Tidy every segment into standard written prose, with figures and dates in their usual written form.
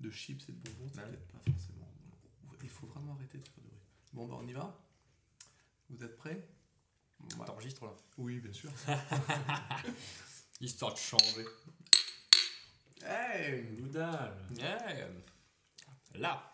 de chips et de bonbons, c'est Ouais. peut-être pas forcément. Il faut vraiment arrêter de faire du bruit. Bon, bah on y va. Vous êtes prêts? Ouais. T'enregistres là? Oui, bien sûr. Histoire de changer. Hey! Goudal. Yeah. Là.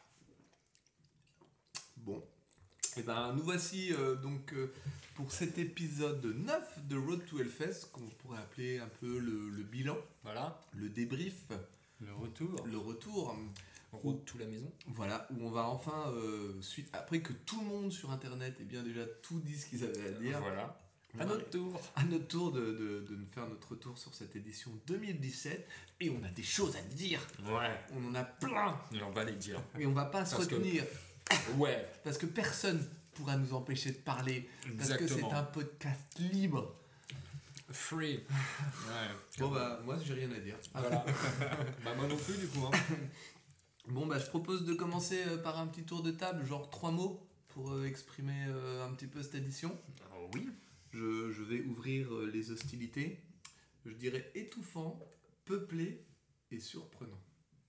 Bon. Et ben nous voici pour cet épisode 9 de Road to Hellfest, qu'on pourrait appeler un peu le bilan, Voilà. le débrief, Le retour. le retour. On roule tout la maison. Voilà, où on va enfin, après que tout le monde sur internet ait bien déjà tout dit ce qu'ils avaient à dire, Voilà. on À va- notre tour. à notre tour de nous faire notre retour sur cette édition 2017, et on a des choses à dire, Ouais. on en a plein, Et on va les dire. et on va pas se Parce que- retenir, Ouais. parce que personne pourra nous empêcher de parler, parce que c'est Exactement. un podcast libre. Free. Ouais. Bon bah moi j'ai rien à dire. Voilà. Bah moi non plus du coup. Hein. Bon bah je propose de commencer par un petit tour de table, genre 3 mots pour exprimer un petit peu cette édition. Oui. Je vais ouvrir les hostilités. Je dirais étouffant, peuplé et surprenant.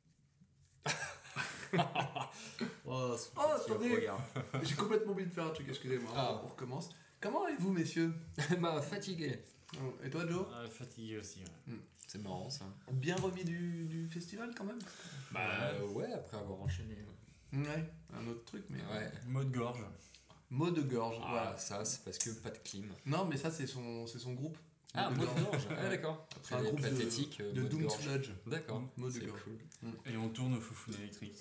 Oh, attendez. regarde. J'ai complètement oublié de faire un truc, excusez-moi, Ah. on recommence. Comment allez-vous messieurs? Bah fatigué. Et toi Joe? Fatigué aussi. Ouais. C'est marrant ça. Bien remis du festival quand même? Bah ouais, après avoir enchaîné. Ouais, un autre truc mais... Ouais. Mot de gorge. Mot de gorge, Ah, voilà. ça c'est parce que pas de clim. Non mais ça c'est son groupe. Ah, mot de gorge. Ah d'accord. C'est un Après, groupe pathétique. de mot Doom gorge. Sludge. D'accord. Mot de C'est gorge. cool. Et on tourne au foufoune électrique.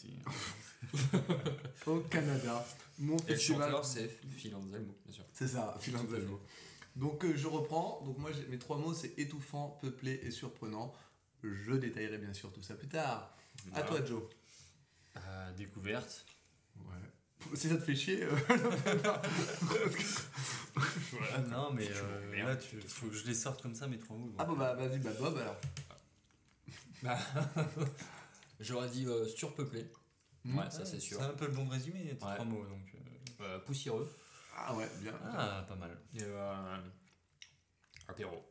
Au Canada. Mon Et le festival. chanteur c'est Phil Anselmo, bien sûr. C'est ça, Phil Anselmo. Donc je reprends. Donc moi mes 3 mots c'est étouffant, peuplé et surprenant. Je détaillerai bien sûr tout ça plus tard. À toi Joe. Découverte. Ouais. Si ça te fait chier. Non, mais Merde. là, faut que je les sorte comme ça, mes 3 mots. Ah bah vas-y, bah Bob alors. J'aurais dit surpeuplé. Ouais, ça c'est sûr. C'est un peu le bon résumé, tes Ouais. 3 mots. Donc, Poussiéreux. Ah ouais, bien. pas mal. Et apéro.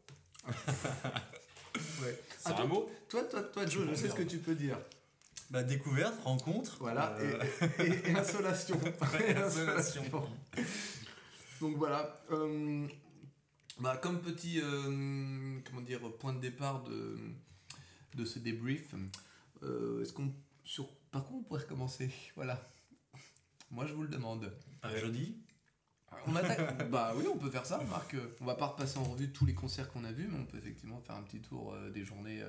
Ouais. C'est Ah, un toi, mot. toi Joe, je sais ce que tu peux dire. Bah, découverte, rencontre. Voilà, et insolation. Ouais, insolation. Donc voilà. Bah, comme petit point de départ de ce débrief, est-ce qu'on par quoi on pourrait recommencer? Voilà. Moi je vous le demande. Jeudi. On attaque. Bah oui, on peut faire ça, Marc. On va pas repasser en revue tous les concerts qu'on a vus, mais on peut effectivement faire un petit tour des journées.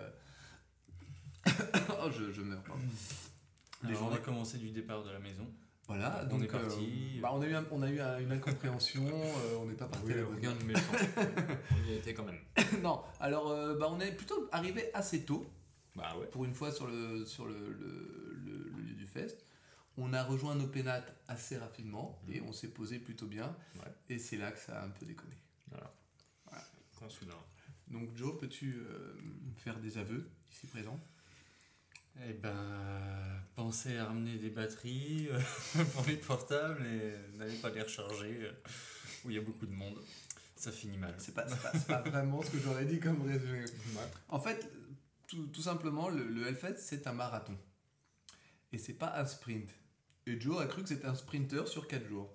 Oh, je meurs. Pardon. Alors, on a commencé du départ de la maison. Voilà, On donc est parti. bah, on a eu une incompréhension. On n'est pas parti. à la bonne Rien de méchant. On y a été quand même. Non, alors bah, on est plutôt arrivé assez tôt, Bah ouais. pour une fois sur le lieu du fest. On a rejoint nos pénates assez rapidement et on s'est posé plutôt bien. Ouais. Et c'est là que ça a un peu déconné. Voilà. Point soudain. Donc Joe, peux-tu faire des aveux ici présent? Eh ben, pensez à ramener des batteries pour les portables et n'allez pas les recharger où il y a beaucoup de monde. Ça finit mal. C'est pas vraiment ce que j'aurais dit comme résumé. En fait, tout simplement, le Hellfest, c'est un marathon. Et c'est pas un sprint. Et Joe a cru que c'était un sprinter sur 4 jours.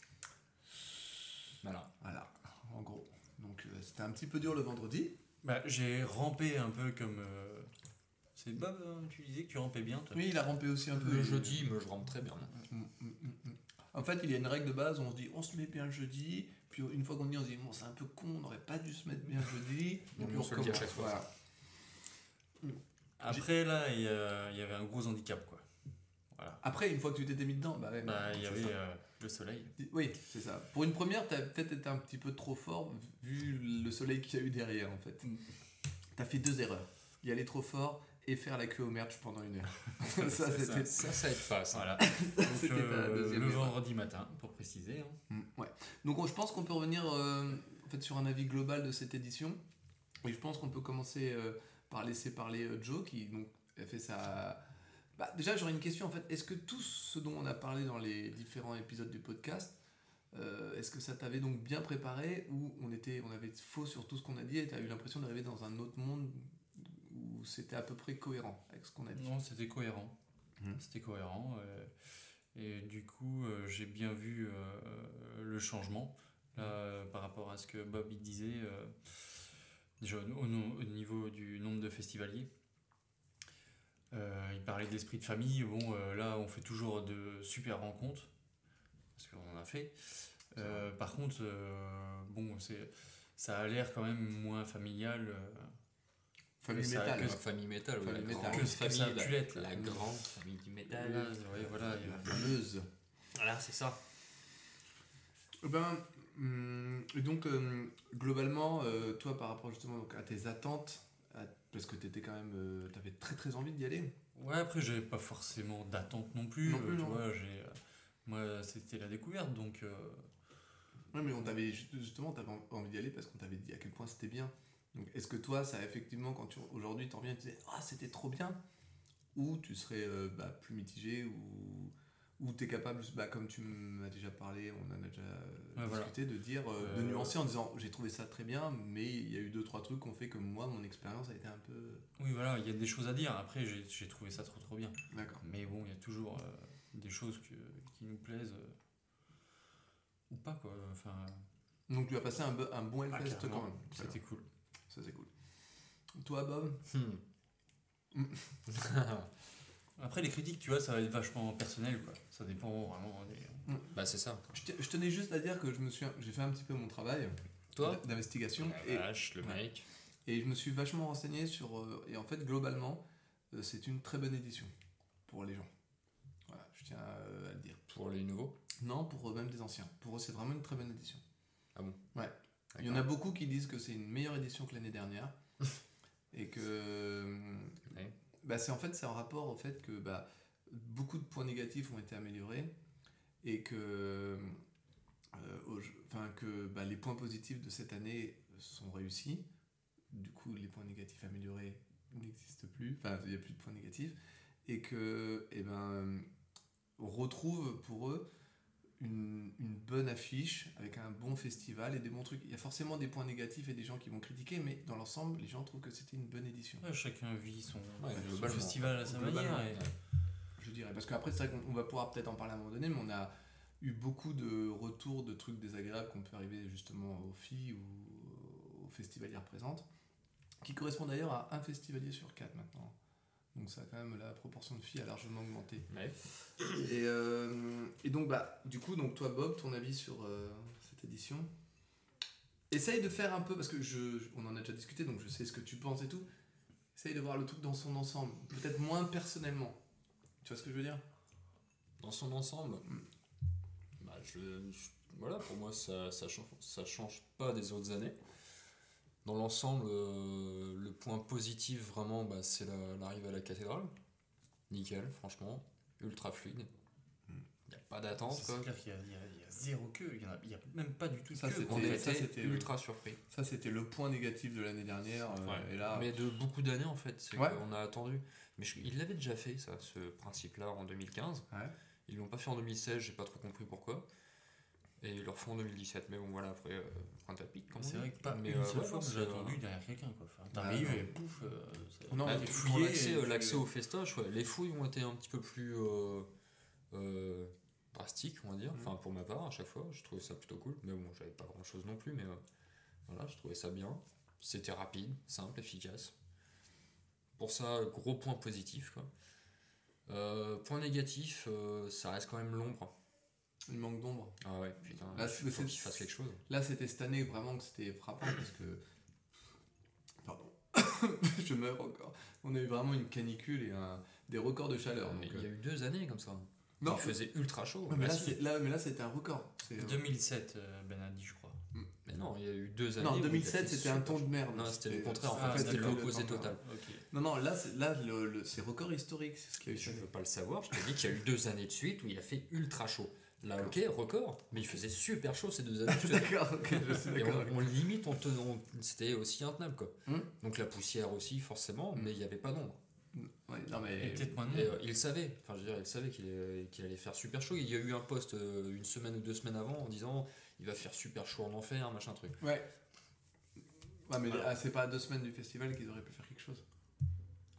Voilà. Voilà, en gros. Donc c'était un petit peu dur le vendredi. Bah, j'ai rampé un peu comme... C'est Bob, hein, tu disais que tu rampais bien, toi. Oui, il a rampé aussi un peu. Le jeudi, mais je rentre très bien. En fait, il y a une règle de base, on se dit on se met bien le jeudi, puis une fois qu'on dit on se dit bon c'est un peu con, on n'aurait pas dû se mettre bien le jeudi, et Donc, puis on se le dit à chaque fois, Voilà. Après, là, il y avait un gros handicap, quoi. Voilà. Après, une fois que tu t'étais mis dedans, bah ouais, Bah, il y c'est avait ça. le soleil. Oui, c'est ça. Pour une première, t'as peut-être été un petit peu trop fort vu le soleil qu'il y a eu derrière en fait. T'as fait 2 erreurs. Y aller trop fort et faire la queue au merch pendant 1 heure. ça, c'était... Ça aide pas, ça. Voilà. Donc, C'était ta deuxième le erreur. vendredi matin, pour préciser. Hein. Ouais. Donc je pense qu'on peut revenir en fait, sur un avis global de cette édition. Et je pense qu'on peut commencer par laisser parler Joe qui donc, a fait sa... Bah, déjà j'aurais une question en fait. Est-ce que tout ce dont on a parlé dans les différents épisodes du podcast, est-ce que ça t'avait donc bien préparé ou on avait faux sur tout ce qu'on a dit et tu as eu l'impression d'arriver dans un autre monde où c'était à peu près cohérent avec ce qu'on a dit? Non, c'était cohérent. C'était cohérent. Et du coup, j'ai bien vu le changement là, par rapport à ce que Bob il disait. Déjà au niveau du nombre de festivaliers. Il parlait d'esprit de famille. Bon, là, on fait toujours de super rencontres. Parce qu'on en a fait. Par contre, bon, ça a l'air quand même moins familial. Famille ça- métal. La famille métal, ouais, Famille la métal. grande Que ça a famille, pu l'être, là. la grande famille du métal. Là, ouais, voilà, La fameuse. Voilà, c'est ça. Et donc, globalement, toi, par rapport justement donc, à tes attentes, parce que t'étais quand même, t'avais très très envie d'y aller. Ouais, après, j'avais pas forcément d'attente non plus. Non plus, tu non. vois, moi, c'était la découverte, donc. Ouais, mais on t'avait justement, t'avais envie d'y aller parce qu'on t'avait dit à quel point c'était bien. Donc, est-ce que toi, ça effectivement, quand aujourd'hui t'en reviens, tu disais, ah, c'était trop bien, ou tu serais plus mitigé, ou t'es capable, comme tu m'as déjà parlé, on en a déjà discuté, de dire, de nuancer en disant, j'ai trouvé ça très bien, mais il y a eu 2-3 trucs qui ont fait que moi, mon expérience a été un peu. Oui, voilà, il y a des choses à dire. Après, j'ai trouvé ça trop bien. D'accord. Mais bon, il y a toujours des choses qui nous plaisent. Ou pas, quoi. Enfin, Donc, tu as passé un bon Hellfest carrément, quand même. c'était cool. Ça, c'est cool. Toi, Bob? Après, les critiques, tu vois, ça va être vachement personnel, quoi. Ça dépend vraiment des. Bah, c'est ça. Je tenais juste à dire que j'ai fait un petit peu mon travail Toi d'investigation La vache, le mec. et je me suis vachement renseigné sur et en fait globalement c'est une très bonne édition pour les gens. Voilà, je tiens à le dire. Pour les nouveaux. Non, pour même des anciens. Pour eux, c'est vraiment une très bonne édition. Ah bon? Ouais. Il y en a beaucoup qui disent que c'est une meilleure édition que l'année dernière et que Ouais. c'est en rapport au fait que beaucoup de points négatifs ont été améliorés et que les points positifs de cette année sont réussis. Du coup, les points négatifs améliorés n'existent plus. Enfin, il n'y a plus de points négatifs. Et que, on retrouve pour eux une bonne affiche avec un bon festival et des bons trucs. Il y a forcément des points négatifs et des gens qui vont critiquer, mais dans l'ensemble, les gens trouvent que c'était une bonne édition. Ouais, chacun vit son globalement. festival à sa Globalement, manière. Je dirais. Parce qu'après, c'est vrai qu'on va pouvoir peut-être en parler à un moment donné, mais on a eu beaucoup de retours de trucs désagréables qu'on peut arriver justement aux filles ou aux festivalières présentes, qui correspondent d'ailleurs à un festivalier sur 4 maintenant. Donc ça, quand même, la proportion de filles a largement augmenté. Ouais. Et donc, du coup, donc toi, Bob, ton avis sur cette édition? Essaye de faire un peu, parce que on en a déjà discuté, donc je sais ce que tu penses et tout. Essaye de voir le truc dans son ensemble, peut-être moins personnellement. Tu vois ce que je veux dire? Dans son ensemble, voilà, pour moi, ça change pas des autres années. Dans l'ensemble, le point positif, vraiment, c'est l'arrivée à la cathédrale. Nickel, franchement. Ultra fluide. Il n'y a pas d'attente, quoi. C'est clair qu'il y a zéro queue. Il n'y a même pas du tout de Ça, queue. c'était ultra surpris. Ça, c'était le point négatif de l'année dernière. Ouais. Et là, Mais de beaucoup d'années, en fait. C'est Ouais. qu'on a attendu. Mais il l'avait déjà fait, ça, ce principe-là, en 2015. ouais. Ils l'ont pas fait en 2016, j'ai pas trop compris pourquoi. Et ils le refont en 2017. Mais bon, voilà, après, point à pic, comme on C'est dit. vrai que pas Mais, une seule ouais, fois non, que j'ai c'est, attendu derrière quelqu'un, quoi. Enfin, Ah, t'arrives non. et pouf. Non, t'es Pour fouillé, l'accès au festoche, ouais, les fouilles ont été un petit peu plus drastiques, on va dire. Enfin, pour ma part, à chaque fois, je trouvais ça plutôt cool. Mais bon, j'avais pas grand chose non plus, mais voilà, je trouvais ça bien. C'était rapide, simple, efficace. Pour ça, gros point positif, quoi. Point négatif, ça reste quand même l'ombre. Il manque d'ombre. Ah ouais, putain, Là, faut qu'il fasse quelque chose. Là, c'était cette année vraiment que c'était frappant parce que. Pardon. Je meurs encore. On a eu vraiment une canicule et des records de chaleur. Mais donc, il y a eu 2 années comme ça. Non, Il faisait ultra chaud. Ouais, mais Bah, là, c'était un record. 2007, Ben a dit, je crois. Mais non, il y a eu 2 années. Non, où il a 2007, fait c'était un super ton de chaud. merde. Non, c'était le contraire. Ah, En fait, c'était d'accord. l'opposé total. Ok. Non, là, c'est record historique. C'est ce qu'il y a eu. Je veux pas le savoir, je te dis qu'il y a eu 2 années de suite où il a fait ultra chaud. Là, ok, record, mais il faisait super chaud ces 2 années. de suite. D'accord, ok, je suis Et d'accord. on limite, c'était aussi intenable, quoi. Hum. Donc la poussière aussi, forcément, mais il n'y avait pas d'ombre. Ouais, non, Et mais. peut-être moins de Et monde. il savait, enfin je veux dire, il savait qu'il allait faire super chaud. Il y a eu un post une semaine ou 2 semaines avant en disant il va faire super chaud en enfer, machin truc. Ouais. Ouais, mais Voilà. c'est pas à 2 semaines du festival qu'ils auraient pu faire quelque chose.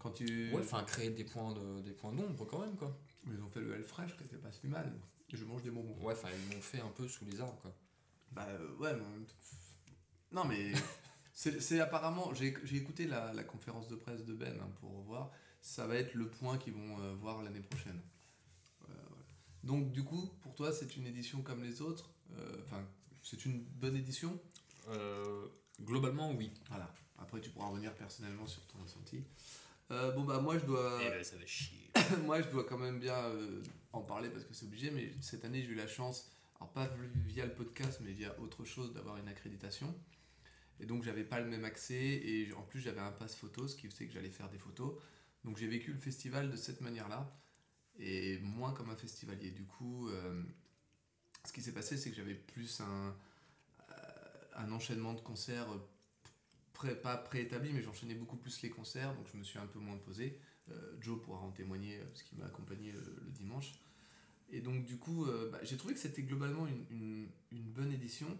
Quand tu... Ouais, enfin, créer des points d'ombre quand même, quoi. Ils ont fait le Hellfresh, qui était pas si mal. Je mange des bonbons. Ouais, enfin, ils l'ont fait un peu sous les arbres, quoi. Bah ouais, mais... Non, mais... c'est apparemment... J'ai écouté la conférence de presse de Ben pour voir. Ça va être le point qu'ils vont voir l'année prochaine. Voilà. Donc, du coup, pour toi, c'est une édition comme les autres. Enfin, c'est une bonne édition. Globalement, oui. Voilà. Après, tu pourras revenir personnellement sur ton ressenti. Bon, bah, moi, je dois... Eh ben, ça va chier. Moi, je dois quand même bien en parler parce que c'est obligé, mais cette année, j'ai eu la chance, alors pas via le podcast, mais via autre chose, d'avoir une accréditation. Et donc, j'avais pas le même accès, et en plus, j'avais un pass photo, ce qui faisait que j'allais faire des photos. Donc, j'ai vécu le festival de cette manière-là, et moins comme un festivalier. Du coup, ce qui s'est passé, c'est que j'avais plus un enchaînement de concerts, pas préétabli, mais j'enchaînais beaucoup plus les concerts, donc je me suis un peu moins posé. Joe pourra en témoigner parce qu'il m'a accompagné le dimanche. Et donc du coup, j'ai trouvé que c'était globalement une bonne édition.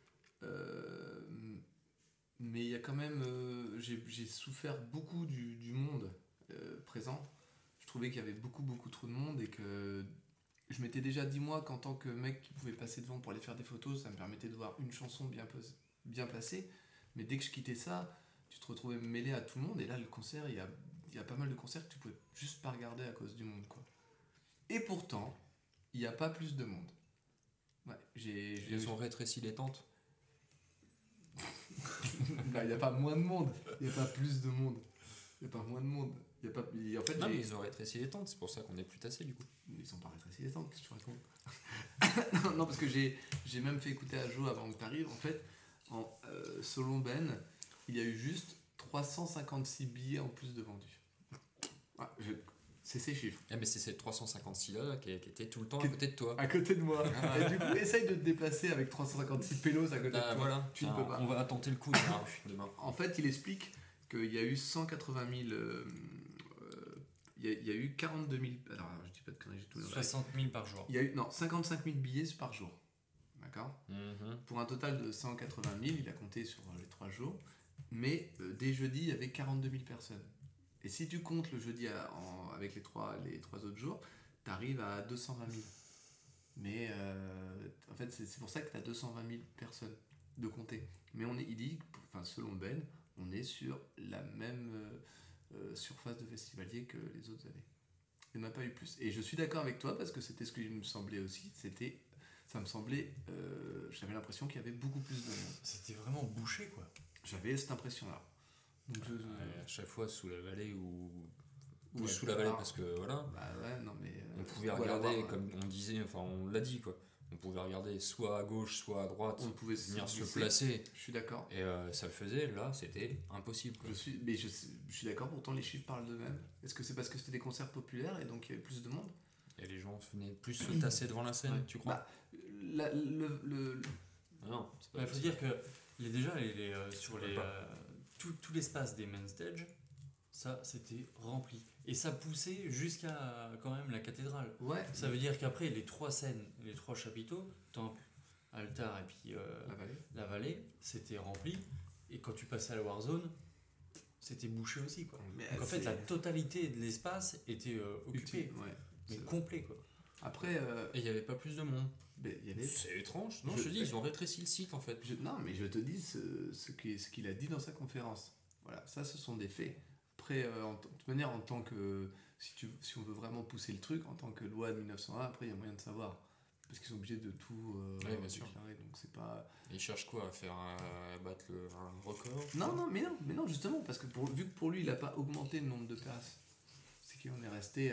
Mais il y a quand même... j'ai souffert beaucoup du monde présent. Je trouvais qu'il y avait beaucoup trop de monde et que je m'étais déjà dit moi qu'en tant que mec qui pouvait passer devant pour aller faire des photos, ça me permettait de voir une chanson bien placée. Mais dès que je quittais ça, tu te retrouvais mêlé à tout le monde. Et là, le concert, il y a pas mal de concerts que tu pouvais juste pas regarder à cause du monde, quoi. Et pourtant, il n'y a pas plus de monde. Ouais, Ils ont rétréci les tentes. Bah, il n'y a pas moins de monde. Il n'y a pas plus de monde. Il n'y a pas moins de monde. En fait, Non, mais ils ont rétréci les tentes, c'est pour ça qu'on est plus tassé du coup. Ils sont pas rétrécis les temps, qu'est-ce que tu racontes? Non, parce que j'ai même fait écouter à Joe avant que tu arrives. En fait, selon Ben, il y a eu juste 356 billets en plus de vendus. Ouais, c'est ces chiffres. Ah, mais c'est ces 356 là qui étaient tout le temps à côté de toi. À côté de moi. Et du coup, essaye de te déplacer avec 356 pélos à côté de toi. Voilà, Tu ne peux pas. On va tenter le coup demain. En fait, il explique qu'il y a eu 180 000... il y a eu 42 000... Alors, je dis pas de conneries, j'ai tout le 60 000 par jour. Il y a eu 55 000 billets par jour. D'accord ? Mhm. Pour un total de 180 000, il a compté sur les 3 jours. Mais dès jeudi, il y avait 42 000 personnes. Et si tu comptes le jeudi avec les trois autres jours, tu arrives à 220 000. Mais en fait, c'est pour ça que tu as 220 000 personnes de compter. Mais il dit, selon Ben, on est sur la même surface de festivalier que les autres années. Il n'y en a pas eu plus. Et je suis d'accord avec toi parce que c'était ce que me semblait aussi. Ça me semblait, j'avais l'impression qu'il y avait beaucoup plus de monde. C'était vraiment bouché, quoi. J'avais cette impression-là. Donc À chaque fois sous la vallée ou Ouais, sous la vallée parce que voilà. Bah ouais, non mais... On pouvait regarder, comme on disait, enfin on l'a dit quoi. On pouvait regarder soit à gauche, soit à droite, on pouvait venir se glisser. placer. Je suis d'accord. Et ça le faisait, là c'était impossible. Quoi. Je suis d'accord, pourtant les chiffres parlent d'eux-mêmes. Est-ce que c'est parce que c'était des concerts populaires et donc il y avait plus de monde? Et les gens venaient plus se tasser devant la scène, Ouais. tu crois? Bah, Non, c'est pas Il faut dire que déjà, sur tout l'espace des main stage, ça c'était rempli. Et ça poussait jusqu'à quand même la cathédrale. Ouais. Ça veut dire qu'après, les 3 scènes, les 3 chapiteaux, temple, altar et puis La vallée. la vallée, c'était rempli. Et quand tu passais à la Warzone, c'était bouché aussi, quoi. Mais Donc en fait, la totalité de l'espace était occupée, utile, ouais. mais C'est- complet, quoi. Après, Et il n'y avait pas plus de monde. il y avait... C'est étrange. Non, Je- je te dis, ils ont rétréci le site en fait. Non, mais je te dis ce qu'il a dit dans sa conférence. Voilà, ça, ce sont des faits. Après, de toute manière, en tant que... Si on veut vraiment pousser le truc, en tant que loi de 1901, après, il y a moyen de savoir. Parce qu'ils sont obligés de tout Ouais, bien sûr. déclarer, donc c'est pas... Ils cherchent quoi? À faire battre un record? Non, mais non, justement, parce que vu que pour lui, il n'a pas augmenté le nombre de places, c'est qu'on est resté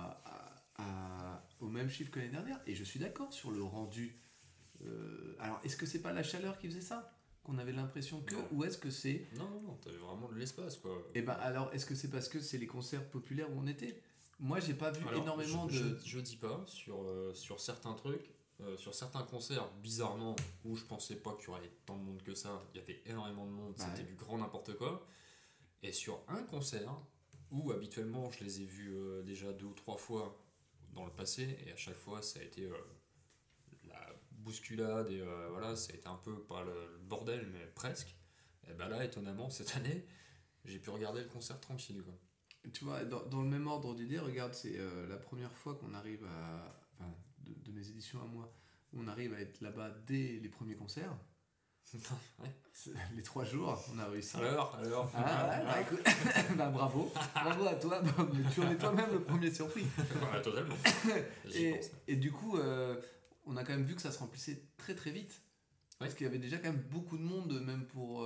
au même chiffre que l'année dernière. Et je suis d'accord sur le rendu. Alors, est-ce que c'est pas la chaleur qui faisait ça? Qu'on avait l'impression que... Non. Ou est-ce que c'est... Non, t'avais vraiment de l'espace quoi. Eh ben alors, est-ce que c'est parce que c'est les concerts populaires où on était? Moi, j'ai pas vu Alors, énormément je dis pas, sur certains trucs, sur certains concerts, bizarrement, où je pensais pas qu'il y aurait tant de monde que ça, il y avait énormément de monde, Bah c'était ouais. du grand n'importe quoi. Et sur un concert, où habituellement je les ai vus déjà 2 ou 3 fois dans le passé, et à chaque fois ça a été la bousculade, et voilà, ça a été un peu pas le bordel, mais presque. Et ben là, étonnamment, cette année, j'ai pu regarder le concert tranquille quoi. tu vois, dans le même ordre d'idée, regarde, c'est la première fois qu'on arrive enfin, de mes éditions à moi, on arrive à être là-bas dès les premiers concerts. Ouais. Les 3 jours, on a réussi. Alors. Écoute, bravo à toi, mais tu en es toi-même le premier surpris. Ouais, totalement. Et du coup, on a quand même vu que ça se remplissait très très vite. Parce qu'il y avait déjà quand même beaucoup de monde, même pour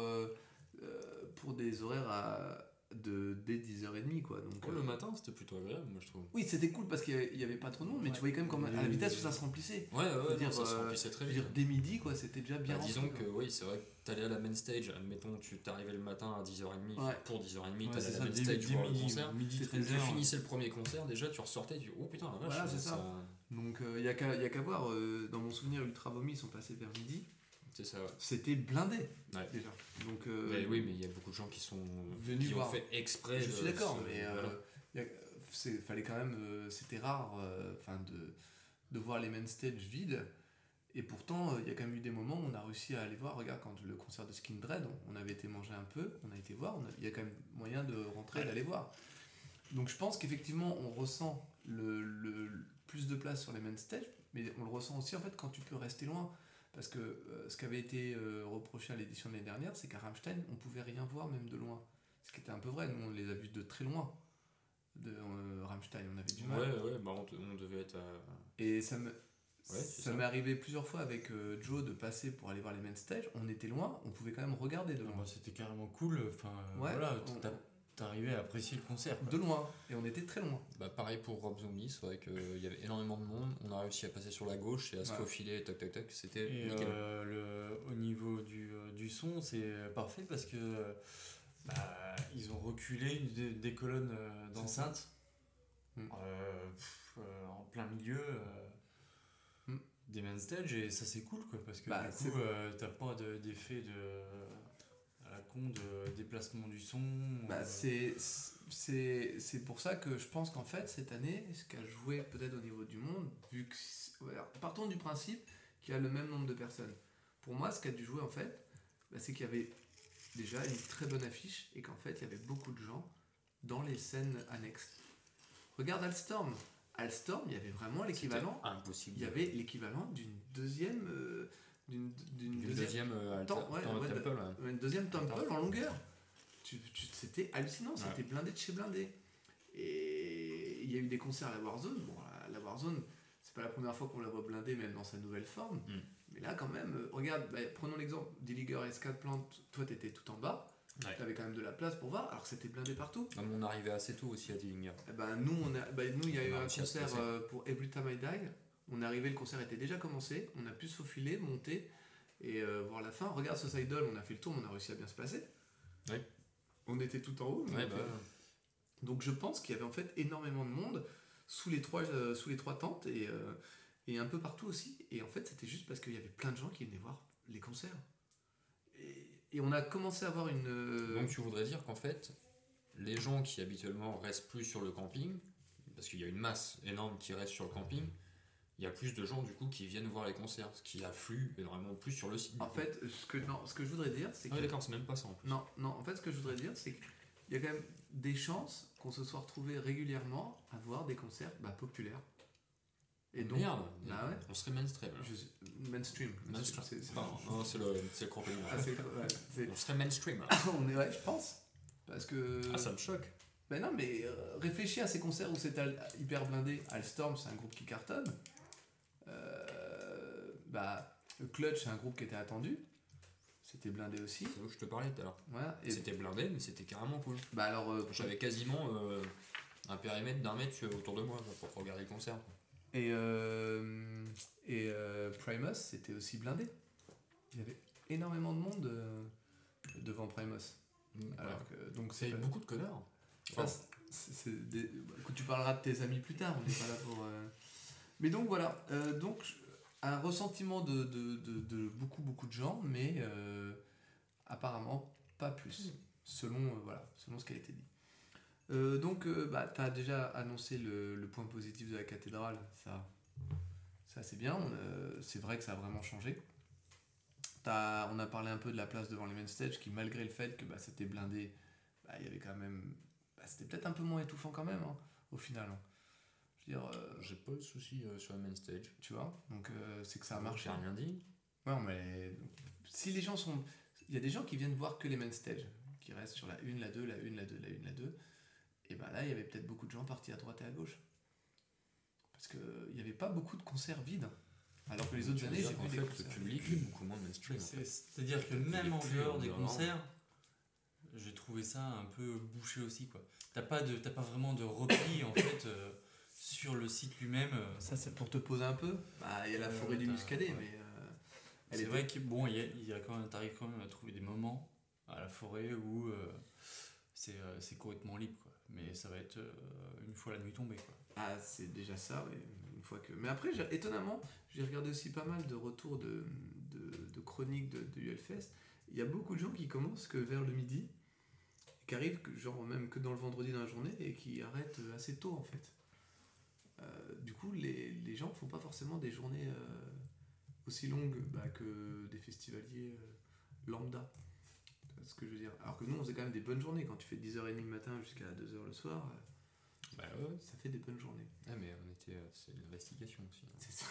des horaires dès 10h30, quoi. Donc, Le matin, c'était plutôt agréable, moi je trouve. Oui, c'était cool parce qu'il n'y avait pas trop de monde, mais tu voyais quand même à la vitesse où ça se remplissait. Ouais, dire, ça se remplissait très vite. Dire, dès midi, quoi, c'était déjà bien rempli. Disons que oui, c'est vrai que t'allais à la main stage, admettons, tu t'arrivais le matin à 10h30, pour 10h30, t'allais à la main stage pour le concert. Midi, Tu finissais le premier concert, déjà tu ressortais, tu dis oh putain, la vache. Voilà, c'est ça. Donc il n'y a qu'à voir, dans mon souvenir, Ultra Vomi, ils sont passés vers midi. C'est ça, ouais. C'était blindé, déjà. Donc, mais oui, mais il y a beaucoup de gens qui sont venus voir. Ont fait exprès. Je suis d'accord, mais fallait quand même, c'était rare de voir les main stage vides. Et pourtant, il y a quand même eu des moments où on a réussi à aller voir. Regarde, quand le concert de Skin Dread, on avait été manger un peu, on a été voir, il y a quand même moyen de rentrer et d'aller voir. Donc je pense qu'effectivement, on ressent le plus de place sur les main stage, mais on le ressent aussi en fait quand tu peux rester loin. Parce que ce qui avait été reproché à l'édition de l'année dernière, c'est qu'à Rammstein, on pouvait rien voir même de loin. Ce qui était un peu vrai, nous on les a vus de très loin, de Rammstein, on avait du mal. Ouais, bah on devait être à... Et ça m'est arrivé plusieurs fois avec Joe de passer pour aller voir les main stage, on était loin, on pouvait quand même regarder de loin. C'était carrément cool, voilà, t'arrivais à apprécier le concert. Quoi. De loin, et on était très loin. Bah pareil pour Rob Zombie, c'est vrai qu'il y avait énormément de monde, on a réussi à passer sur la gauche et à se faufiler, tac, c'était nickel. Au niveau du son, c'est parfait parce que ils ont reculé des colonnes d'enceinte en plein milieu des main stage, et ça c'est cool quoi, parce que du coup t'as pas d'effet à la con de déplacement du son. C'est pour ça que je pense qu'en fait cette année, ce qu'a joué peut-être au niveau du monde, vu que partons du principe qu'il y a le même nombre de personnes. Pour moi, ce qu'a dû jouer en fait, c'est qu'il y avait déjà une très bonne affiche et qu'en fait il y avait beaucoup de gens dans les scènes annexes. Regarde Alstorm, il y avait vraiment l'équivalent. C'était impossible. Il y avait l'équivalent d'une deuxième temple en longueur. C'était hallucinant, c'était blindé de chez blindé. Et il y a eu des concerts à la Warzone. Bon, la Warzone, c'est pas la première fois qu'on la voit blindée, même dans sa nouvelle forme. Mais là, quand même, regarde, prenons l'exemple d'Illiger et Scatplant. Toi, t'étais tout en bas. T'avais quand même de la place pour voir, alors que c'était blindé partout. On arrivait assez tôt aussi à Dillinger. Nous, il y a eu un concert pour Every Time I Die. On est arrivé, le concert était déjà commencé. On a pu se faufiler, monter et voir la fin. Regarde Suicidal, on a fait le tour, on a réussi à bien se passer. Oui. On était tout en haut. Donc je pense qu'il y avait en fait énormément de monde sous les trois tentes et un peu partout aussi. Et en fait, c'était juste parce qu'il y avait plein de gens qui venaient voir les concerts. Et on a commencé à avoir une... Donc tu voudrais dire qu'en fait, les gens qui habituellement restent plus sur le camping, parce qu'il y a une masse énorme qui reste sur le camping, il y a plus de gens du coup qui viennent voir les concerts, ce qui afflue énormément plus sur le site. En fait, ce que je voudrais dire, c'est que... d'accord, c'est même pas ça en plus. Non, en fait, ce que je voudrais dire, c'est qu'il y a quand même des chances qu'on se soit retrouvé régulièrement à voir des concerts populaires. Et donc, merde, on serait mainstream. Mainstream. Non, c'est le compliment. On serait mainstream. On est, je pense. Parce que... ça me choque. Non, mais réfléchis à ces concerts où c'était hyper blindé. Alstorm, c'est un groupe qui cartonne. Clutch, c'est un groupe qui était attendu. C'était blindé aussi. C'est où je te parlais tout à l'heure. Voilà, c'était blindé, mais c'était carrément cool. J'avais quasiment un périmètre d'1 mètre autour de moi pour regarder le concert. Et Primus, c'était aussi blindé. Il y avait énormément de monde devant Primus. Alors que, donc c'est beaucoup de connards. Tu parleras de tes amis plus tard, on n'est pas là pour... Mais donc voilà, un ressentiment de beaucoup de gens, mais apparemment pas plus, selon ce qui a été dit. Tu as déjà annoncé le point positif de la cathédrale, ça c'est bien, c'est vrai que ça a vraiment changé. On a parlé un peu de la place devant les main stage qui, malgré le fait que c'était blindé, il y avait quand même c'était peut-être un peu moins étouffant quand même, hein, au final. Hein. Je veux dire, J'ai pas de soucis sur la main stage. tu vois, donc c'est que ça a marché. J'ai rien dit. Ouais, mais si les gens sont... Il y a des gens qui viennent voir que les main stage, qui restent sur la 1, la 2, la 1, la 2, la 1, la 2. Et ben là, il y avait peut-être beaucoup de gens partis à droite et à gauche. Parce qu'il n'y avait pas beaucoup de concerts vides. Alors que les autres années, j'ai vu des le concerts. public est beaucoup moins mainstream. En fait. C'est-à-dire que même en dehors des concerts, j'ai trouvé ça un peu bouché aussi, quoi. T'as pas vraiment de repli en fait sur le site lui-même. Ça, c'est pour te poser un peu. Bah, il y a la forêt du Muscadet, ouais. mais... C'est vrai que bon, t'arrives quand même à trouver des moments à la forêt où c'est complètement libre, quoi. Mais ça va être une fois la nuit tombée, quoi. Ah, c'est déjà ça, oui. Une fois que... Mais après, étonnamment, j'ai regardé aussi pas mal de retours de chroniques de Hellfest. Il y a beaucoup de gens qui commencent que vers le midi, qui arrivent genre même que dans le vendredi dans la journée, et qui arrêtent assez tôt, en fait. Du coup, les gens font pas forcément des journées aussi longues que des festivaliers lambda. C'est ce que je veux dire. Alors que nous, on faisait quand même des bonnes journées. Quand tu fais 10h30 le matin jusqu'à 2h le soir, ça fait des bonnes journées. Ah, mais on était. C'est une investigation aussi. Hein. C'est ça.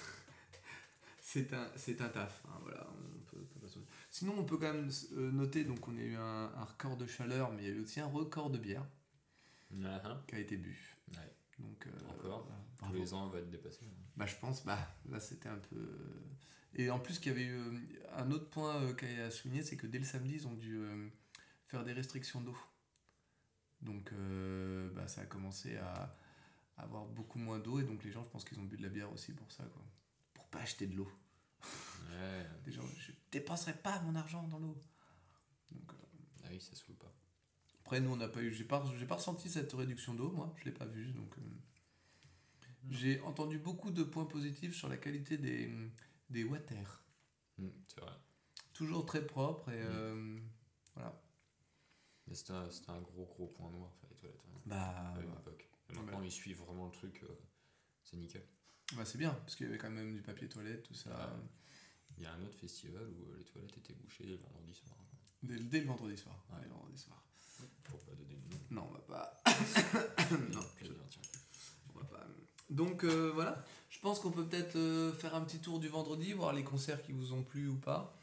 C'est un taf. Hein, voilà, on peut pas Sinon, on peut quand même noter donc on a eu un record de chaleur, mais il y a eu aussi un record de bière qui a été bu. Ouais. Donc, encore. Tous les ans, on va être dépassé. Bah, je pense, là c'était un peu. Et en plus, qu'il y avait eu un autre point qu'il y a à souligner, c'est que dès le samedi, ils ont dû faire des restrictions d'eau. Donc, ça a commencé à avoir beaucoup moins d'eau, et donc les gens, je pense qu'ils ont bu de la bière aussi pour ça, quoi. Pour pas acheter de l'eau. Ouais. Des gens, je dépenserai pas mon argent dans l'eau. Donc, ah oui, ça saoule pas. après, nous, on n'a pas eu. J'ai pas ressenti cette réduction d'eau, moi, je l'ai pas vue, donc. J'ai entendu beaucoup de points positifs sur la qualité des water. C'est vrai. Toujours très propre et voilà. Mais c'était un gros point noir, les toilettes. Bah, à une époque. Et maintenant, ils suivent vraiment le truc, c'est nickel. Bah, c'est bien, parce qu'il y avait quand même du papier toilette, tout ça. Il y a un autre festival où les toilettes étaient bouchées le vendredi soir. Dès le vendredi soir. Ouais. Dès le vendredi soir. Pour pas donner de nom. Non, on va pas. Non, tiens. On va pas. Donc voilà, je pense qu'on peut peut-être faire un petit tour du vendredi, voir les concerts qui vous ont plu ou pas.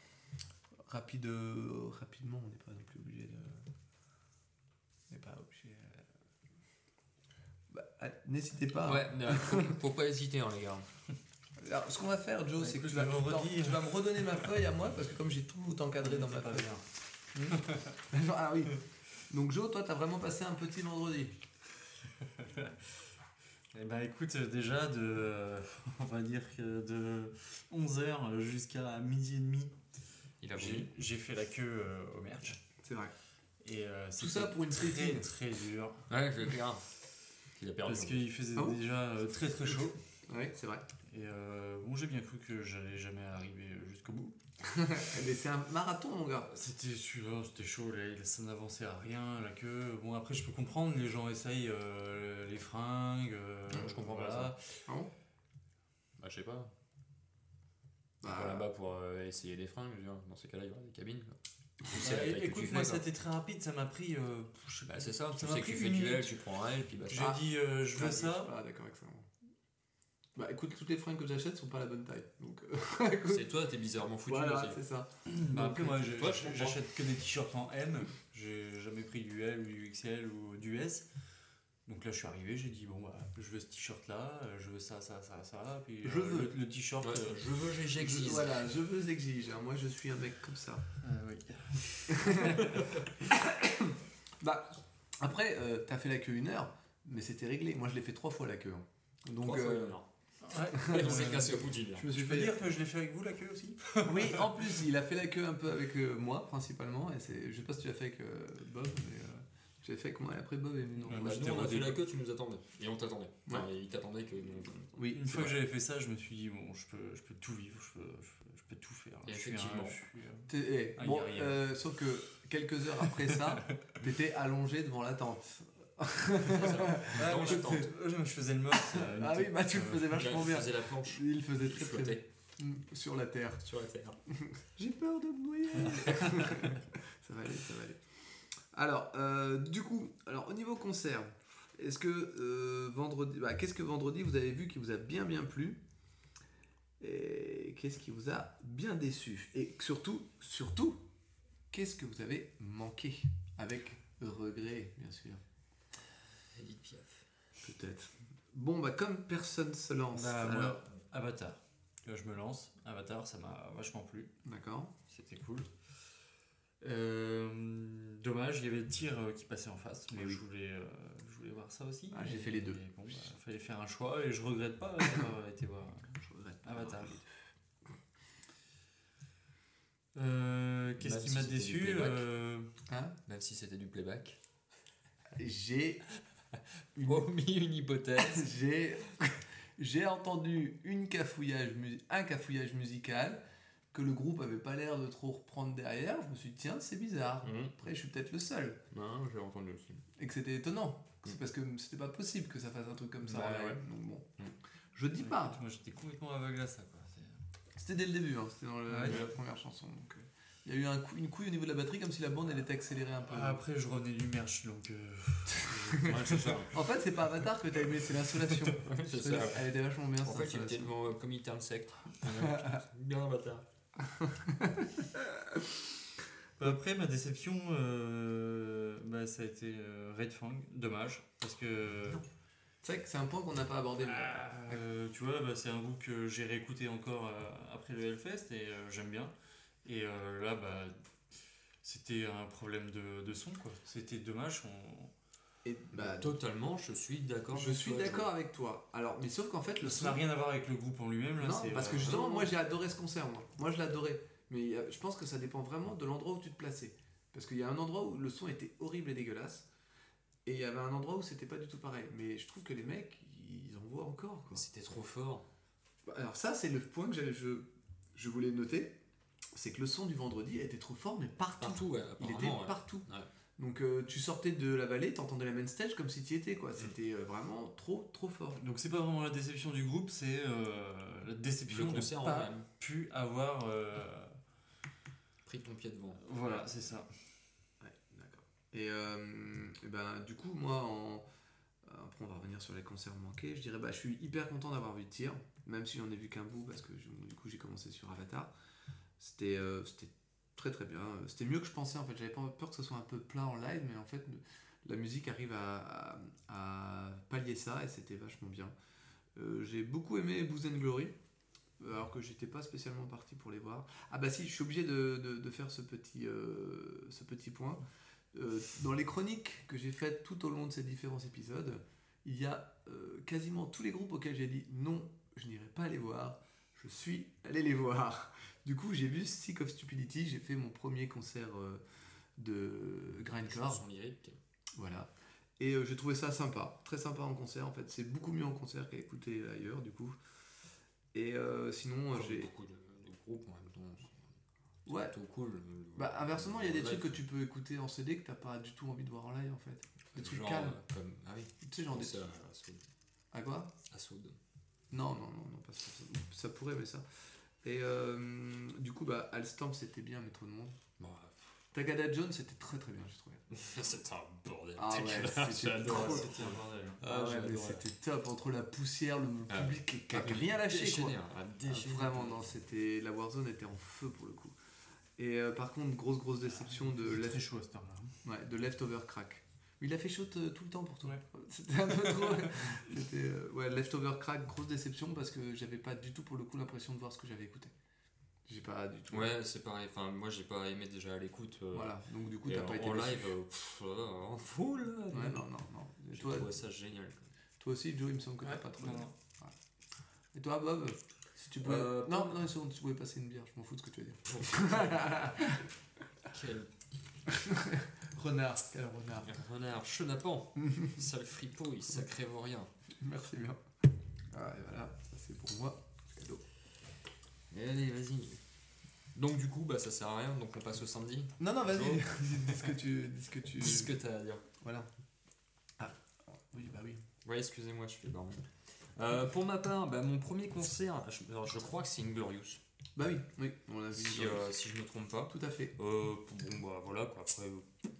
Rapidement, on n'est pas non plus obligé de. On n'est pas obligé. Allez, n'hésitez pas. Ouais, faut pas hésiter, hein, les gars. Alors, ce qu'on va faire, Joe, c'est que tu vas me redonner ma feuille à moi, parce que comme j'ai tout encadré dans ma feuille. Ah oui. Donc Joe, toi, t'as vraiment passé un petit vendredi. Eh ben écoute, déjà on va dire que de 11h jusqu'à midi et demi, j'ai fait la queue au merch. C'est vrai. Et tout ça pour une très très dur. Ouais, c'est clair. Il a perdu. Parce qu'il faisait déjà très très chaud. Ouais, c'est vrai. Et j'ai bien cru que j'allais jamais arriver jusqu'au bout. Mais c'est un marathon, mon gars. C'était chaud, ça n'avançait à rien, la queue. Bon, après, je peux comprendre, les gens essayent les fringues. Je comprends pas ça. Ah bon ? Bah, je sais pas. Pas là-bas pour essayer des fringues, je veux dire. Dans ces cas-là, il y aura des cabines. Écoute, moi, c'était très rapide, ça m'a pris. C'est ça, tu sais que tu fais du L, tu prends un L, puis bah. J'ai dit, je veux ça. Ah, d'accord avec ça. Bah écoute, toutes les fringues que j'achète sont pas la bonne taille. Donc, c'est toi, t'es bizarrement foutu. Voilà, aussi. c'est ça. Bah après, moi, j'achète que des t-shirts en M. J'ai jamais pris du L ou du XL ou du S. Donc là, je suis arrivé, j'ai dit, je veux ce t-shirt-là, je veux ça. Puis je veux le t-shirt. Ouais, je veux, j'exige. Voilà, je veux, j'exige. Moi, je suis un mec comme ça. Oui. Bah, après, t'as fait la queue 1 heure, mais c'était réglé. Moi, je l'ai fait 3 fois la queue. Donc, 3 fois 1 heure. Ouais. On s'est cassé au bout d'une heure. Je me suis fait dire que je l'ai fait avec vous la queue aussi. Oui, en plus, il a fait la queue un peu avec moi, principalement. Et je sais pas si tu l'as fait avec Bob, mais tu l'as fait avec moi. Et après, Bob est venu. Nous, on a fait la queue, tu nous attendais. Et on t'attendait. Enfin, il t'attendait que nous. Oui, une fois que j'avais fait ça, je me suis dit, je peux tout vivre, je peux tout faire. Et effectivement. Sauf que quelques heures après ça, t'étais allongé devant la tente. Je faisais le mode. Ah oui, tu le faisais vachement bien. Il faisait la planche. Il faisait très bien. Sur la terre. Sur la terre. J'ai peur de me noyer. Ça va aller. Alors, du coup, au niveau concert, est-ce que vendredi, qu'est-ce que vendredi vous avez vu qui vous a bien plu et qu'est-ce qui vous a bien déçu et surtout, qu'est-ce que vous avez manqué avec regret, bien sûr. Edith Piaf. Peut-être. Bon, comme personne se lance. Moi, Avatar. Là, je me lance. Avatar, ça m'a vachement plu. D'accord. C'était cool. Dommage, il y avait le tir qui passait en face, mais je voulais voir ça aussi. J'ai fait les deux. Bon, fallait faire un choix et je regrette pas d'avoir été voir Avatar. Qu'est-ce qui m'a déçu Même si c'était du playback. J'ai omis une hypothèse. J'ai entendu un cafouillage musical que le groupe avait pas l'air de trop reprendre derrière. Je me suis dit tiens, c'est bizarre. Après je suis peut-être le seul. Non, j'ai entendu aussi. Et que c'était étonnant. C'est parce que c'était pas possible que ça fasse un truc comme ça en live. Ouais. Donc bon. Je dis pas. Moi j'étais complètement aveugle à ça quoi. C'était dès le début, c'était dans la première chanson. Donc, il y a eu une couille au niveau de la batterie, comme si la bande elle était accélérée un peu. Après, je revenais du merch, donc. Ouais, c'est ça. En fait, c'est pas Avatar que t'as aimé, c'est l'insolation. C'est ça. Elle était vachement bien. En fait, il était devant comme Eternal Sect. Bien Avatar. Après, ma déception, ça a été Red Fang. Dommage, parce que. C'est vrai que c'est un point qu'on n'a pas abordé. Tu vois, c'est un groupe que j'ai réécouté encore après le Hellfest et j'aime bien. Et là, c'était un problème de son, quoi. C'était dommage. Totalement, je suis d'accord. Je suis d'accord avec toi. Alors, mais sauf qu'en fait, ça n'a rien à voir avec le groupe en lui-même. Là, non, parce que justement, moi j'ai adoré ce concert. Moi je l'ai adoré. Mais je pense que ça dépend vraiment de l'endroit où tu te plaçais. Parce qu'il y a un endroit où le son était horrible et dégueulasse. Et il y avait un endroit où c'était pas du tout pareil. Mais je trouve que les mecs, ils en voient encore, quoi. C'était trop fort. Alors ça, c'est le point que je voulais noter. C'est que le son du vendredi était trop fort, mais partout. Il était partout. Ouais. Donc tu sortais de la vallée, t'entendais la main stage comme si tu y étais, quoi. C'était vraiment trop fort. Donc c'est pas vraiment la déception du groupe, c'est la déception de ne pas pu avoir pris ton pied devant. Voilà, c'est ça. Ouais, d'accord. Et du coup, moi, après on va revenir sur les concerts manqués, je dirais je suis hyper content d'avoir vu Tyr, même si j'en ai vu qu'un bout, parce que du coup j'ai commencé sur Avatar. C'était très très bien. C'était mieux que je pensais en fait. J'avais pas peur que ce soit un peu plein en live, mais en fait la musique arrive à pallier ça et c'était vachement bien. J'ai beaucoup aimé Booze and Glory, alors que j'étais pas spécialement parti pour les voir. Si, je suis obligé de faire ce petit point. Dans les chroniques que j'ai faites tout au long de ces différents épisodes, il y a quasiment tous les groupes auxquels j'ai dit non, je n'irai pas les voir. Je suis allé les voir. Du coup, j'ai vu Sick of Stupidity, j'ai fait mon premier concert de grindcore. Chanson lyrique. Voilà. Et j'ai trouvé ça sympa, très sympa en concert en fait. C'est beaucoup mieux en concert qu'à écouter ailleurs du coup. Et sinon, j'ai beaucoup de groupes en même temps. Ouais. Plutôt cool. Inversement, il y a des trucs que tu peux écouter en CD que t'as pas du tout envie de voir en live en fait. Des trucs calmes. Comme... Ah oui. Tu sais, genre des. À quoi ? À Soud. Non, pas ça. Ça pourrait, mais ça. Et du coup, Alstamp c'était bien, mais trop de monde. Tagada Jones c'était très très bien, j'ai trouvé. C'était un bordel. Ah ouais, c'était trop. C'était un bordel. Ah ouais, mais c'était top. Entre la poussière, le public qui a rien lâché. Déchaîné, vraiment, non, c'était. La Warzone était en feu pour le coup. Et par contre, grosse déception de. Très chaud à cette heure-là. Ouais, de Leftover Crack. Il a fait chaud tout le temps pour toi. Ouais. C'était un peu trop. C'était Leftover Crack, grosse déception parce que j'avais pas du tout pour le coup l'impression de voir ce que j'avais écouté. J'ai pas du tout. Ouais, c'est pareil. Enfin, moi j'ai pas aimé déjà à l'écoute. Voilà, donc du coup t'as pas été en live, en full. Ouais, non. J'ai trouvé ça génial. Toi aussi, Joe, il me semble que t'as pas trop. Non. Ouais. Et toi, Bob, si tu peux. Non, une seconde, tu pouvais passer une bière. Je m'en fous de ce que tu veux dire. Quel renard, quel renard. Un renard chenapan. Sale fripouille, sacré vaurien. Merci bien. Ah, et voilà, ça c'est pour moi. Cadeau. Allez, vas-y. Donc du coup, ça sert à rien, donc on passe au samedi. Non, vas-y, dis ce que tu... Dis ce que t'as à dire. Voilà. Ah, oui. Ouais, excusez-moi, je fais le bordel. Pour ma part, mon premier concert, je crois que c'est Inglorious. Oui, on l'a vu. Si je me trompe pas. Tout à fait. Voilà, quoi. Après,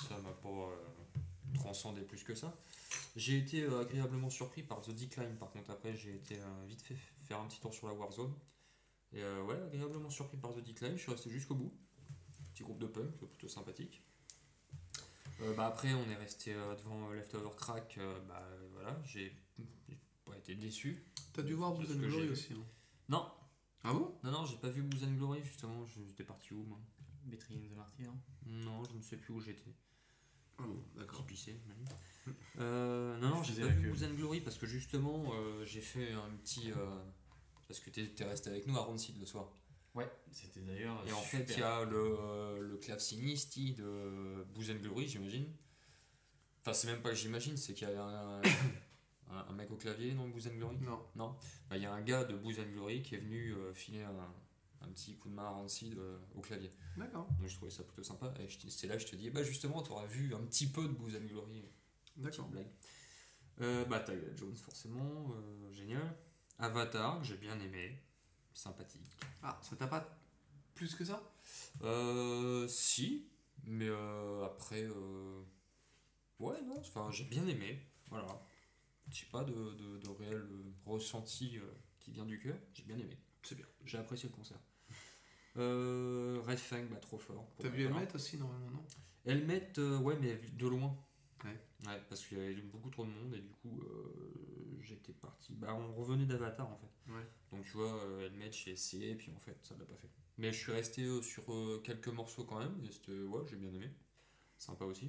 ça m'a pas transcendé plus que ça. J'ai été agréablement surpris par The Decline, par contre. Après, j'ai été vite fait faire un petit tour sur la Warzone. Et ouais, agréablement surpris par The Decline. Je suis resté jusqu'au bout. Petit groupe de punk, plutôt sympathique. Après, on est resté devant Leftover Crack. Voilà, j'ai pas été déçu. T'as dû voir Booze and Glory aussi. Hein. Non. Ah bon? Non, j'ai pas vu Booze and Glory, justement. J'étais parti où, moi? Betry in the Martyr. Non, je ne sais plus où j'étais. Ah bon, d'accord. Qui pissait, non, j'ai pas vu Booze and Glory parce que justement, j'ai fait un petit. Parce que t'es resté avec nous à Rancid le soir. Ouais, c'était d'ailleurs. Et en fait, il y a le clavecinisti de Booze and Glory, j'imagine. Enfin, c'est même pas que j'imagine, c'est qu'il y a un mec au clavier dans Booze and Glory. Non. Il y a un gars de Booze and Glory qui est venu filer un petit coup de main à Rancid au clavier. D'accord. Donc je trouvais ça plutôt sympa. Et c'est là que je te dis, justement, t'auras vu un petit peu de Booze and Glory. D'accord. Blague. Tyler Jones, forcément, génial. Avatar, que j'ai bien aimé, sympathique. Ah, ça t'a pas plus que ça? Si, mais après, ouais, non, enfin, j'ai bien aimé, voilà. J'ai pas de réel ressenti qui vient du cœur, j'ai bien aimé. C'est bien. J'ai apprécié le concert. Red Fang, trop fort. T'as vu Helmet aussi, normalement, non? Helmet, ouais, mais de loin. Ouais, parce qu'il y avait beaucoup trop de monde et du coup j'étais parti. On revenait d'Avatar en fait. Ouais. Donc tu vois, Helmet, j'ai essayé et puis en fait ça l'a pas fait. Mais je suis resté sur quelques morceaux quand même et ouais, j'ai bien aimé. Sympa aussi.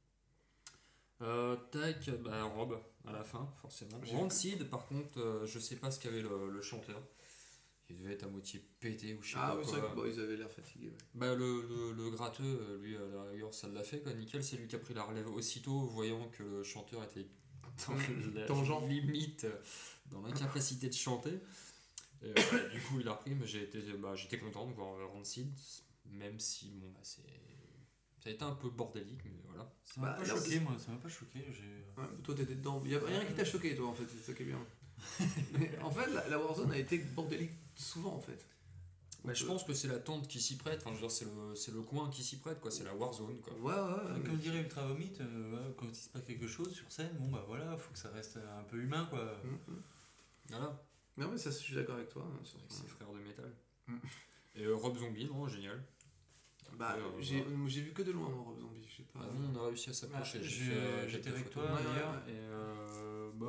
Rob à la fin, forcément. Rancid, par contre, je sais pas ce qu'avait le chanteur. Il devait être à moitié pété ou je sais pas quoi. Ah, c'est vrai qu'ils avaient l'air fatigués. Ouais. Le gratteux, lui, à la rigueur, ça l'a fait, quoi. Nickel, c'est lui qui a pris la relève aussitôt, voyant que le chanteur était Tangent. Limite dans l'incapacité de chanter. Et, du coup, il a repris, mais j'étais content de voir Rancid, même si, ça a été un peu bordélique, mais voilà. Ça m'a pas choqué, moi, ça m'a pas choqué. Ouais, toi, t'étais dedans. Il y a rien qui t'a choqué, toi, en fait, c'est ça qui est bien. Mais en fait, la Warzone a été bordélique souvent, en fait. Je pense que c'est la tente qui s'y prête, enfin, je veux dire, c'est le coin qui s'y prête, quoi. C'est la Warzone, quoi. Ouais. Comme dirait Ultra Vomit, quand il se passe quelque chose sur scène, voilà, faut que ça reste un peu humain, quoi. Voilà. Mais ouais, ça, je suis d'accord avec toi. Hein, avec ses frères de métal. Et Rob Zombie, non, génial. J'ai vu que de loin, moi, Rob Zombie. Je sais pas. On a réussi à s'approcher. J'étais avec toi hier et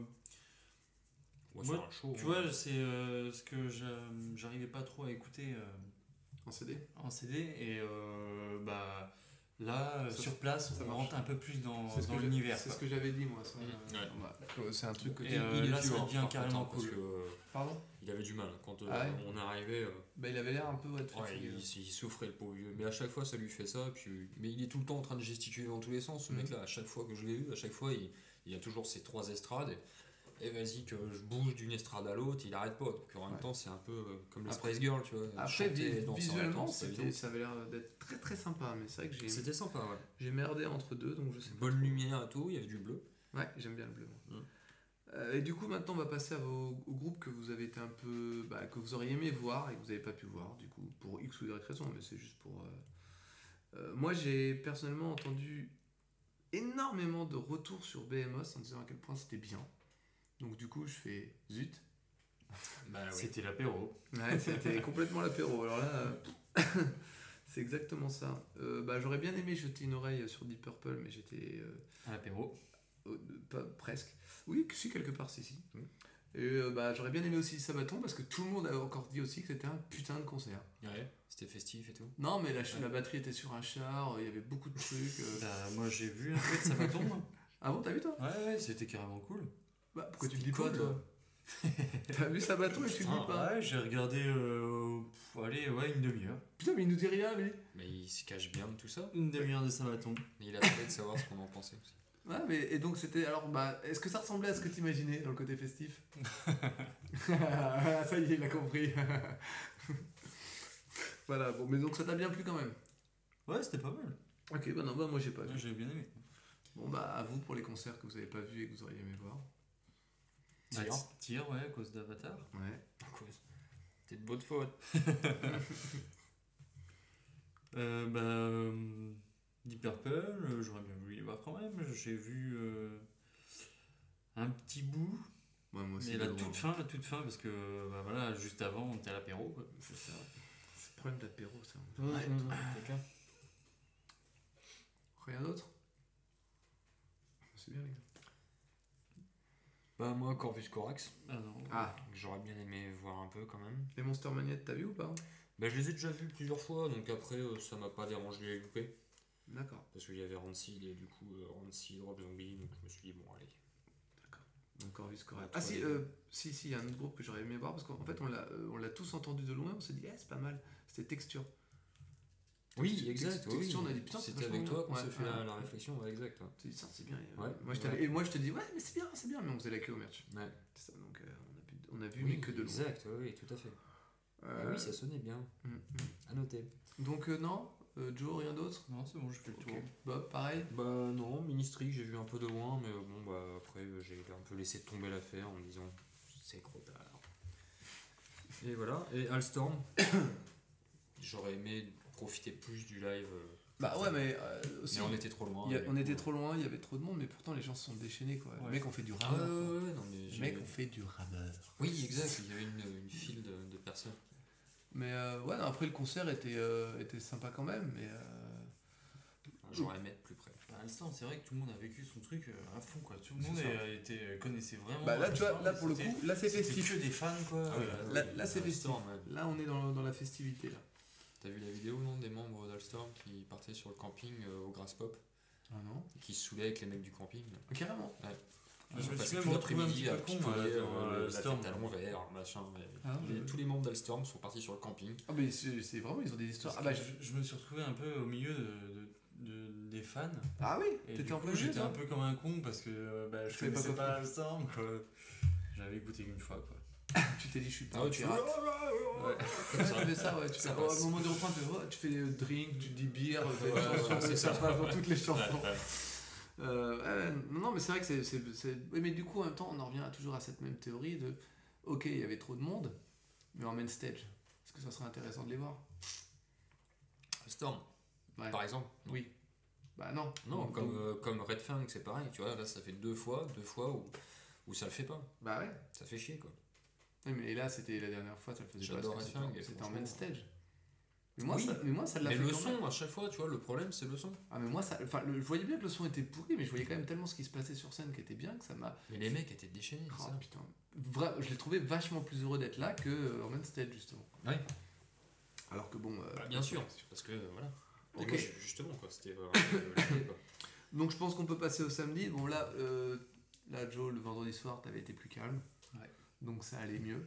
moi, show, tu vois, c'est ce que j'arrivais pas trop à écouter en CD. Et là, ça, sur place, ça on rentre un peu plus dans l'univers. C'est ce que j'avais dit, moi. Ça. C'est un truc que et là, ça devient carrément cool. Pardon? Il avait du mal quand on arrivait. Il avait l'air un peu fatigué. Il souffrait, le pauvre vieux. Mais à chaque fois, ça lui fait ça. Mais il est tout le temps en train de gesticuler dans tous les sens. Ce mec-là, à chaque fois que je l'ai vu, à chaque fois, il y a toujours ces 3 estrades. Et vas-y, que je bouge d'une estrade à l'autre, il arrête pas. Donc en même temps, c'est un peu comme les Spice Girls, tu vois. Après, visuellement, ça avait l'air d'être très très sympa. Mais c'est vrai que c'était sympa, ouais. J'ai merdé entre deux, donc je sais pas. Bonne lumière et tout, il y avait du bleu. Ouais, j'aime bien le bleu. Et du coup, maintenant, on va passer au groupe que vous avez été un peu. Que vous auriez aimé voir et que vous n'avez pas pu voir, du coup, pour X ou Y raison, mais c'est juste pour. Moi, j'ai personnellement entendu énormément de retours sur BMOS en disant à quel point c'était bien. Donc, du coup, je fais zut. C'était l'apéro. Ouais, c'était complètement l'apéro. Alors là, c'est exactement ça. J'aurais bien aimé jeter une oreille sur Deep Purple, mais j'étais. À l'apéro. Presque. Oui, si, quelque part, si. Et j'aurais bien aimé aussi Sabaton parce que tout le monde a encore dit aussi que c'était un putain de concert. Ouais, c'était festif et tout. Non, mais la batterie était sur un char, il y avait beaucoup de trucs. Moi j'ai vu un peu de Sabaton. Ah bon, t'as vu toi? Ouais, c'était carrément cool. Pourquoi tu le dis pas toi? T'as vu Sabaton et tu le dis pas? Ouais, j'ai regardé une demi-heure. Putain, mais il nous dit rien lui. Mais il se cache bien de tout ça. Une demi-heure de Sabaton. Mais il attendait de savoir ce qu'on en pensait aussi. Ouais, mais et donc c'était. Alors, est-ce que ça ressemblait à ce que t'imaginais dans le côté festif? Ça y est, il a compris. Voilà, bon, mais donc ça t'a bien plu quand même? Ouais, c'était pas mal. Ok, moi j'ai pas vu. J'ai bien aimé. Bon, à vous pour les concerts que vous avez pas vus et que vous auriez aimé voir. Tire, ouais, à cause d'Avatar. Ouais. À cause. C'était de votre faute. Deep Purple, j'aurais bien voulu les voir quand même. J'ai vu un petit bout, Ouais, moi aussi. mais de la loin. toute fin, parce que bah, voilà, juste avant, on était à l'apéro. Quoi. C'est ça. C'est le problème d'apéro, ça. Ouais, C'est clair. Rien d'autre? C'est bien, les gars. Bah, moi, Corvus Corax, Ah non. Ah, j'aurais bien aimé voir un peu quand même. les Monster Magnettes, t'as vu ou pas? Bah, je les ai déjà vus plusieurs fois, donc après, ça m'a pas dérangé de les louper. D'accord. Parce qu'il y avait Rancid et du coup, Rancid, Rob Zombie, donc je me suis dit, bon, allez. Donc Corvus Corax. Ah, Ah si, toi, il y a un autre groupe que j'aurais aimé voir parce qu'en fait on l'a tous entendu de loin, on s'est dit c'est pas mal. C'était Texture. Oui, exact. Oui. Texture, on a dit putain, C'était c'est avec vachement toi qu'on bien. s'est fait Ouais. la réflexion, ouais, exact. Ouais. Tu dis ça c'est bien. Ouais, Et moi je te dis ouais mais c'est bien, mais on faisait la queue au merch. Ouais. C'est ça, donc on a vu Oui, mais que de loin. exact, oui, tout à fait. Ah oui, ça sonnait bien. À noter. Donc non, Joe, rien d'autre? Non, c'est bon, je fais le Ok. tour. Bob, pareil. Bah non, Ministry que j'ai vu un peu de loin, mais bon bah après j'ai un peu laissé tomber l'affaire en me disant c'est trop tard. Et voilà, et Alstorm, j'aurais aimé profiter plus du live. Bah ouais mais aussi. Mais on était trop loin. on était trop loin, il y avait trop de monde, mais pourtant les gens se sont déchaînés quoi. Ouais. Les mecs ont fait du Ah rameur. quoi. ouais, non mais Les mecs ont fait du rameur. Oui, exact, il y avait une file de personnes. Mais ouais, non, après le concert était sympa quand même, mais J'aurais aimé être plus près. À l'instant, c'est vrai que tout le monde a vécu son truc à fond, quoi. Tout le C'est monde ça. connaissait vraiment. bah là tu vois, Alstorm, là pour le c'était- coup, là c'est c'était festif. que des fans, quoi. Ah oui, Là c'est festif. Alstorm, ouais. Là on est dans la festivité là. T'as vu la vidéo non des membres d'Alstorm qui partaient sur le camping au Grass Pop, Ah non? qui se saoulaient avec les mecs du camping. Carrément. Je me Parce suis que même tout retrouvé un l'après-midi petit peu à con, picoler, dans la Alstorm. tête à l'envers, machin. Ah, Tous les membres d'Alstorm sont partis sur le camping. Ah mais c'est vraiment, ils ont des histoires. Parce que je me suis retrouvé un peu au milieu des fans. Ah oui, Et t'étais du en coup, plein jeu j'étais toi. un peu comme un con parce que bah, je savais pas connaissais quoi pas faire. Alstorm, quoi. J'avais écouté qu'une fois, quoi. Tu t'es dit je suis pas Ah un ouais, tu pirate. Ouais. Ouais, tu fais ça, ouais. Tu fais, Ça au passe. moment du refrain, tu fais drink, tu dis bière, ouais, c'est ça passe dans toutes les chansons. Ouais. Non, mais c'est vrai que c'est. Oui, mais du coup, en même temps, on en revient toujours à cette même théorie de ok, il y avait trop de monde, mais en main stage, est-ce que ça serait intéressant de les voir? Alstorm, Ouais. par exemple. Oui. Bah non. Non, Donc, comme Red Fang, c'est pareil, tu vois, là ça fait deux fois où ça le fait pas. Bah ouais. Ça fait chier quoi. Oui, mais là, c'était la dernière fois, ça le faisait pas J'adore parce que Red Fang, c'était en franchement. main stage. Mais moi, Oui. ça l'a Mais fait le quand son, même. à chaque fois, tu vois, le problème c'est le son. Ah, mais moi, je voyais bien que le son était pourri, mais je voyais quand même tellement ce qui se passait sur scène qui était bien que ça m'a. Mais les mecs étaient déchaînés, Oh, c'est ça. putain. Je l'ai trouvé vachement plus heureux d'être là que en main stage, justement. Ouais. Alors que bon. Bah, bien sûr, parce que voilà. Et Ok. moi, justement, quoi, c'était vraiment l'idée, quoi. Donc je pense qu'on peut passer au samedi. Bon là, Joe, le vendredi soir, t'avais été plus calme. Ouais. Donc ça allait mieux.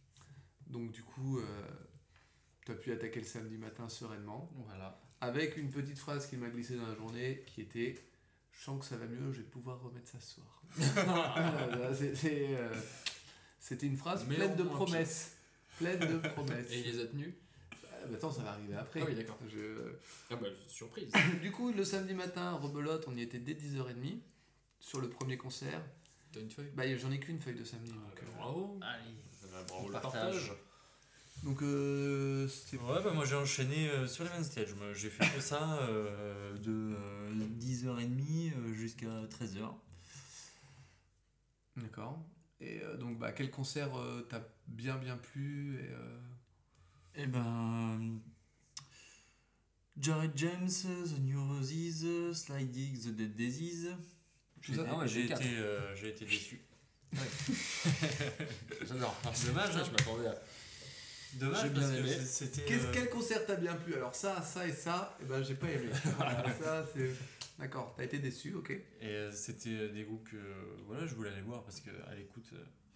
Donc du coup, t'as pu attaquer le samedi matin sereinement. Voilà. Avec une petite phrase qui m'a glissé dans la journée qui était « Je sens que ça va mieux, je vais pouvoir remettre ça ce soir. » C'était une phrase Mais pleine au de moins, promesses. Pleine de promesses. Et il les a tenus. Bah, attends, ça va arriver après. Ah oui, d'accord. Je- Ah bah, surprise. Du coup, le samedi matin, rebelote, on y était dès 10h30 sur le premier concert. T'as une feuille? Bah, j'en ai qu'une feuille de samedi. Donc, Bravo. Allez. Bravo On le partage. partage. donc c'est. Ouais, bah moi j'ai enchaîné sur les main stage. Moi, j'ai fait que ça de 10h30 jusqu'à 13h. D'accord. Et donc, bah, quel concert t'a bien plu et, Et ben. Jared James, The New Roses, Sliding, The Dead Daisies. Ça, ah ouais, J'ai j'ai été déçu. J'adore. Dommage, Ça, hein. je m'attendais à. Dommage J'ai bien parce que aimé. c'était. Quel concert t'a bien plu? Alors, ça et ça, et ben, j'ai pas aimé. Voilà, ça, c'est. D'accord, t'as été déçu, ok. Et c'était des groupes que voilà, je voulais aller voir parce qu'à l'écoute,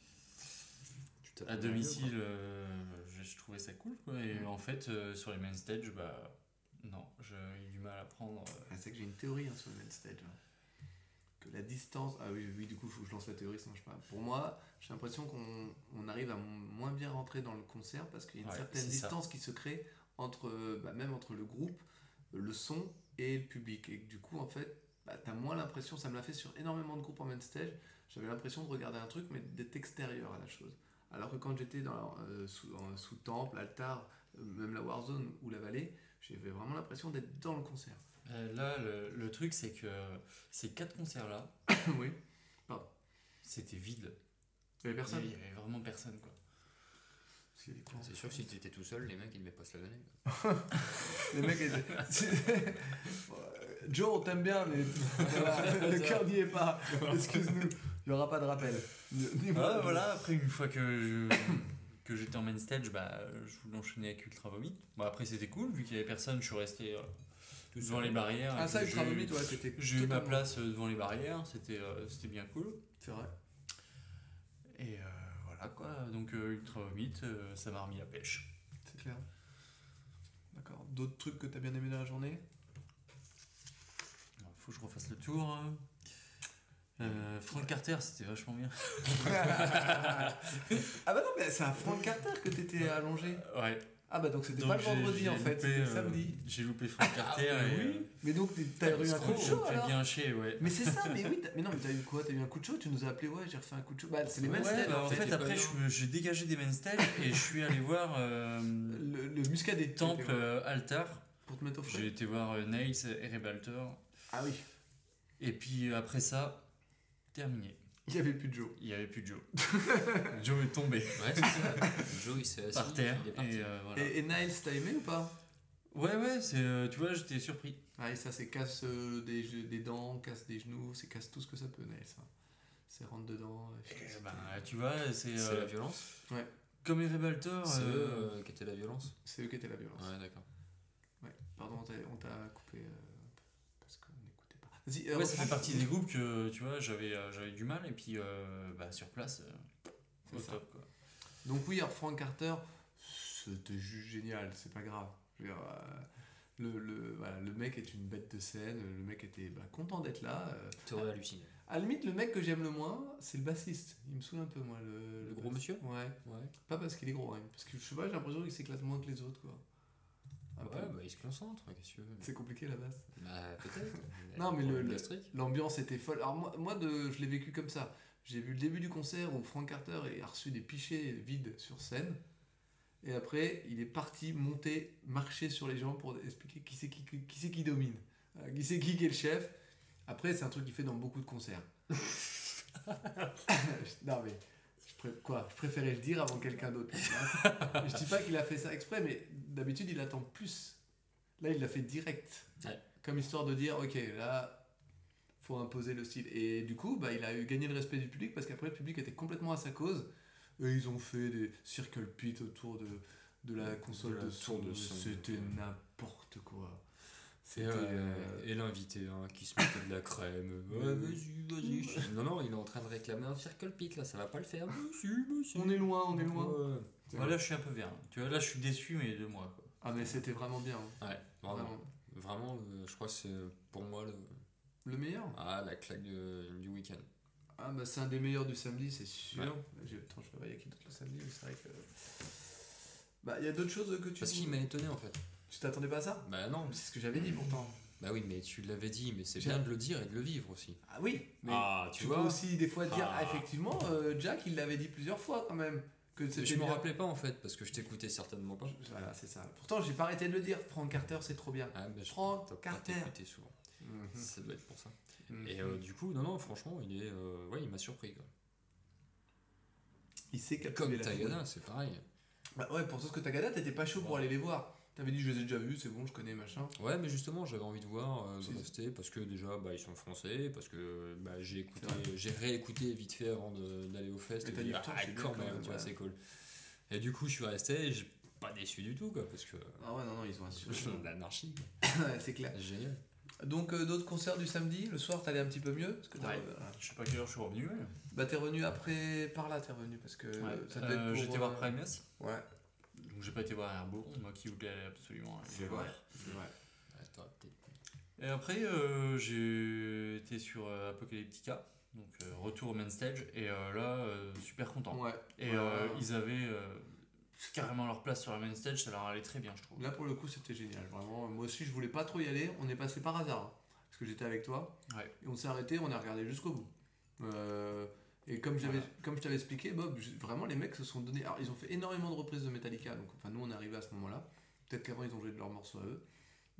à domicile, je trouvais ça cool, quoi. Et en fait, sur les main stage, bah non, j'ai eu du mal à prendre. Ah, c'est que j'ai une théorie sur le main stage. Hein. Que la distance. Ah oui, du coup, il faut que je lance la théorie, sinon je sais pas. Pour moi, j'ai l'impression qu'on arrive à moins bien rentrer dans le concert parce qu'il y a une Ouais, certaine c'est distance qui se crée entre, même entre le groupe, le son et le public. Et que du coup, en fait, t'as moins l'impression, ça me l'a fait sur énormément de groupes en main stage, j'avais l'impression de regarder un truc, mais d'être extérieur à la chose. Alors que quand j'étais sous Temple, Altar, même la Warzone ou la Vallée, j'avais vraiment l'impression d'être dans le concert. Là, le truc, c'est que ces 4 concerts-là, Oui. c'était vide. Il y avait personne. Il y avait vraiment personne, quoi. Parce qu'il y a des courants. C'est sûr que si t'étais tout seul, les mecs ils devaient pas se la donner. Les mecs étaient... Joe, on t'aime bien, mais voilà, le cœur n'y est pas. Excuse-nous, il n'y aura pas de rappel. Voilà, après, une fois que j'étais en main stage, je voulais enchaîner avec Ultra Vomit. Bon, après, c'était cool, vu qu'il y avait personne, je suis resté devant les barrières. Ah, et ça, que Ultra Vomit, ouais, c'était. J'ai eu ma totalement- place devant les barrières, c'était bien cool. C'est vrai. Et voilà, quoi. Donc, Ultra Vomit, ça m'a remis la pêche. C'est clair. D'accord. D'autres trucs que t'as bien aimé dans la journée? Faut que je refasse le tour. Frank Carter, c'était vachement bien. Ah bah non, mais c'est à Frank Carter que t'étais allongé. Ouais. Ah bah donc c'était Donc pas le vendredi j'ai en fait, loupé, c'était le samedi. J'ai loupé Frank Carter et. Mais donc t'as eu un coup de chaud Ça me fait alors? bien chier, ouais. Mais c'est ça, mais oui, mais non, mais t'as eu quoi? T'as eu un coup de chaud? Tu nous as appelé, ouais, j'ai refait un coup de chaud. Bah c'est les mêmes Ouais, styles en fait, t'es après, pas j'ai dégagé des main stage et je suis allé voir le muscadet. Temple t'étais voir. Altar. Pour te mettre au J'ai frais. été voir Nails et Rebaltor. Ah oui, Et puis après ça, terminé. il y avait plus de Joe. Il n'y avait plus de Joe. Joe est tombé Ouais, c'est ça. Joe il s'est assis. par terre. Il est parti. Et voilà. Et Niles, t'as aimé ou pas? Ouais, c'est, tu vois, j'étais surpris. Ah, et ça, c'est casse des dents, casse des genoux, c'est casse tout ce que ça peut, Niles. Hein. C'est rentre dedans. Tu vois, c'est C'est la violence. comme les Rebaltor. C'est eux qui étaient la violence. C'est eux qui étaient la violence. Ouais, d'accord. Ouais, pardon, on t'a coupé parce qu'on n'écoutait pas. Vas-y, Ouais, ça reprends. fait partie des groupes que tu vois, j'avais du mal et puis sur place, C'est au ça. top quoi. Donc oui, alors Frank Carter, c'était juste génial, c'est pas grave. Je veux dire, voilà, le mec est une bête de scène, le mec était content d'être là. T'aurais halluciné. À la limite, le mec que j'aime le moins, c'est le bassiste. Il me saoule un peu, moi. Le gros monsieur. Ouais. Ouais. Pas parce qu'il est gros, hein, parce que je sais pas, j'ai l'impression qu'il s'éclate moins que les autres, quoi. Un peu. Ouais, bah il se concentre, qu'est-ce que tu veux. C'est compliqué la basse. Bah peut-être. Non, mais le- gastrique. L'ambiance était folle. Alors moi je l'ai vécu comme ça. J'ai vu le début du concert où Frank Carter a reçu des pichets vides sur scène. Et après, il est parti monter, marcher sur les gens pour expliquer qui c'est qui domine. Qui c'est qui est le chef. Après, c'est un truc qu'il fait dans beaucoup de concerts. Non mais, je préférais le dire avant que quelqu'un d'autre. Je dis pas qu'il a fait ça exprès, mais d'habitude, il attend plus. Là, il l'a fait direct. Ouais. Comme histoire de dire, ok, là, faut imposer le style. Et du coup, il a eu gagné le respect du public parce qu'après, le public était complètement à sa cause. Et ils ont fait des circle pit autour de la console de son. C'était n'importe quoi. Et l'invité qui se mettait de la crème. Ouais, vas-y. Non, il est en train de réclamer un circle pit là, ça va pas le faire. Monsieur. On est loin. Ouais. Ouais. Là, je suis un peu vert. Tu vois, là, je suis déçu, mais de moi quoi. Ah, mais c'était vraiment bien. Hein. Ouais, vraiment, je crois que c'est pour moi Le meilleur? la claque du week-end. Ah, c'est un des meilleurs du samedi, c'est sûr. Ouais. Attends, je vais voir, il y a qui d'autre le samedi, mais c'est vrai que. Il y a d'autres choses que tu. Parce qu'il m'a étonné en fait. Tu t'attendais pas à ça? Bah non. C'est ce que j'avais dit pourtant. Bah oui, mais tu l'avais dit, mais c'est J'ai- bien de le dire et de le vivre aussi. Ah oui, mais tu tu peux vois. aussi des fois dire, Ah. effectivement, Jack, il l'avait dit plusieurs fois quand même. Que c'était Je me bien. rappelais pas en fait, parce que je t'écoutais certainement pas. Voilà, c'est ça. Pourtant, j'ai pas arrêté de le dire. Frank Carter, c'est trop bien. Ah, mais Frank t'as pas Carter. t'écouté souvent. Mhm. Ça doit être pour ça. Mhm. Et du coup, non, franchement, il est, il m'a surpris quoi. Il sait captiver Comme la foule. Tagada, c'est pareil. Ouais, pour tout ce que Tagada, t'étais pas chaud pour aller les voir. T'avais dit, je les ai déjà vus, c'est bon, je connais, machin. Ouais, mais justement, j'avais envie de voir, de Si. rester, parce que déjà, ils sont français, parce que j'ai C'est vrai. j'ai réécouté vite fait avant d'aller au fest. Mais Et t'as j'ai dit, dit, putain, ah, c'est bien quand quand même, même, tu vois, ouais. c'est cool. Et du coup, je suis resté, et j'ai pas déçu du tout, quoi, parce que Ah ouais, non, ils ont assuré. l'anarchie, Ouais, c'est clair. c'est génial. Donc, d'autres concerts du samedi, le soir, t'allais un petit peu mieux parce que Ouais. Je sais pas quelle heure je suis revenu. T'es revenu après, par là, t'es revenu parce que ça devait être pour. J'étais voir Primus. Ouais, Donc j'ai pas été voir Airborne, moi qui voulais absolument aller voir. c'est vrai. Attends, peut-être. Et après, j'ai été sur Apocalyptica, donc retour au main stage, et là, super content. Ouais. Et Ouais. ils avaient carrément leur place sur la main stage, ça leur allait très bien, je trouve. Là, pour le coup, c'était génial. Vraiment, moi aussi, je voulais pas trop y aller. On est passé par hasard hein, parce que j'étais avec toi. Ouais. Et on s'est arrêté, on a regardé jusqu'au bout. Et comme je t'avais expliqué, Bob, vraiment les mecs se sont donnés. Alors ils ont fait énormément de reprises de Metallica, donc enfin nous on est arrivé à ce moment-là. Peut-être qu'avant ils ont joué de leurs morceaux à eux.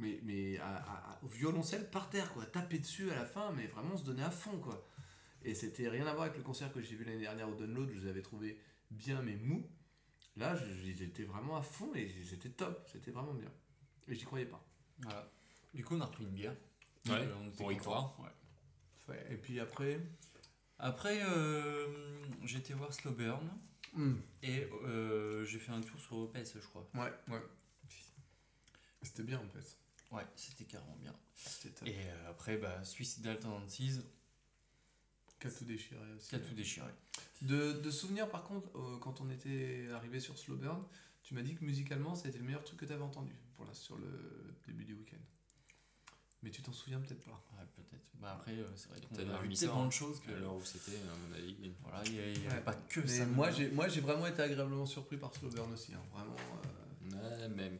mais au violoncelle par terre, quoi. Taper dessus à la fin, mais vraiment se donner à fond, quoi. Et c'était rien à voir avec le concert que j'ai vu l'année dernière au Download, je les avais trouvés bien mais mous. Là, ils étaient vraiment à fond et c'était top, c'était vraiment bien. Et j'y croyais pas. Voilà. Du coup, on a repris une bière. Ouais, On était pour y contents. croire. Ouais. Et puis après. Après, j'ai été voir Slow Burn et j'ai fait un tour sur OPS, je crois. Ouais. C'était bien en fait. Ouais, c'était carrément bien. C'était top. Et après, Suicidal Tendencies, Qui a tout déchiré aussi. qui a tout déchiré. De souvenirs par contre, quand on était arrivé sur Slow Burn, tu m'as dit que musicalement ça a été le meilleur truc que tu avais entendu sur le début du week-end. Mais tu t'en souviens peut-être pas. Ouais, peut-être. Après, c'est vrai qu'on T'avais a vu remis ça, tellement hein. de choses que. À l'heure où c'était, à mon avis. Voilà, il n'y Ouais. avait pas que Mais ça. moi j'ai vraiment été agréablement surpris par Slow Burn aussi. Hein. Vraiment. Ouais, même.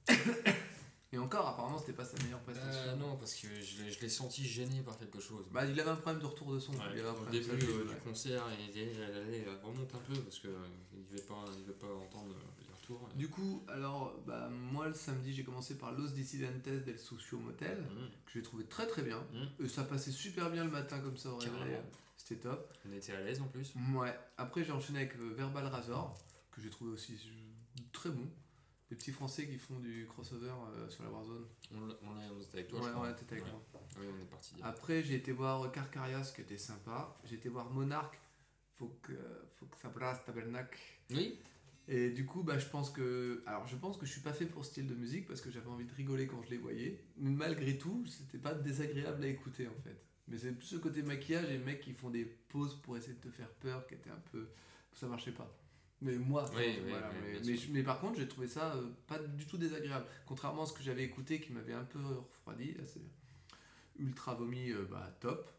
Et encore, apparemment c'était pas sa meilleure prestation. Non, parce que je l'ai senti gêné par quelque chose. Bah, il avait un problème de retour de son. Ouais, Il avait un au problème début de du ouais. concert, il remonte un peu parce qu'il ne devait pas entendre les retours. Du coup, alors, moi le samedi j'ai commencé par Los Dissidentes del Sucio Motel, que j'ai trouvé très très bien. Ça passait super bien le matin comme ça au réveil. Carrément. C'était top. On était à l'aise en plus. Ouais. Après j'ai enchaîné avec Verbal Razor, que j'ai trouvé aussi très bon. Des petits Français qui font du crossover sur la Warzone. On était avec toi, Ouais, je crois. ouais, t'étais avec moi. Oui, on est parti. Après j'ai été voir Carcarias qui était sympa. J'ai été voir Monarch, faut que ça brasse Tabernacle. Oui. Et du coup, je pense que je suis pas fait pour ce style de musique parce que j'avais envie de rigoler quand je les voyais. Mais malgré tout, c'était pas désagréable à écouter en fait. Mais c'est plus ce côté maquillage et les mecs qui font des pauses pour essayer de te faire peur qui était un peu. Ça marchait pas. Mais moi, Oui, voilà. oui, Mais par contre, j'ai trouvé ça pas du tout désagréable. Contrairement à ce que j'avais écouté qui m'avait un peu refroidi. Là, c'est Ultra Vomi, top.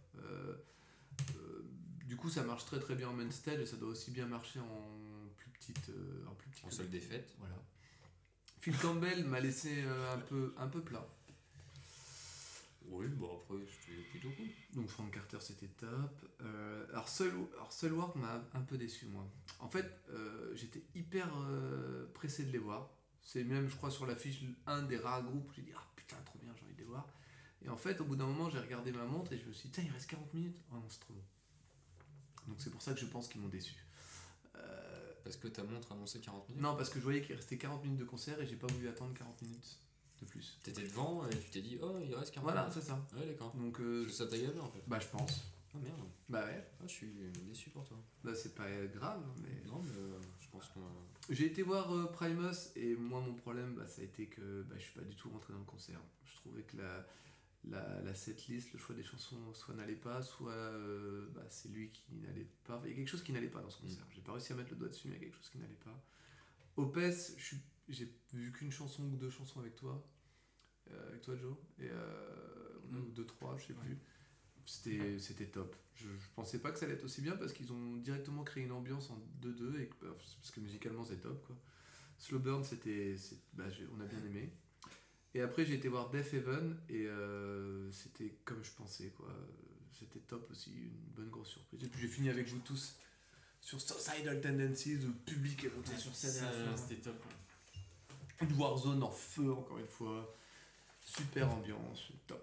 Du coup, ça marche très très bien en main stage et ça doit aussi bien marcher en plus petite. En salle des fêtes. Voilà. Phil Campbell m'a laissé un peu plat. Oui, bon après c'était plutôt cool. Donc Frank Carter c'était top. Alors Soilwork m'a un peu déçu moi. En fait, j'étais hyper pressé de les voir. C'est même, je crois, sur l'affiche, un des rares groupes où j'ai dit ah putain, trop bien, j'ai envie de les voir. Et en fait, au bout d'un moment, j'ai regardé ma montre et je me suis dit tiens, il reste 40 minutes. Oh non, c'est trop long. Donc c'est pour ça que je pense qu'ils m'ont déçu. Parce que ta montre annonçait 40 minutes. Non, parce que je voyais qu'il restait 40 minutes de concert et j'ai pas voulu attendre 40 minutes de plus. T'étais devant et tu t'es dit oh il reste 40 Voilà, minutes. c'est ça. Ouais, d'accord. Donc Parce que ça t'a gavé en fait. je pense. Ah merde. Bah ouais. Ah, je suis déçu pour toi. C'est pas grave, mais. Non, mais je pense qu'on. J'ai été voir Primus et moi mon problème ça a été que je suis pas du tout rentré dans le concert. Je trouvais que la setlist, le choix des chansons soit n'allait pas, soit c'est lui qui n'allait pas. Il y a quelque chose qui n'allait pas dans ce concert. J'ai pas réussi à mettre le doigt dessus, mais il y a quelque chose qui n'allait pas. Opes, j'ai vu qu'une chanson ou deux chansons avec toi Joe, et ou deux, trois, je sais plus. C'était top. Je pensais pas que ça allait être aussi bien parce qu'ils ont directement créé une ambiance en 2-2 parce que musicalement c'est top quoi. Slow Burn on a bien aimé. Et après j'ai été voir Death Heaven et c'était comme je pensais quoi. C'était top aussi, une bonne grosse surprise. Et puis j'ai fini avec vous tous sur Suicidal Tendencies où le public est monté sur scène à la fin. C'était top. Une Warzone en feu encore une fois. Super ambiance, top.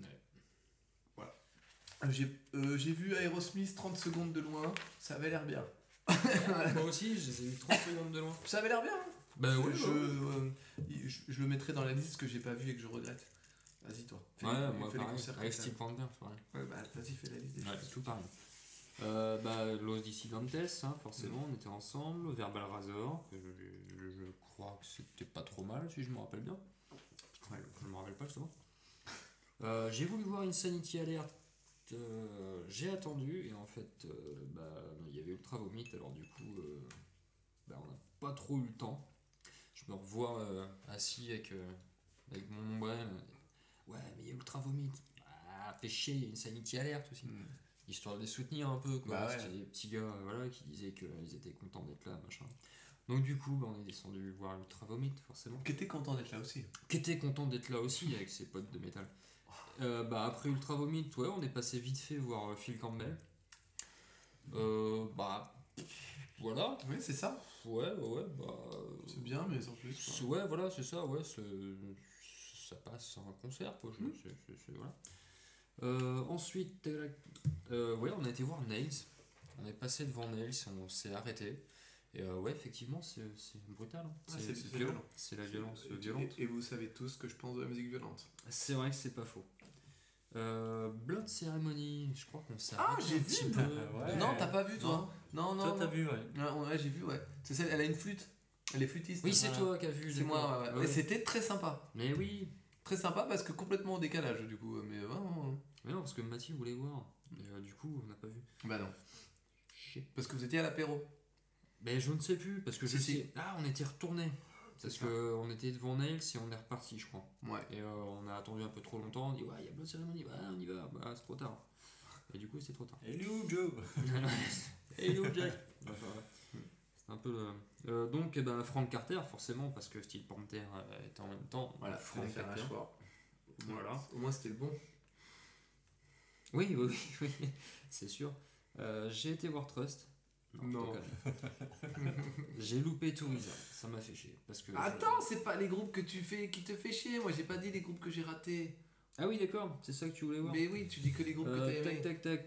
J'ai vu Aerosmith 30 secondes de loin, ça avait l'air bien. Moi aussi, je les ai eu 30 secondes de loin. Ça avait l'air bien. Hein. Bah oui, je le mettrai dans la liste que j'ai pas vu et que je regrette. Vas-y toi. Ouais, moi fais les pareil. concerts Avec comme ça. Steve Wonder, c'est pareil. Ouais, vas-y, fais la liste des Ouais, choses. tout pareil. Los Dissidentes, hein, forcément, on était ensemble. Verbal Razor, je crois que c'était pas trop mal, si je me rappelle bien. Ouais, je me rappelle pas justement. J'ai voulu voir Insanity Alert. J'ai attendu et en fait il y avait Ultra Vomit, alors du coup on n'a pas trop eu le temps. Je me revois assis avec mon ombrelle. Ouais, mais il y a Ultra Vomit. Fait chier, il y a Insanity Alert aussi. Histoire de les soutenir un peu quoi. Ouais. C'était des petits gars qui disaient qu'ils étaient contents d'être là, machin. Donc du coup on est descendu voir Ultra Vomit forcément. Qui était content d'être là aussi. Qui était content d'être là aussi avec ses potes de métal. Après Ultra Vomit, on est passé vite fait voir Phil Campbell. Voilà. Oui, c'est ça. Ouais. C'est bien, mais sans plus. Ouais, voilà, c'est ça, ouais. ça passe un concert, quoi. Voilà. Ensuite, ouais, on a été voir Nails. On est passé devant Nails, on s'est arrêté. Et ouais, effectivement, c'est brutal. Hein. C'est violent. C'est la violence violente. Et vous savez tous ce que je pense de la musique violente. C'est vrai que c'est pas faux. Blood Ceremony, je crois qu'on s'est Ah, arrêté j'ai un vu petit peu. Ouais. Non, t'as pas vu toi? Non. Toi, t'as vu, ouais. Ouais, j'ai vu, ouais. C'est celle, elle a une flûte. Elle est flûtiste. Oui, c'est Voilà. toi qui as vu. C'est moi, ouais. Ouais. Et c'était très sympa. Mais oui. Très sympa parce que complètement au décalage du coup. Mais vraiment. Mais non, parce que Mathilde voulait voir. Et du coup, on n'a pas vu. Bah non. Parce que vous étiez à l'apéro. Mais je ne sais plus, parce que je Si. sais. Ah, on était retourné. Parce C'est ça. qu'on était devant Nails et on est reparti, je crois. Ouais. Et on a attendu un peu trop longtemps. On dit, ouais, il y a Blood Ceremony, ouais, on y va. Bah, c'est trop tard. Et du coup, c'est trop tard. Hello, Joe. Hello, Jack. Enfin, ouais. C'est un peu le. Donc, eh ben, Frank Carter, forcément, parce que Steel Panther était en même temps. Voilà, Frank fallait faire un Carter. choix. Voilà. Au moins c'était le bon. Oui, c'est sûr. J'ai été voir Trust. Non. je déconne. J'ai loupé Tourism, ça m'a fait chier. Parce que Attends, c'est pas les groupes que tu fais qui te fait chier. Moi j'ai pas dit les groupes que j'ai ratés. Ah oui, d'accord, c'est ça que tu voulais voir. Mais oui, tu dis que les groupes que t'as aimés.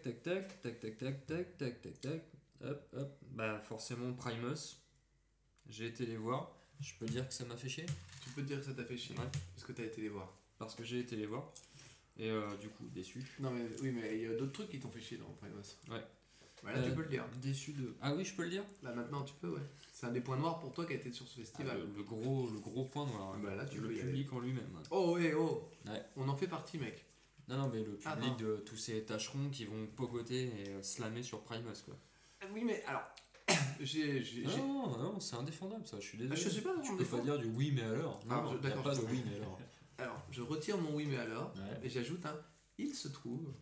Tac. Hop. Bah, forcément, Primus. J'ai été les voir. Je peux dire que ça m'a fait chier. Tu peux te dire que ça t'a fait chier. Ouais. Parce que t'as été les voir. Parce que j'ai été les voir. Et du coup, déçu. Non mais oui, mais il y a d'autres trucs qui t'ont fait chier dans Primus. Ouais. Voilà, tu peux le dire. Déçu de. Ah oui, je peux le dire. Là maintenant tu peux, ouais. C'est un des points noirs pour toi qui a été sur ce festival. Le gros point noir. Bah là, tu le peux y public en lui-même. Oh, oh. Ouais. On en fait partie, mec. Non, mais le Ah, public non. de tous ces tâcherons qui vont pogoter et slammer sur Primus, quoi. Oui, mais alors, j'ai. Non, c'est indéfendable, ça. Je suis désolé. Je sais pas, Tu peux pas dire du oui, mais alors. Ah, Non, il n'y a d'accord, pas je de oui, mais alors. Alors, je retire mon oui, mais alors. Ouais. Et j'ajoute un. Il se trouve.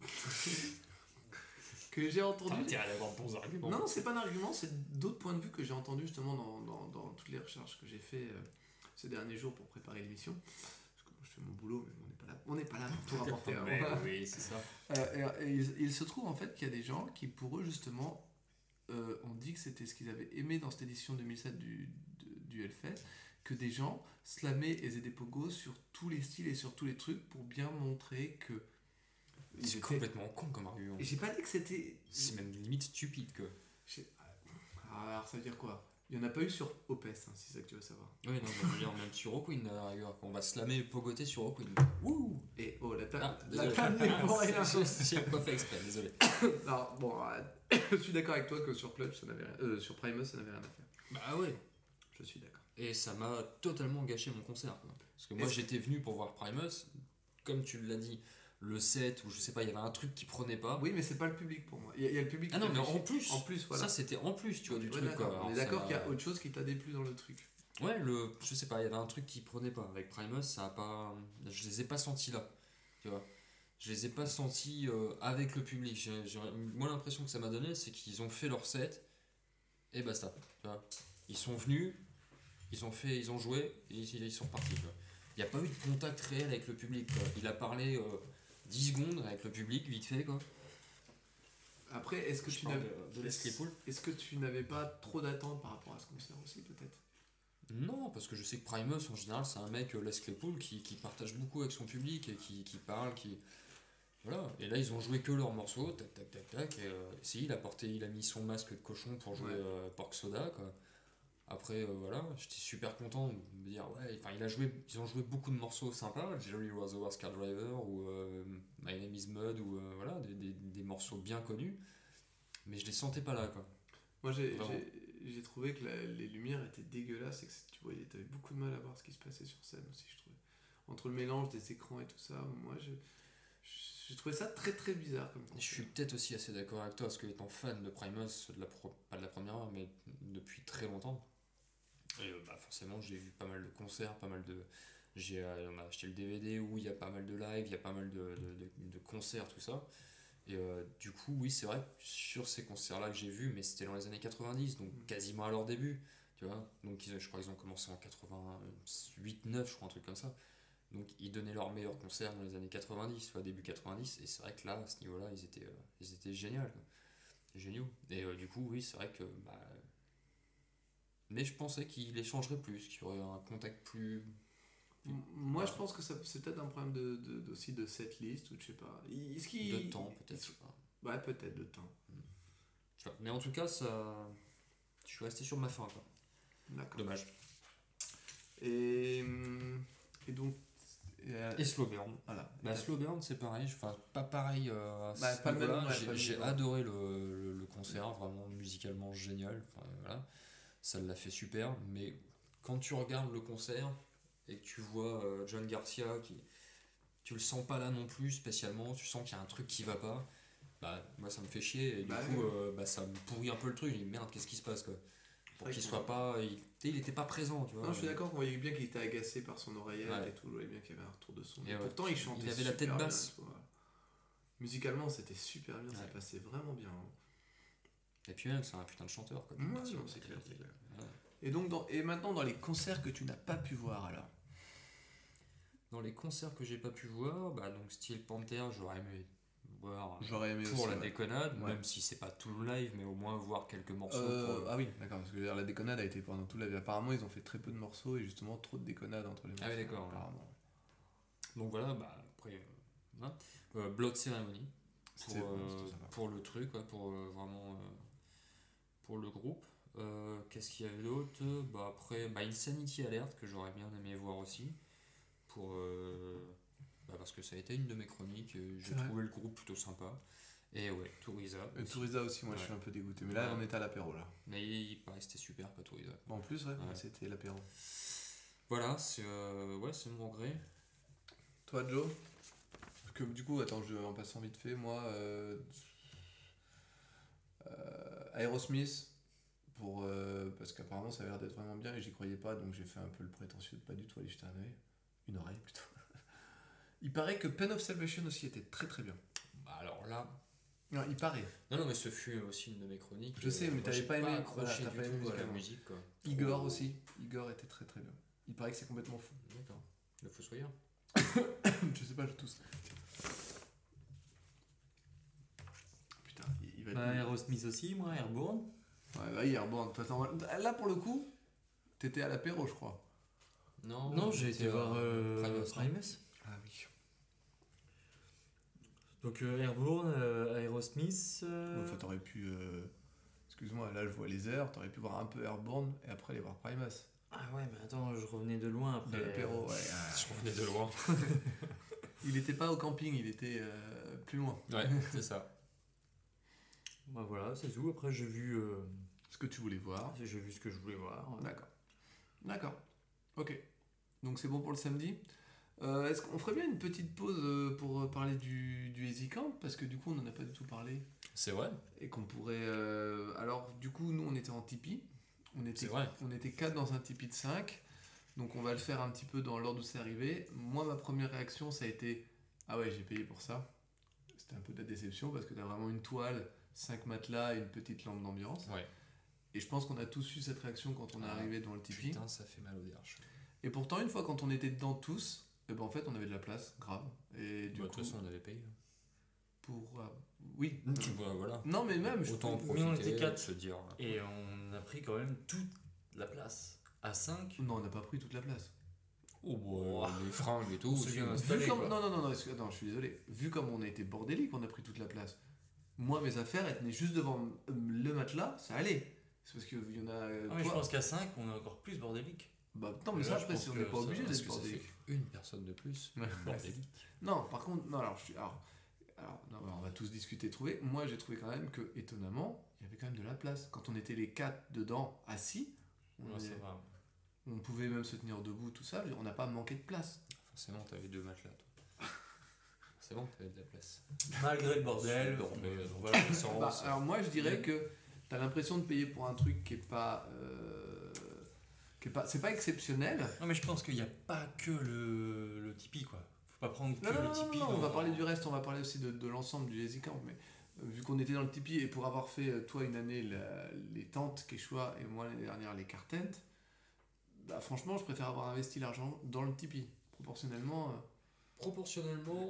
que j'ai entendu. T'as intérêt d'avoir de bons arguments. Non, c'est pas un argument, c'est d'autres points de vue que j'ai entendus justement dans toutes les recherches que j'ai fait ces derniers jours pour préparer l'émission. Parce que moi, je fais mon boulot, mais on n'est pas là pour tout rapporter. Hein. Mais oui, c'est ça. Il se trouve en fait qu'il y a des gens qui, pour eux, justement, ont dit que c'était ce qu'ils avaient aimé dans cette édition 2007 du Hellfest, que des gens slammaient et faisaient des pogos sur tous les styles et sur tous les trucs pour bien montrer que. C'est complètement con comme argument. Et j'ai pas dit que c'était. C'est même limite stupide, quoi. Alors ça veut dire quoi? Il y en a pas eu sur Opes, hein, si c'est ça que tu veux savoir. Oui, non, mais je veux dire, même sur Roquin, à la rigueur. On va slammer et pogoter sur Roquin. Wouh! Et oh, la table désolé. n'est pour rien. J'ai pas fait exprès, désolé. Alors, bon, je suis d'accord avec toi que sur Clutch, ça n'avait rien, sur Primus, ça n'avait rien à faire. Bah ouais. Je suis d'accord. Et ça m'a totalement gâché mon concert, quoi. Parce que moi, j'étais venu pour voir Primus, comme tu l'as dit, le set, ou je sais pas, il y avait un truc qui prenait pas. Oui, mais c'est pas le public pour moi. Il y a le public Ah non, mais en plus, voilà. Ça c'était en plus, tu vois, du truc, quoi. On est d'accord qu'il y a autre chose qui t'a déplu dans le truc. Ouais, je sais pas, il y avait un truc qui prenait pas. Avec Primus, ça a pas. Je les ai pas sentis là, tu vois. Je les ai pas sentis avec le public. Moi, l'impression que ça m'a donné, c'est qu'ils ont fait leur set et basta, tu vois. Ils sont venus, ils ont joué et ils sont partis, tu vois. Il n'y a pas eu de contact réel avec le public, quoi. Il a parlé 10 secondes avec le public, vite fait, quoi. Après, est-ce que tu n'avais pas trop d'attentes par rapport à ce concert aussi, peut-être? Non, parce que je sais que Primus, en général, c'est un mec, Les Claypool, qui partage beaucoup avec son public et qui parle, Voilà. Et là, ils ont joué que leurs morceaux, tac. Et si, il a mis son masque de cochon pour jouer Pork Soda, quoi. Après, voilà, j'étais super content de me dire, ouais, enfin, ils ont joué beaucoup de morceaux sympas, Jerry Rosawa's Car Driver ou My Name is Mud, ou voilà, des morceaux bien connus, mais je les sentais pas là, quoi. Moi, j'ai trouvé que les lumières étaient dégueulasses et que tu voyais, t'avais beaucoup de mal à voir ce qui se passait sur scène aussi, je trouvais. Entre le mélange des écrans et tout ça, moi, j'ai trouvé ça très très bizarre comme concert. Je suis peut-être aussi assez d'accord avec toi, parce que étant fan de Primus, pas de la première heure, mais depuis très longtemps, et forcément j'ai vu pas mal de concerts, on a acheté le DVD où il y a pas mal de live, il y a pas mal de concerts, tout ça. Et du coup, oui, c'est vrai que sur ces concerts-là que j'ai vus, mais c'était dans les années 90, donc quasiment à leur début, tu vois. Donc je crois qu'ils ont commencé en 88-9, je crois, un truc comme ça. Donc ils donnaient leurs meilleurs concerts dans les années 90, soit début 90, et c'est vrai que là, à ce niveau-là, ils étaient géniaux, quoi. Géniaux. Et du coup, oui, c'est vrai que. Mais je pensais qu'il échangerait plus, qu'il y aurait un contact plus Moi, je pense que c'est peut-être un problème aussi de setlist ou je sais pas. De temps, peut-être. Je sais pas. Ouais, peut-être de temps. Je sais pas. Mais en tout cas, ça. Je suis resté sur ma fin, quoi. D'accord. Dommage. Et donc. Et Slow Burn. Voilà. Slow Burn, c'est pareil. Enfin, pas pareil. Pas le même, ouais, pas le J'ai même. adoré le concert, vraiment musicalement génial. Enfin, voilà. Ça l'a fait super. Mais quand tu regardes le concert et que tu vois John Garcia, tu le sens pas là non plus spécialement. Tu sens qu'il y a un truc qui va pas. Moi, ça me fait chier. Et du coup, ça me pourrit un peu le truc. Je dis merde, qu'est-ce qui se passe, quoi. Pour qu'il soit pas. Il était pas présent, tu vois. Non, je suis d'accord qu'on voyait bien qu'il était agacé par son oreillette Ouais. et tout. On voyait bien qu'il y avait un retour de son. Et ouais. Pourtant, il chantait Il avait la tête super basse. bien, tu vois. Musicalement, c'était super bien. Ça Ouais. passait vraiment bien. Et puis même, c'est un putain de chanteur, quoi. Ouais, Garcia, non, quoi. c'est clair. Ouais. Et donc, maintenant, dans les concerts que tu n'as pas pu voir, alors. Dans les concerts que j'ai pas pu voir, donc Steel Panther, j'aurais aimé voir J'aurais aimé pour aussi, la ouais. déconnade, Ouais. même si c'est pas tout le live, mais au moins voir quelques morceaux. Ah oui, d'accord, parce que je veux dire, la déconnade a été pendant tout la. Apparemment, ils ont fait très peu de morceaux et justement trop de déconnades entre les morceaux. Ah oui, d'accord, ouais. Apparemment. Donc voilà, après, Blood Ceremony, C'était sympa. pour le truc, ouais, pour vraiment pour le groupe. Qu'est-ce qu'il y avait d'autre? Après, Insanity Alert, que j'aurais bien aimé voir aussi, pour parce que ça a été une de mes chroniques, j'ai C'est vrai. trouvé le groupe plutôt sympa. Et ouais, Tourisa. aussi. Tourisa aussi, moi je Ouais. suis un peu dégoûté. Mais là, Ouais. on était à l'apéro là. Mais il paraît que c'était super, pas Tourisa. En plus, ouais, Ouais. c'était l'apéro. Voilà, c'est mon regret. Toi, Joe? Parce que du coup, attends, en passant vite fait, moi, Aerosmith, parce qu'apparemment ça avait l'air d'être vraiment bien et j'y croyais pas, donc j'ai fait un peu le prétentieux de pas du tout aller jeter un œil. Une oreille plutôt. Il paraît que Pen of Salvation aussi était très très bien. Alors là. Non, il paraît. Non, mais ce fut aussi une de mes chroniques. Je sais, mais moi, t'avais j'ai pas aimé. accroché Voilà, t'as du pas aimé tout à la musicalement. musique, quoi. Igor aussi. Igor était très très bien. Il paraît que c'est complètement fou. D'accord. Le Fossoyeur. Je sais pas, je tousse. Putain, il va être. Aerosmith aussi, moi, Airborne. Ouais, Airborne. Là pour le coup, t'étais à l'apéro, je crois. Non, j'ai été voir Primus. Ah oui. Donc Airborne, Aerosmith. Enfin, t'aurais pu. Excuse-moi, là je vois les heures, t'aurais pu voir un peu Airborne et après aller voir Primus. Ah ouais, mais attends, je revenais de loin après. De l'apéro, ouais. Je revenais de loin. Il était pas au camping, il était plus loin. Ouais, c'est ça. Voilà, c'est tout. Après, j'ai vu Ce que tu voulais voir. ce que je voulais voir. D'accord. Ok. Donc c'est bon pour le samedi. Est-ce qu'on ferait bien une petite pause pour parler du Easy Camp? Parce que du coup, on n'en a pas du tout parlé. C'est vrai. Et qu'on pourrait. Alors, du coup, nous, on était en Tipeee. C'est vrai. On était 4 dans un Tipeee de 5. Donc, on va le faire un petit peu dans l'ordre où c'est arrivé. Moi, ma première réaction, ça a été ah ouais, j'ai payé pour ça. C'était un peu de la déception parce que t'as vraiment une toile, 5 matelas et une petite lampe d'ambiance. Ouais. Et je pense qu'on a tous eu cette réaction quand on est arrivé devant le Tipeee. Putain, ça fait mal au derche. Et pourtant, une fois, quand on était dedans tous, en fait, on avait de la place, grave. Et du De coup, toute façon, on avait payé. pour. Oui. Voilà. Non, mais même. Autant en mais on profiter, était quatre. se dire. Et on a pris quand même toute la place. À 5. Non, on n'a pas pris toute la place. Oh, les fringues et tout. On s'est bien installé, Vu comme... quoi. Non, je suis désolé. Vu comme on a été bordélique, on a pris toute la place. Moi, mes affaires, elles tenaient juste devant le matelas, ça allait. C'est parce qu'il y en a. Ah, mais je pense qu'à 5, on est encore plus bordélique. Bah, non, mais Là, ça, je après, pense on que n'est pas ça- obligé Parce d'être que ça bordélique. fait une personne de plus. Ouais. Bordélique. Non, par contre, non, alors, non, on va tous discuter, trouver. Moi, j'ai trouvé quand même que, étonnamment, il y avait quand même de la place. Quand on était les 4 dedans, assis, Ouais, ça va. on pouvait même se tenir debout, tout ça. On n'a pas manqué de place. Forcément, t'avais 2 matelas, toi. Forcément, t'avais de la place. Malgré le bordel. Dormais dans voilà. tous les sens. Bah, alors moi je dirais que t'as l'impression de payer pour un truc qui est pas c'est pas exceptionnel. Non, mais je pense qu'il n'y a pas que le Tipeee, quoi. Faut pas prendre que Non, le Tipeee. on dans- va parler du reste, on va parler aussi de l'ensemble du Lazy Camp, mais vu qu'on était dans le Tipeee et pour avoir fait toi une année les tentes Quechua et moi l'année dernière les cartentes, bah franchement je préfère avoir investi l'argent dans le Tipeee proportionnellement. Proportionnellement,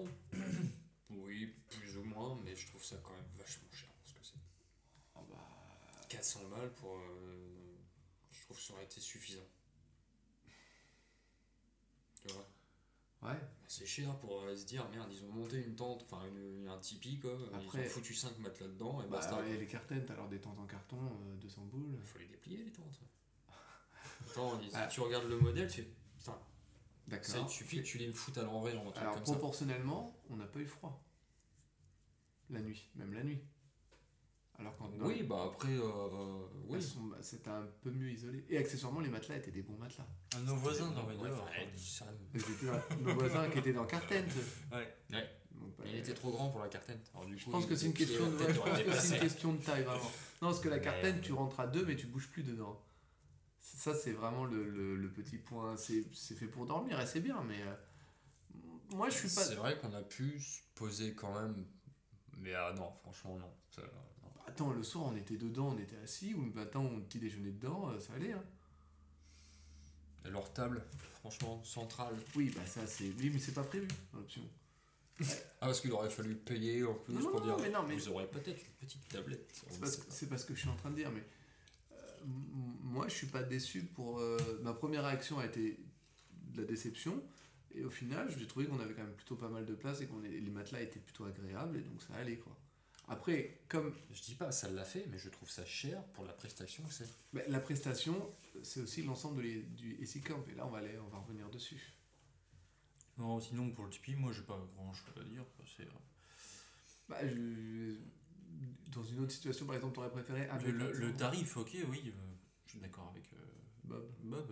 oui, plus ou moins, mais je trouve ça quand même vachement cher parce que c'est Ah bah, 400 balles pour. Je trouve que ça aurait été suffisant. Tu vois. Ouais. C'est cher pour se dire, merde, ils ont monté une tente, enfin un tipi, quoi. Après- Ils ont foutu 5 matelas dedans, et Bah, basta. et quoi. les cartons, t'as alors des tentes en carton, 200 boules. Il faut les déplier, les tentes. Attends, si Ah. tu regardes le modèle, tu fais, putain, ça, D'accord. il suffit que tu les foutes à l'envers, un truc Alors, comme ça. proportionnellement, on n'a pas eu froid. La nuit, même la nuit. Alors qu'en Oui, bah après, oui. c'était un peu mieux isolé. Et accessoirement, les matelas étaient des bons matelas. Nos voisins dormaient Ouais, dehors. enfin, ça- Ils étaient nos voisins qui étaient dans Cartente. Ouais. Ouais. Donc, bah, Il était trop grand pour la cartène. Alors, du je coup, pense il que c'est une était question de, pied, ouais, je pense que c'est déplacé. une question de taille vraiment. Non, parce que la Mais, Cartente, tu rentres à deux, mais tu bouges plus dedans. Ça, c'est vraiment le petit point. C'est fait pour dormir et c'est bien, mais moi, je suis pas. C'est vrai qu'on a pu se poser quand même. Mais non, franchement, non. Ça, non. Attends, le soir, on était dedans, on était assis, ou le matin, on petit déjeuner dedans, ça allait. Hein. Et leur table, franchement, centrale. Oui, bah ça, c'est. Oui, mais c'est pas prévu dans l'option. Ah, parce qu'il aurait fallu payer en plus Non, pour non, dire. mais- Vous aurez peut-être une petite tablette. C'est pas ce que je suis en train de dire, mais moi je suis pas déçu pour. Ma première réaction a été de la déception, et au final j'ai trouvé qu'on avait quand même plutôt pas mal de place et les matelas étaient plutôt agréables, et donc ça allait quoi. Après, comme Je dis pas, ça l'a fait, mais je trouve ça cher pour la prestation que c'est. bah, la prestation, c'est aussi l'ensemble du EC Camp, et là on va revenir dessus. Non, sinon pour le Tipeee, moi j'ai pas grand chose à dire. C'est Bah, dans une autre situation, par exemple, t'aurais préféré un le tarif, ok, oui, je suis d'accord avec Bob.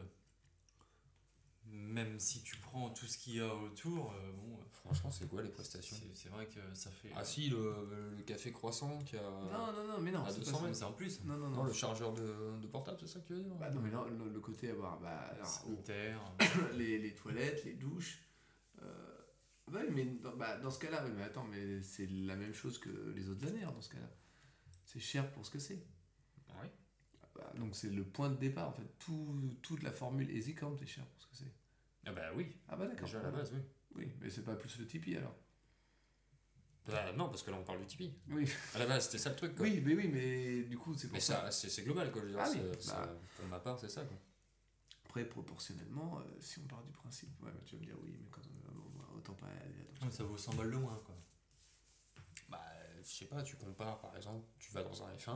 Même si tu prends tout ce qu'il y a autour, bon, Franchement, c'est quoi les prestations? c'est vrai que ça fait. Ah si, le café croissant qui a. Non, mais non, à c'est 200 pas ça. mètres. C'est en plus. Non, le chargeur de portable, c'est ça que tu veux dire? Bah non, mais là, le côté avoir Sanitaire. les toilettes, les douches. Ouais, mais dans ce cas-là, oui, mais attends, mais c'est la même chose que les autres années, hein, dans ce cas-là. C'est cher pour ce que c'est. Ah oui. Bah, donc c'est le point de départ, en fait. Toute la formule Easy Camp est cher pour ce que c'est. Ah bah oui, Ah bah d'accord. déjà à la base, oui. Oui, mais c'est pas plus le Tipeee alors. Bah, non, parce que là on parle du Tipeee. Oui, À la base, c'était ça le truc, quoi. oui, mais du coup, c'est pour Mais ça. ça, c'est global, quoi. Je veux dire, Ah oui, pour ma part, c'est ça, quoi. Après, proportionnellement, si on part du principe, ouais, bah, tu vas me dire oui, mais quand autant pas aller à d'autres. Ça vaut 100 balles de moins, quoi. Bah, je sais pas, tu compares, par exemple, tu vas dans un F1,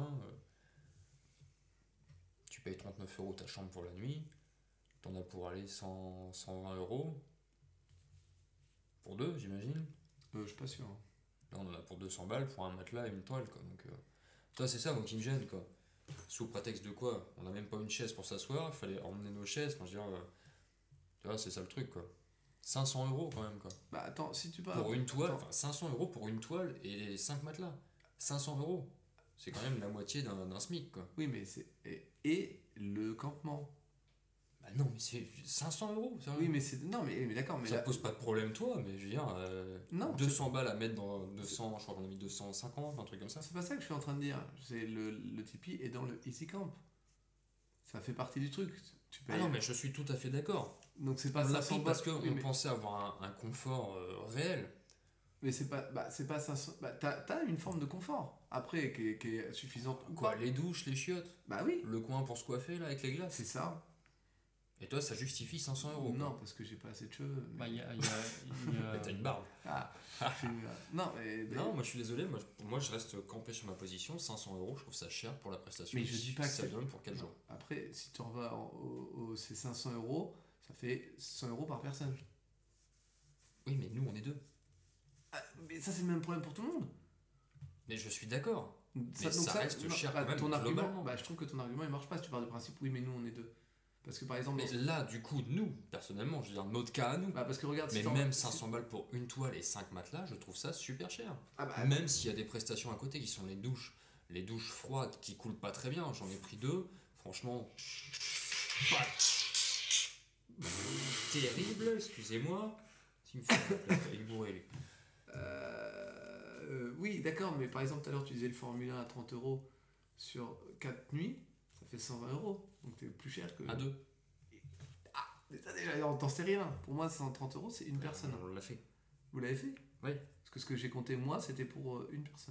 tu payes 39 € ta chambre pour la nuit, t'en as pour aller 120 € pour deux, j'imagine. Je suis pas sûr. Hein. Là, on en a pour 200 balles pour un matelas et une toile, quoi. Donc, toi, c'est ça, moi, qui me gêne, quoi. Sous prétexte de quoi? On n'a même pas une chaise pour s'asseoir, il fallait emmener nos chaises. Enfin, je veux dire, tu vois, c'est ça le truc, quoi. 500 € quand même, quoi. Bah attends, si tu parles. Pour une toile, Attends. enfin 500 € pour une toile et 5 matelas. 500 €. C'est quand même la moitié d'un SMIC, quoi. Oui, mais c'est. Et le campement. Bah non, mais c'est 500 €, ça. Oui, mais c'est. Non, mais d'accord, mais ça là- pose pas de problème, toi, mais je veux dire, Non, 200 balles à mettre dans 200, je crois qu'on a mis 250, un truc comme ça. c'est pas ça que je suis en train de dire. C'est le Tipeee est dans le Easy Camp. Ça fait partie du truc. Tu Ah payes. non, mais je suis tout à fait d'accord. Donc c'est pas On l'a 500 pris parce balles. qu'on Oui, mais, pensait avoir un confort réel. mais c'est pas 500. Bah, t'as une forme de confort. Après, qui est suffisante ou Quoi, pas. les douches, les chiottes, Bah oui, le coin pour se coiffer, là, avec les glaces. c'est ça. Et toi, ça justifie 500 €. Non, parce que j'ai pas assez de cheveux. mais- Bah, il y a Mais t'as une barbe. Ah, non, mais. Non, moi je suis désolé, moi je reste campé sur ma position. 500 €, je trouve ça cher pour la prestation. Mais je dis pas que ça c'est- donne pour 4 jours. Après, si tu en vas ces 500 €, ça fait 100 € par personne. Oui, mais nous on est deux. Ah, mais ça, c'est le même problème pour tout le monde. Mais je suis d'accord. Ça, ça reste cher quand même, ton argument, globalement. bah, je trouve que ton argument il marche pas si tu pars du principe oui mais nous on est deux. Parce que par exemple, Mais là, du coup, nous, personnellement, je veux dire, notre cas à nous. bah, parce que regarde, Mais si t'en- même si- 500 balles pour une toile et 5 matelas, je trouve ça super cher. Ah bah, Même s'il y a des prestations à côté qui sont les douches froides qui coulent pas très bien. J'en ai pris 2, franchement, pas terrible, excusez-moi. Il me fait il est bourré, lui. oui, d'accord, mais par exemple, tout à l'heure tu disais le Formule 1 à 30 € sur 4 nuits, ça fait 120 €. Donc c'est plus cher que. À 2. Mais ça déjà, t'en sais rien. Pour moi, 130 € c'est une personne. On l'a fait. Vous l'avez fait? Oui. Parce que ce que j'ai compté moi, c'était pour une personne.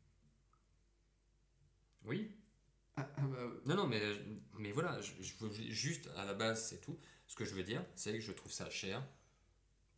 Oui. Bah, Non, mais voilà, je veux juste, à la base, c'est tout. Ce que je veux dire, c'est que je trouve ça cher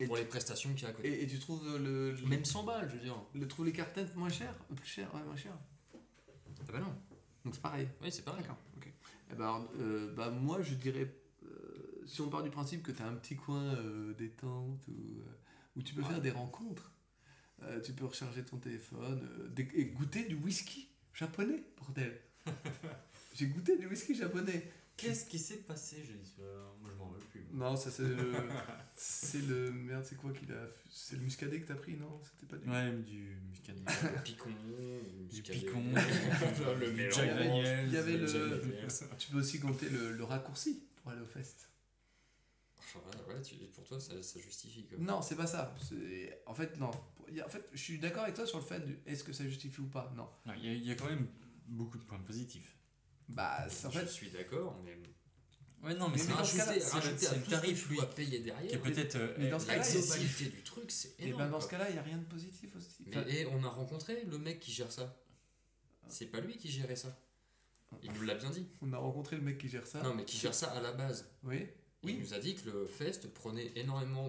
Et pour tu- les prestations qu'il y a à côté. Et tu trouves Même 100 balles, je veux dire. trouves les cartes moins chères? Plus cher? Ouais, moins cher. Ah bah non. Donc c'est pareil. Oui, c'est pareil. D'accord, ok. Eh ben, alors, moi je dirais, si on part du principe que tu as un petit coin détente où tu peux faire des rencontres, tu peux recharger ton téléphone et goûter du whisky japonais, bordel. J'ai goûté du whisky japonais. Qu'est-ce qui s'est passé? Moi je m'en veux plus. Non, ça c'est le. C'est le. Merde, c'est quoi qu'il a. C'est le muscadet que t'as pris, non? C'était pas du. Ouais, du muscadet. Picon, Du muscadet. picon, le du mélange. Jack Daniels. Il y avait le- Jack Daniels. Tu peux aussi compter le raccourci pour aller au fest. Enfin, voilà, ouais, pour toi, ça justifie quoi. Non, c'est pas ça. En fait, non. En fait, je suis d'accord avec toi sur le fait est-ce que ça justifie ou pas. Non. Non, il y a quand même beaucoup de points positifs. Bah, en Je fait. suis d'accord, mais Ouais, non, mais Mais c'est dans ce cas-là, rajouter à le tout tarif, ce que tu lui, dois payer derrière. qui est peut-être. mais dans ce La cas-là, globalité du truc, c'est Et énorme. ben dans ce quoi. cas-là, il n'y a rien de positif aussi. Mais, et on a rencontré le mec qui gère ça. C'est pas lui qui gérait ça. Il nous l'a bien dit. On a rencontré le mec qui gère ça. Non, mais qui gère ça à la base. Oui. Il nous a dit que le Fest prenait énormément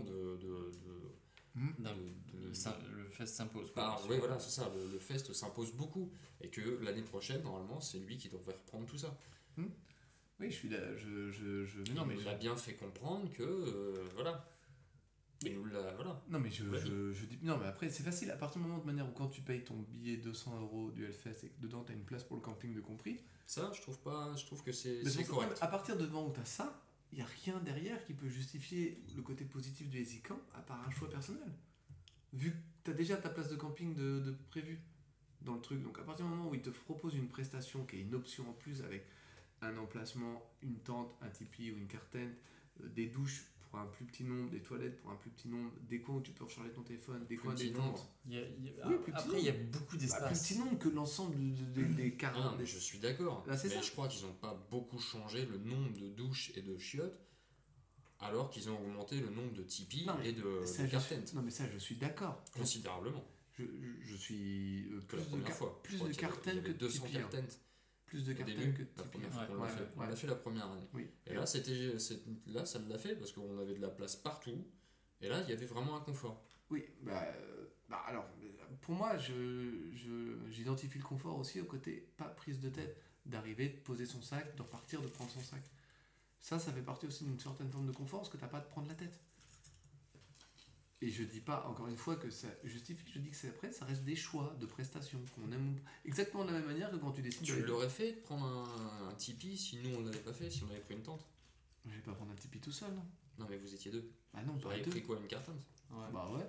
Le fest s'impose. oui, voilà, c'est ça. Le Fest s'impose beaucoup. Et que l'année prochaine, normalement, c'est lui qui devrait reprendre tout ça. Oui, je suis là. Il Non, mais nous l'a bien fait comprendre que. Voilà. Il nous l'a. Voilà. Non, mais je Ouais. dis. Non, mais après, c'est facile. À partir du moment de manière où quand tu payes ton billet 200 € du Hellfest et que dedans tu as une place pour le camping de compris. Ça, je trouve que c'est Mais c'est pour ça, correct. à partir de moment où tu as ça, il n'y a rien derrière qui peut justifier le côté positif du Easy-Camp à part un choix personnel. Vu que tu as déjà ta place de camping de prévue dans le truc. Donc à partir du moment où ils te proposent une prestation qui est une option en plus avec un emplacement, une tente, un tipi ou une cartaine, des douches pour un plus petit nombre, des toilettes pour un plus petit nombre, des coins où tu peux recharger ton téléphone, des Plus coins petit détente. nombre. Oui, plus petit Après, il y a beaucoup Bah, d'espace. plus petit nombre que l'ensemble des Ah cartes. non, mais je suis d'accord. Là, c'est Mais ça. je crois qu'ils n'ont pas beaucoup changé le nombre de douches et de chiottes, alors qu'ils ont augmenté le nombre de tipis Non, mais et de Ça, je cartents. suis... Non, mais ça, je suis d'accord. Considérablement. Je suis Que la première fois. plus de cartons que de 200 Tipeee, hein. cartons. Plus de Au cartons début, que de la Tipeee, première hein. fois qu'on l'a Ouais, fait. ouais. On l'a fait la première année. Oui. Et là, là, ça l'a fait parce qu'on avait de la place partout. Et là, il y avait vraiment un confort. Oui, alors, pour moi, j'identifie le confort aussi au côté pas prise de tête, d'arriver, de poser son sac, de repartir, de prendre son sac. Ça fait partie aussi d'une certaine forme de confort parce que t'as pas à te prendre la tête. Et je dis pas, encore une fois, que ça justifie, je dis que c'est après, ça reste des choix de prestations qu'on aime exactement de la même manière que quand tu décides Tu d'aller- l'aurais fait de prendre un tipi si nous on l'avait pas fait, si on avait pris une tente? Je vais pas prendre un tipi tout seul, non? Non, mais vous étiez deux. Ah non, Vous pas auriez deux. pris quoi, une cartante? Ouais. Bah ouais.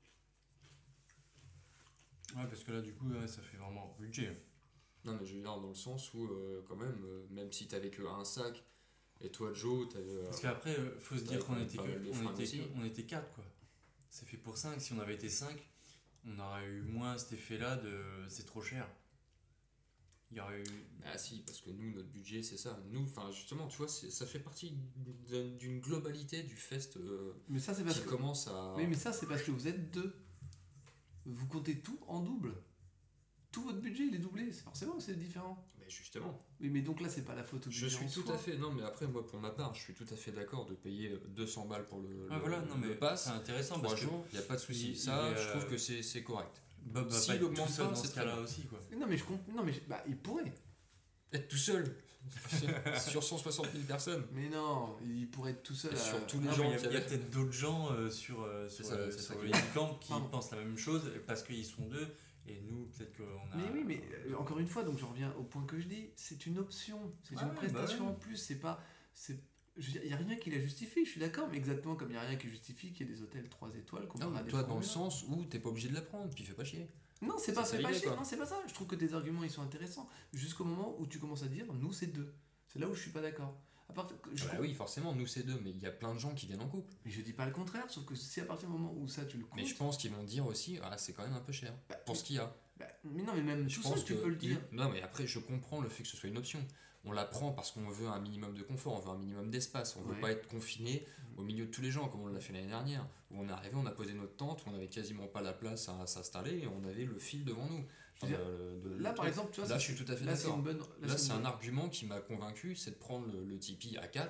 Ouais, parce que là, du coup, ouais, ça fait vraiment budget. Non, mais je veux dire, dans le sens où, quand même, même si t'avais que un sac, et toi, Joe, t'avais. Parce qu'après, faut se t'avais dire quand qu'on même était, pas mal de fringues aussi. on était 4, quoi. C'est fait pour 5. Si on avait été 5, on aurait eu moins cet effet-là de c'est trop cher. Il y aurait eu. Ah si, parce que nous, notre budget, c'est ça. Nous, enfin, justement, tu vois, ça fait partie d'une globalité du fest Mais ça, c'est parce qui que. commence à. Oui, mais ça, c'est parce que vous êtes deux. Vous comptez tout en double. Tout votre budget, il est doublé. C'est forcément, c'est différent. Mais justement, Oui, mais donc là, c'est pas la faute au budget. je suis en tout soi. à fait. Non, mais après, moi, pour ma part, je suis tout à fait d'accord de payer 200 balles pour Ah voilà, non mais le pass. c'est intéressant 3 parce que jours, il n'y a pas de souci. il Ça, est, je trouve que c'est correct. Bob va S'il pas être augmente tout seul pas, dans c'est ce très cas-là bien. aussi, quoi. Non, mais je comprends. Non, mais il pourrait. Être tout seul sur 160 000 personnes. Mais non, il pourrait être tout seul. Et à- sur tous les Non, mais gens il y a, qui il y a avaient- peut-être d'autres gens sur C'est ça, c'est ça sur qui- les camps qui Pardon. pensent la même chose parce qu'ils sont deux et nous peut-être qu'on a. Mais oui, mais encore une fois, donc je reviens au point que je dis, c'est une option, c'est Ouais, une bah prestation ouais. en plus, c'est pas, je veux dire, il y a rien qui la justifie, je suis d'accord, mais exactement comme il y a rien qui justifie qu'il y ait des hôtels 3 étoiles qu'on Non, aura mais des toi, dans le Formule 1. sens où t'es pas obligé de la prendre, puis fais pas chier. Non, c'est pas, c'est fais pas l'idée, chier, quoi. non, c'est pas ça. Je trouve que tes arguments ils sont intéressants jusqu'au moment où tu commences à dire nous c'est deux. C'est là où je suis pas d'accord. À part, Bah oui, forcément, nous c'est deux, mais il y a plein de gens qui viennent en couple. Mais je dis pas le contraire, sauf que si à partir du moment où ça tu le comptes, Mais je pense qu'ils vont dire aussi, ah, c'est quand même un peu cher. Bah, Pour ce qu'il y a. mais non, mais même Je tout ça pense tu que peux le dire. Non, mais après, je comprends le fait que ce soit une option. On la prend parce qu'on veut un minimum de confort, on veut un minimum d'espace, on veut Ouais. pas être confiné au milieu de tous les gens comme on l'a fait l'année dernière, où on est arrivé, on a posé notre tente, où on avait quasiment pas la place à s'installer et on avait le fil devant nous. Je veux dire, Là par exemple, tu vois, là ça, je suis tout à fait là c'est d'accord. une bonne. Là, c'est une un bonne- argument qui m'a convaincu, c'est de prendre le Tipeee à 4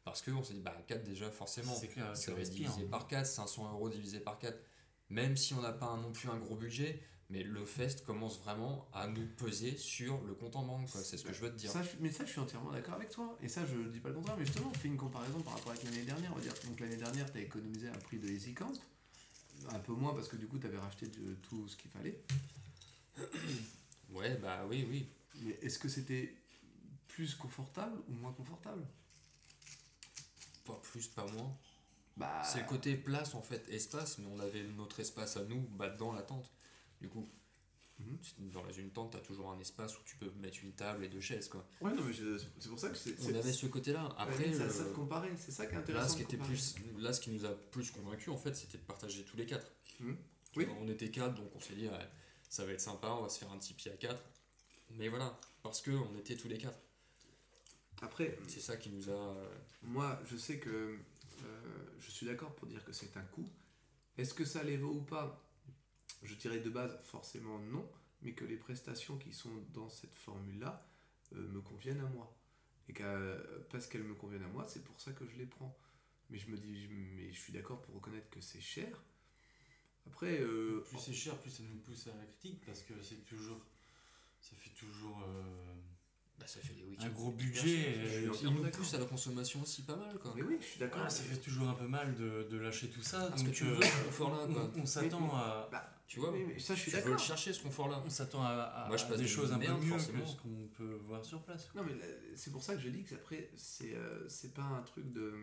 Parce qu'on s'est dit, 4 déjà, forcément, C'est clair, ça tu va être respires. divisé par 4, 500 € divisé par 4. Même si on n'a pas non plus un gros budget, mais le fest commence vraiment à nous peser sur le compte en banque, quoi. C'est ce que je veux te dire. Mais ça, je suis entièrement d'accord avec toi. Et ça, je dis pas le contraire. Mais justement, on fait une comparaison par rapport avec l'année dernière. On va dire. Donc l'année dernière, tu as économisé un prix de Easy Camp. Un peu moins parce que du coup, tu avais racheté tout ce qu'il fallait. Ouais, oui. Mais est-ce que c'était plus confortable ou moins confortable? Pas plus, pas moins. Bah, C'est le côté place, en fait, espace, mais on avait notre espace à nous, dans la tente. Du coup, dans une tente, t'as toujours un espace où tu peux mettre une table et 2 chaises, quoi. Ouais, non, mais c'est pour ça que c'est. On avait ce côté-là. Après, c'est ça de comparer. C'est ça qui est intéressant. Là, ce qui nous a plus convaincu, en fait, c'était de partager tous les 4. Oui. On était 4, donc on s'est dit, ouais, ça va être sympa, on va se faire un Tipeee à 4. Mais voilà, parce qu'on était tous les 4. Après, c'est ça qui nous a. Moi, je sais que je suis d'accord pour dire que c'est un coût. Est-ce que ça les vaut ou pas? Je dirais de base forcément non, mais que les prestations qui sont dans cette formule-là me conviennent à moi. Et parce qu'elles me conviennent à moi, c'est pour ça que je les prends. Mais je suis d'accord pour reconnaître que c'est cher. Après, plus c'est cher, plus ça nous pousse à la critique parce que ça fait toujours ça fait des week-ends un gros budget. Il nous pousse à la consommation aussi pas mal, quoi. Mais oui, je suis d'accord. Ça fait toujours un peu mal de lâcher tout ça. Parce donc que tu veux ce confort-là, quoi. On s'attend à. Tu vois, mais ça, je suis tu veux d'accord. le chercher, ce confort-là. On s'attend à Moi, je passe des choses un peu mieux forcément. que ce qu'on peut voir sur place. Non, mais c'est pour ça que je dis que après, c'est pas un truc de.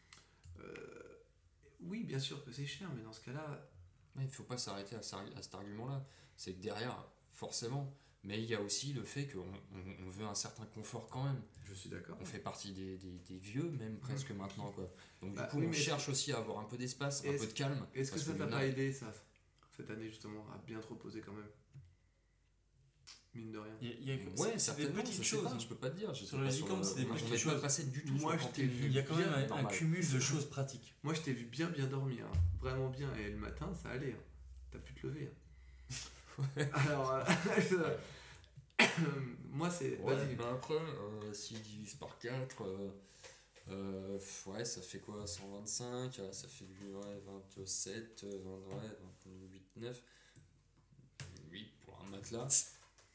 Oui, bien sûr que c'est cher, mais dans ce cas-là. Il ne faut pas s'arrêter à cet argument-là. C'est que derrière, forcément, mais il y a aussi le fait qu'on veut un certain confort quand même. Je suis d'accord. On fait partie des vieux, même presque maintenant, quoi. Donc, du coup, oui, on cherche aussi à avoir un peu d'espace, un peu de calme. Est-ce que ça t'a pas aidé, ça, cette année, justement, à bien te reposer quand même? Mine de rien. Ouais, c'est des petites choses. Je peux pas te dire. Sur le Easy-Camp, c'est des petites choses. On n'est pas passé du tout. Moi, il y a quand même un cumul de choses pratiques. Moi, je t'ai vu bien dormir, hein. Vraiment bien. Et le matin, ça allait. Hein. T'as pu te lever. Hein. Alors, moi, c'est. Ouais, vas-y. après, si divise par 4, ouais, ça fait quoi? 125, ça fait du 27, 28, 9. 8 pour un matelas.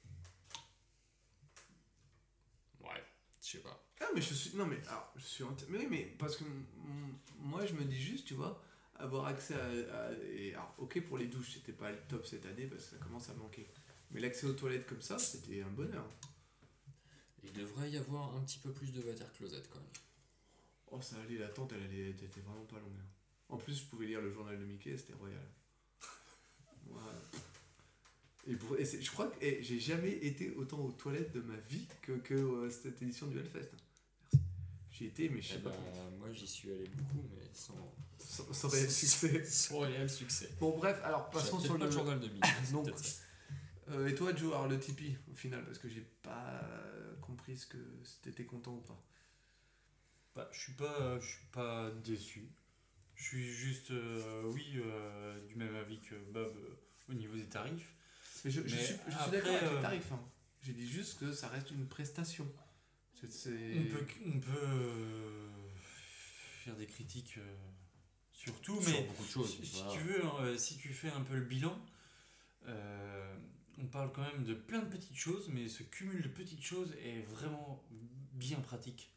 Ouais, je sais pas. Ah, mais je suis. Non, mais. Alors, je suis. Mais oui, mais parce que moi, je me dis juste, tu vois, avoir accès et alors, ok, pour les douches, c'était pas le top cette année parce que ça commence à manquer. Mais l'accès aux toilettes comme ça, c'était un bonheur. Il devrait y avoir un petit peu plus de water closet quand même. Oh, ça allait, l'attente, elle était vraiment pas longue. Hein. En plus, je pouvais lire le journal de Mickey, c'était royal. Voilà. Et je crois que j'ai jamais été autant aux toilettes de ma vie que cette édition du Hellfest. Merci. J'y étais, mais je sais pas. Moi, j'y suis allé beaucoup, mais sans réel succès. Sans réel succès. Bon, bref, alors passons sur le journal de Mickey. Donc, et toi, Joe, alors le Tipeee, au final, parce que j'ai pas compris ce que t'étais content ou pas. Je suis pas déçu. Je suis juste, du même avis que Bob au niveau des tarifs. Mais je suis d'accord avec les tarifs. Hein. J'ai dit juste que ça reste une prestation. On peut faire des critiques sur tout, mais beaucoup de choses. Si tu veux, si tu fais un peu le bilan, on parle quand même de plein de petites choses, mais ce cumul de petites choses est vraiment bien pratique.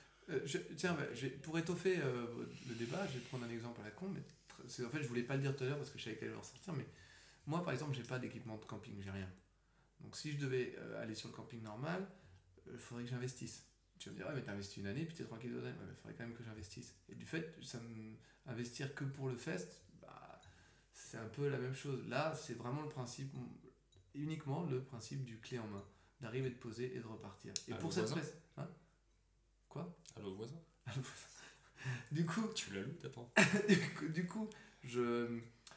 Pour étoffer le débat, je vais prendre un exemple à la con, mais en fait je voulais pas le dire tout à l'heure parce que je savais qu'elle allait en sortir, mais moi par exemple j'ai pas d'équipement de camping, j'ai rien. Donc si je devais aller sur le camping normal, il faudrait que j'investisse. Tu vas me dire, ouais mais t'as investi une année puis t'es tranquille dedans, ouais, mais il faudrait quand même que j'investisse. Et du fait, investir que pour le fest, c'est un peu la même chose. Là c'est vraiment uniquement le principe du clé en main, d'arriver, de poser et de repartir. Et pour cette presse... Hein? Quoi? Allô voisin. Du coup, tu l'as lu, t'attends. du coup, je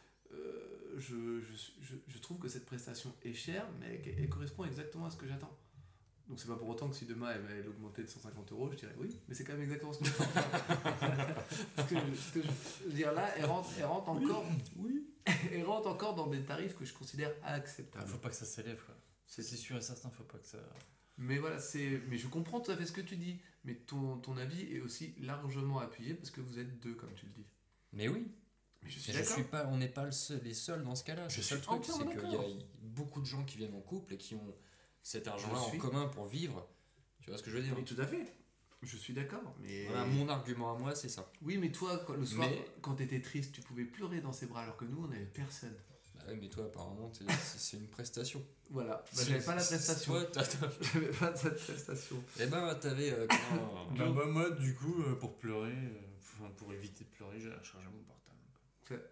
trouve que cette prestation est chère, mais elle correspond exactement à ce que j'attends. Donc c'est pas pour autant que si demain elle augmentait de 150 €, je dirais oui, mais c'est quand même exactement ce que j'attends. ce que je veux dire là, elle rentre encore. Oui. Elle rentre encore dans des tarifs que je considère acceptables. Faut pas que ça s'élève, quoi. C'est sûr et certain, faut pas que ça. Mais voilà, mais je comprends tout à fait ce que tu dis. Mais ton avis est aussi largement appuyé parce que vous êtes deux, comme tu le dis. Mais oui. Mais je suis Mais d'accord. on n'est pas les seuls dans ce cas-là. Je C'est suis ça le truc, c'est entièrement qu'il y d'accord. a beaucoup de gens qui viennent en couple et qui ont cet argent-là Je en suis- commun pour vivre. Tu vois ce que je veux dire? Mais tout à fait. Je suis d'accord. Mais Voilà, mon argument à moi, c'est ça. oui, mais toi, le soir, Mais- quand t'étais triste, tu pouvais pleurer dans ses bras alors que nous, on n'avait personne. Bah ouais, mais toi, apparemment, c'est une prestation. Voilà. Bah, j'avais pas la prestation. Toi, J'avais pas cette prestation. eh ben, t'avais. Bah, moi, du coup, pour pleurer, pour éviter de pleurer, j'ai rechargé mon portable.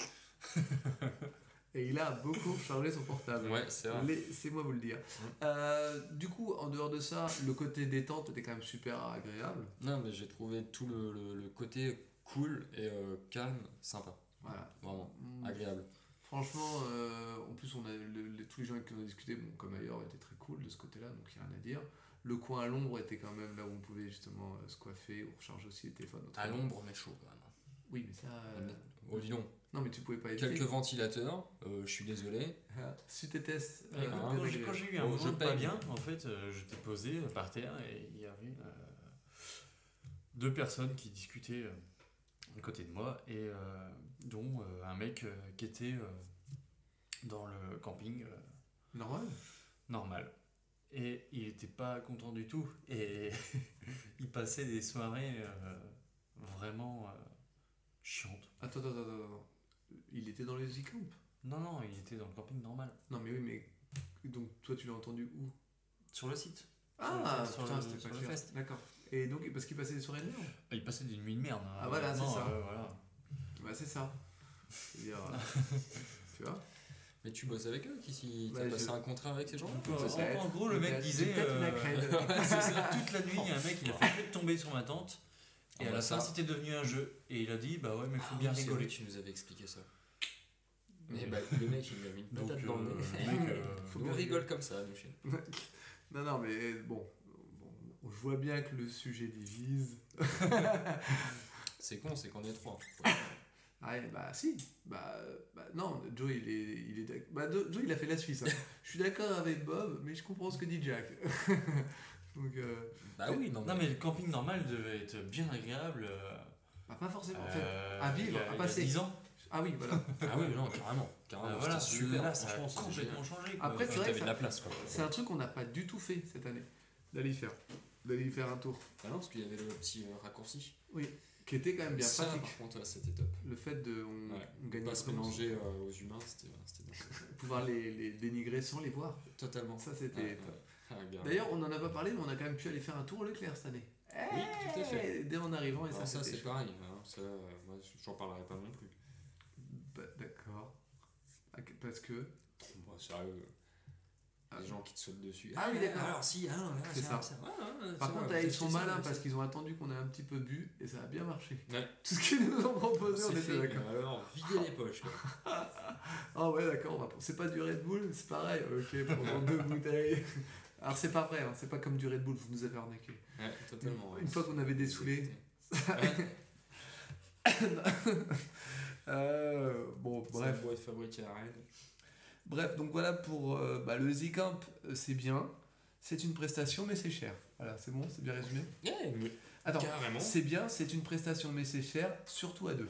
Et il a beaucoup chargé son portable. Ouais, c'est vrai. Laissez-moi vous le dire. Du coup, en dehors de ça, le côté détente était quand même super agréable. Non, mais j'ai trouvé tout le côté cool et calme, sympa. Voilà. Vraiment, Mm. agréable. Franchement, en plus, on a tous les gens avec qui on a discuté, bon, comme ailleurs, étaient très cool de ce côté-là, donc il n'y a rien à dire. Le coin à l'ombre était quand même là où on pouvait justement se coiffer ou recharger aussi les téléphones. À l'ombre, mais chaud quand même. Oui, mais ça. Au Lyon. Non, mais tu pouvais pas éviter. Quelques ventilateurs, je suis désolé. Sutétesse. Quand j'ai eu un Oh, moment je pas paye. bien, en fait, j'étais posé par terre et il y avait deux personnes qui discutaient à côté de moi et dont un mec qui était dans le camping Normal. normal. Et il était pas content du tout. Et il passait des soirées vraiment chiantes. Attends. Il était dans les Camp. Non, il était dans le camping normal. Non, mais oui, mais. Donc, toi, tu l'as entendu où? Sur le site. Ah, sur putain, le- c'était sur pas le clair. fest. D'accord. Et donc, parce qu'il passait des soirées de merde. Il passait des nuits de merde. Hein. Ah, voilà, c'est Non, ça. voilà. Bah, c'est ça. C'est-à-dire. Tu vois? Mais tu bosses avec eux, Bah, t'as passé je- un contrat avec ces gens-là? En gros, le mec disait Peut-être une accrède. toute la nuit, il y a un mec qui a fait que de tomber sur ma tente. Et Ah à bah la ça. fin, c'était devenu un jeu. Et il a dit, bah ouais, mais faut Ah bien oui, c'est vrai rigoler. que tu nous avais expliqué ça. Mais Et bah, le mec, il lui a mis une Donc, patate dans le nez. le mec, Faut Nous, bien on rigole comme ça, nous, chez nous. Non, mais bon, je vois bien que le sujet divise. C'est con, c'est qu'on est trois. Ah, bah si. Bah non, Joe, Joe, il a fait la Suisse. Hein. Je suis d'accord avec Bob, mais je comprends ce que dit Jack. Donc, Bah oui, non, Non, mais le camping normal devait être bien agréable. bah, pas forcément. En fait, à vivre, il y a- à il y a passer. 10 ans. Ah oui, voilà. Ah oui, non, carrément. Voilà, c'était super. là, ça a Franchement, c'était complètement génial. changé. quoi. Après, c'est Puis vrai t'avais que de la place, quoi. C'est un truc qu'on n'a pas du tout fait cette année. D'aller y faire un tour. Bah non, parce qu'il y avait le petit raccourci. Oui. Qui était quand même bien Ça, pratique. par contre, ouais, c'était top. Le fait de. On Ouais. gagnait Pas se vraiment mélanger aux humains, c'était dingue. pouvoir les dénigrer sans les voir. Totalement. Ça, c'était Ouais, top. ouais. Ah, bien. D'ailleurs, on n'en a pas parlé, mais on a quand même pu aller faire un tour au Leclerc cette année. Oui, tout à fait. Dès en arrivant, et Alors ça, c'était c'est chouette. pareil. Hein. Ça, moi, j'en parlerai pas non plus. Bah, d'accord. Parce que. Bon, sérieux. Les gens qui te sautent dessus. Ah oui, d'accord. Alors, si, C'est ça. Par contre, ils sont malins parce qu'ils ont attendu qu'on ait un petit peu bu et ça a bien marché. Ouais. Tout ce qu'ils nous ont proposé, on C'est était fait. d'accord. Alors, videz les poches. Quoi. Ah ouais, d'accord, c'est pas du Red Bull, c'est pareil. Ok, prenons 2 bouteilles. Alors, c'est pas vrai, hein, c'est pas comme du Red Bull, vous nous avez arnaqué. Ouais, totalement. Une fois qu'on avait dessoulé. Bon, bref. Ça doit être fabriqué à Rennes. Bref, donc voilà pour le Z-Camp, c'est bien. C'est une prestation, mais c'est cher. Voilà, c'est bon, c'est bien résumé. Ouais, mais Attends, carrément. c'est bien, c'est une prestation, mais c'est cher, surtout à deux.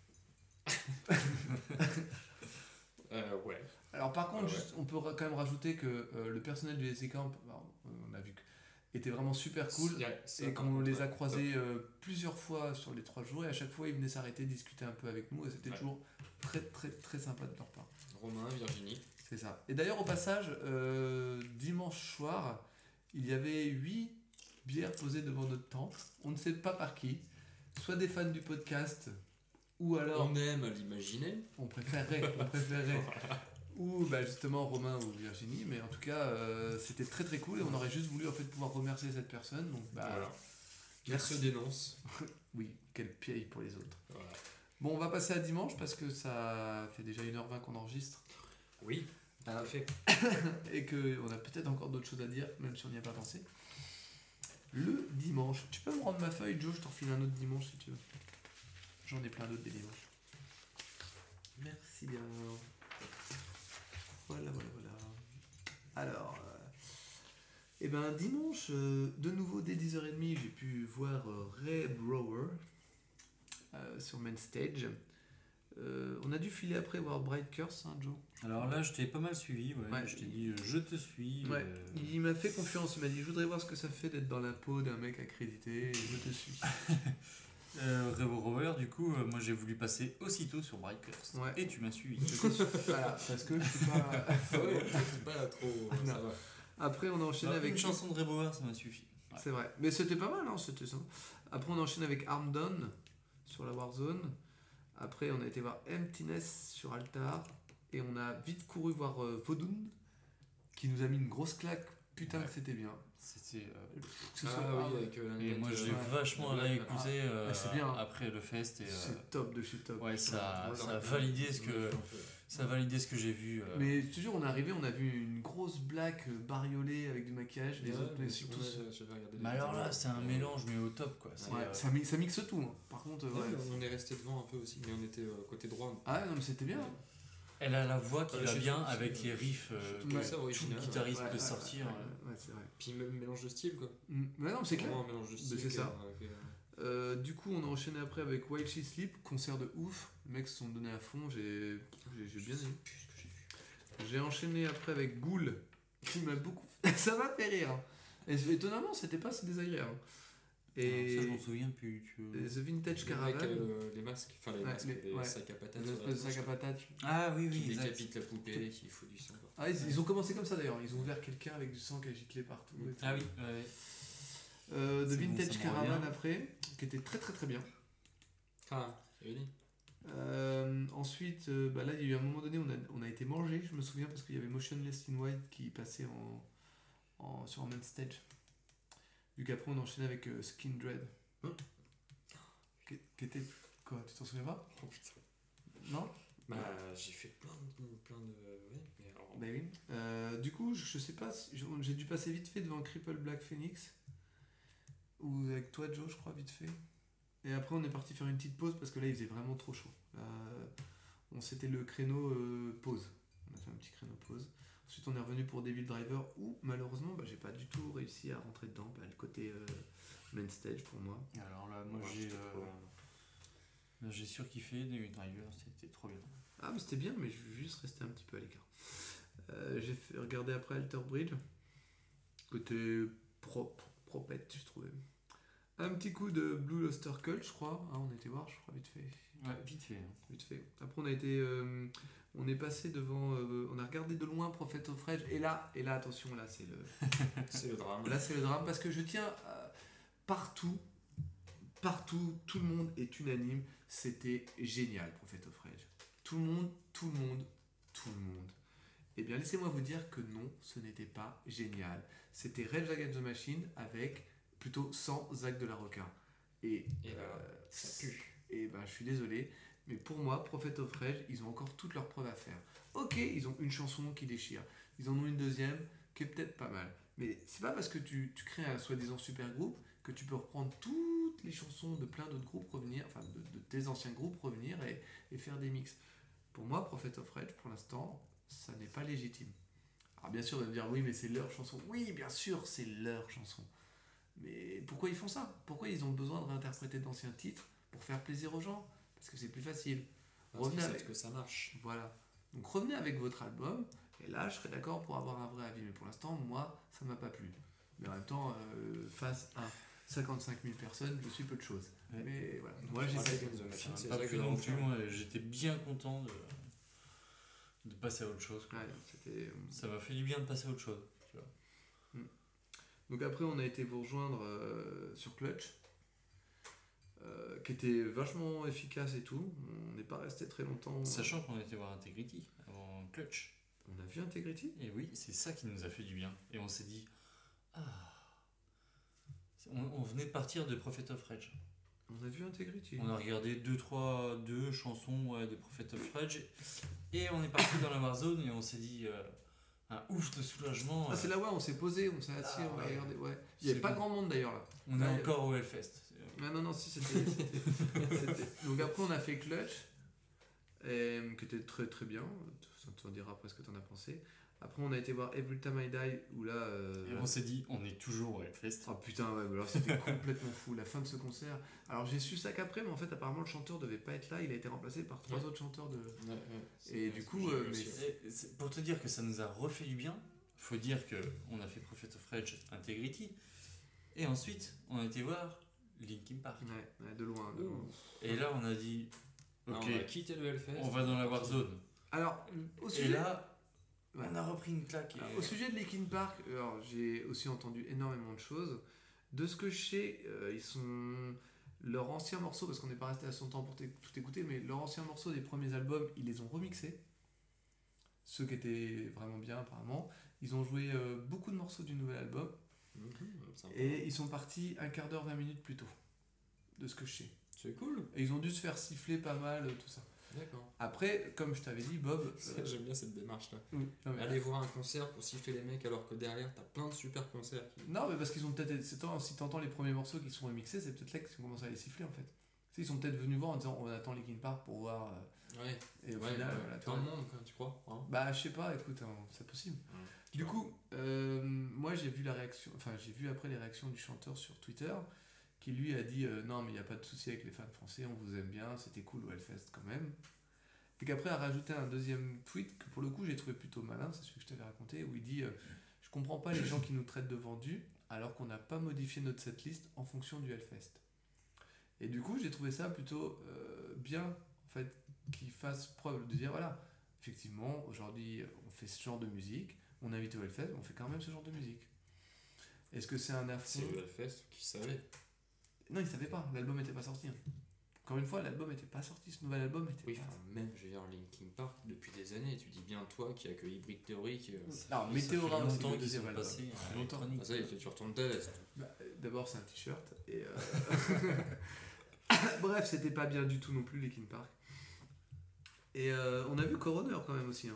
Ouais. Alors par contre, Ouais. juste, on peut quand même rajouter que le personnel du Z-Camp, on a vu que était vraiment super cool. Ouais, ça, Et par qu'on contre, les a ouais, croisés plusieurs fois sur les 3 jours, et à chaque fois ils venaient s'arrêter, discuter un peu avec nous, et c'était Ouais. toujours très très très sympa de leur part. top. Romain, Virginie. C'est ça. Et d'ailleurs, au passage, dimanche soir, il y avait 8 bières posées devant notre tente. On ne sait pas par qui. Soit des fans du podcast, ou alors On aime à l'imaginer. on préférerait, ou justement Romain ou Virginie. Mais en tout cas, c'était très très cool et on aurait juste voulu en fait pouvoir remercier cette personne. Donc Voilà. Qu'elle merci. se dénonce. Oui, quel pied pour les autres. Voilà. Bon, on va passer à dimanche parce que ça fait déjà 1h20 qu'on enregistre. Oui, tout à fait. Et qu'on a peut-être encore d'autres choses à dire, même si on n'y a pas pensé. Le dimanche. Tu peux me rendre ma feuille, Joe? Je t'en refile un autre dimanche si tu veux. J'en ai plein d'autres des dimanches. Merci bien. Voilà. Alors. Et ben dimanche, de nouveau dès 10h30, j'ai pu voir Ray Brower sur Main Stage. On a dû filer après voir Bright Curse, hein, Joe. Alors là, je t'ai pas mal suivi, Ouais. Je t'ai dit, je te suis. Ouais. Il m'a fait confiance, il m'a dit je voudrais voir ce que ça fait d'être dans la peau d'un mec accrédité et je te suis. Revo Rover, du coup, moi j'ai voulu passer aussitôt sur Bright Curse. Ouais. Et tu m'as suivi. Voilà, parce que je suis pas. C'est pas trop. Ça va. Après, on a enchaîné Alors, avec. une chanson de Revo Rover, ça m'a suffi. Ouais. C'est vrai, mais c'était pas mal, hein, c'était ça. Après, on a enchaîné avec Arm Down sur la Warzone. Après, on a été voir Emptiness sur Altar. Et on a vite couru voir Vodun, qui nous a mis une grosse claque. Putain, Ouais. que c'était bien. C'était. Que ce soit- Oui, avec Et moi j'ai ouais. vachement réécouté c'est bien. après le fest. Et, C'est top de chez top. ouais, ça On a l'aurait validé fait. ce que. Ça a validé ce que j'ai vu. Mais toujours, on est arrivé, on a vu une grosse black bariolée avec du maquillage. Les autres, mais surtout. Mais alors là, c'est un mélange, mais au top quoi. C'est, Ouais, ça mixe tout. Hein. Par contre, ouais. On est resté devant un peu aussi, mais on était côté droit. Ah ouais, non, mais c'était bien. Hein. Elle a la voix qui Ouais, va j'ai bien trouvé avec aussi, les riffs Ouais, que ça, tout original, guitariste Ouais, peut ouais, sortir. Ouais, c'est vrai. Puis même mélange de style quoi. Ouais, non, mais c'est clair. Vraiment un mélange de style. c'est ça. avec, Du coup, on a enchaîné après avec While She Sleep, concert de ouf. Les mecs se sont donnés à fond, j'ai bien aimé. J'ai enchaîné après avec Ghoul, qui m'a beaucoup. Ça m'a fait rire. Et étonnamment, c'était pas si désagréable. Et Ça, je m'en souviens plus. et The Vintage Les mecs, Caravan, les masques, enfin les Ouais, masques, les- les ouais. sacs à patates. une espèce de sac à patates. Ah oui, Qui oui, exact. décapite la poupée, qui fout du sang. Ah, ils ont commencé comme ça d'ailleurs. Ils ont ouvert quelqu'un avec du sang qui a giclé partout. et tout. Ah oui, ouais. The C'est bon, Vintage ça me Caravan revient. après, qui était très très très bien. Ah, j'avais dit. Ensuite, là, il y a eu un moment donné, on a été mangé, je me souviens, parce qu'il y avait Motionless in White qui passait sur un main stage. Vu qu'après, on enchaînait avec Skin Dread. Qui était. Quoi, tu t'en souviens pas? Oh putain. Non? Bah, j'ai fait plein de. Ouais, mais alors. Bah oui. Du coup, je sais pas, j'ai dû passer vite fait devant Cripple Black Phoenix. Ou avec toi, Joe, je crois, vite fait. Et après, on est parti faire une petite pause parce que là, il faisait vraiment trop chaud. C'était le créneau pause. On a fait un petit créneau pause. Ensuite, on est revenu pour Devil Driver où, malheureusement, j'ai pas du tout réussi à rentrer dedans. Le côté main stage pour moi. Alors là, moi j'ai surkiffé Devil Driver, c'était trop bien. Ah, mais c'était bien, mais je vais juste rester un petit peu à l'écart. J'ai regardé après Alter Bridge. Côté propette, je trouvais. Un petit coup de Blue Luster Cult, je crois. On était voir, je crois, vite fait. Ouais, vite fait. Hein. Vite fait. Après, on a été. On est passé devant. On a regardé de loin Prophet of Rage. Et là, attention, là, c'est le. C'est le drame. Là, c'est le drame parce que je tiens partout, tout le monde est unanime. C'était génial, Prophet of Rage. Tout le monde. Eh bien, laissez-moi vous dire que non, ce n'était pas génial. C'était Rage Against the Machine avec plutôt sans Zach de la Rocca. Et ça pue. Et ben, je suis désolé, mais pour moi, Prophet of Rage, ils ont encore toutes leurs preuves à faire. Ok, ils ont une chanson qui déchire. Ils en ont une deuxième qui est peut-être pas mal. Mais c'est pas parce que tu crées un soi-disant super groupe que tu peux reprendre toutes les chansons de plein d'autres groupes, revenir, enfin de tes anciens groupes, revenir et faire des mix. Pour moi, Prophet of Rage, pour l'instant, ça n'est pas légitime. Alors bien sûr, on va me dire, oui, mais c'est leur chanson. Oui, bien sûr, c'est leur chanson. Mais pourquoi ils font ça? Pourquoi ils ont besoin de réinterpréter d'anciens titres pour faire plaisir aux gens? Parce que c'est plus facile. Revenez Parce avec... que ça marche. Voilà. Donc revenez avec votre album, et là je serais d'accord pour avoir un vrai avis. Mais pour l'instant, moi, ça m'a pas plu. Mais en même temps, face à 55 000 personnes, je suis peu de choses. Ouais. Mais voilà. Donc, Moi, j'ai Rage fait... Against the Machine, c'est Pas Zach plus de la non Rocca. plus, moi j'étais bien content de passer à autre chose. Quoi. Ouais, c'était... Ça m'a fait du bien de passer à autre chose. Tu vois. Donc après, on a été vous rejoindre sur Clutch, qui était vachement efficace et tout. On n'est pas resté très longtemps. Sachant qu'on était voir Integrity avant Clutch. On a vu Integrity. Et oui, c'est ça qui nous a fait du bien. Et on s'est dit, on venait de partir de Prophet of Rage. On a vu Integrity. On a regardé deux chansons de Prophet of Rage. Et on est parti dans la Warzone et on s'est dit, un ouf de soulagement. Ah, c'est là, ouais, on s'est posé, on s'est assis, on a ouais. regardé. Ouais. Il n'y avait C'est pas bon. grand monde d'ailleurs là. On Là, est il y encore au Hellfest. Ah, non, si, c'était. Donc après, on a fait Clutch, qui était très très bien. Ça te dira après ce que tu en as pensé. Après, on a été voir Every Time I Die, où là. Et on s'est dit, on est toujours au Hellfest. Oh putain, ouais, alors c'était complètement fou, la fin de ce concert. Alors j'ai su ça qu'après, mais en fait, apparemment, le chanteur devait pas être là, il a été remplacé par 3 autres chanteurs de. Et du coup, Pour te dire que ça nous a refait du bien, faut dire qu'on a fait Prophet of Rage Integrity, et ensuite, on a été voir Linkin Park. Ouais, de loin, de loin. Et là, on a dit, ok, on a quitté le Hellfest. On va dans la Warzone. Alors, au sujet... Et là, on a repris une claque. Au sujet de Linkin Park, alors, j'ai aussi entendu énormément de choses. De ce que je sais, ils sont... Leur ancien morceau, parce qu'on n'est pas resté assez longtemps pour tout écouter, mais leur ancien morceau des premiers albums, ils les ont remixés. Ceux qui étaient vraiment bien, apparemment. Ils ont joué beaucoup de morceaux du nouvel album. Et ils sont partis un quart d'heure, 20 minutes plus tôt. De ce que je sais. C'est cool. Et ils ont dû se faire siffler pas mal, tout ça. D'accord. Après, comme je t'avais dit, Bob... J'aime bien cette démarche-là. Oui. Non, mais... Aller voir un concert pour siffler les mecs alors que derrière, t'as plein de super concerts. Non, mais parce qu'ils ont peut-être... Si t'entends les premiers morceaux qui sont remixés, c'est peut-être là qu'ils ont commencé à les siffler, en fait. Ils sont peut-être venus voir en disant on attend Linkin Park pour voir... Ouais. Et au final, voilà, dans le monde, tu crois hein. Bah, je sais pas, écoute, hein, c'est possible. Du coup, moi, j'ai vu après les réactions du chanteur sur Twitter, qui lui a dit non, mais il n'y a pas de souci avec les fans français, on vous aime bien, c'était cool au Hellfest quand même. Et qu'après a rajouté un deuxième tweet que pour le coup j'ai trouvé plutôt malin, c'est celui que je t'avais raconté, où il dit je comprends pas les gens qui nous traitent de vendus alors qu'on n'a pas modifié notre setlist en fonction du Hellfest. Et du coup j'ai trouvé ça plutôt bien en fait qu'il fasse preuve de dire voilà, effectivement aujourd'hui on fait ce genre de musique, on invite au Hellfest, mais on fait quand même ce genre de musique. Est-ce que c'est un affront ? C'est le Hellfest qui savait. Non, il savait pas, l'album était pas sorti. Encore une fois, l'album était pas sorti, ce nouvel album était oui, pas... même, je veux dire, Linkin Park, depuis des années, tu dis bien toi qui accueilli Brick Theory... Alors, Meteora aussi, le deuxième album. Passé, longtemps. Ah ça y est, tu retournes ta veste. Bah, d'abord, c'est un t-shirt, et... Bref, c'était pas bien du tout non plus, Linkin Park. Et on a vu Coroner quand même aussi. Hein.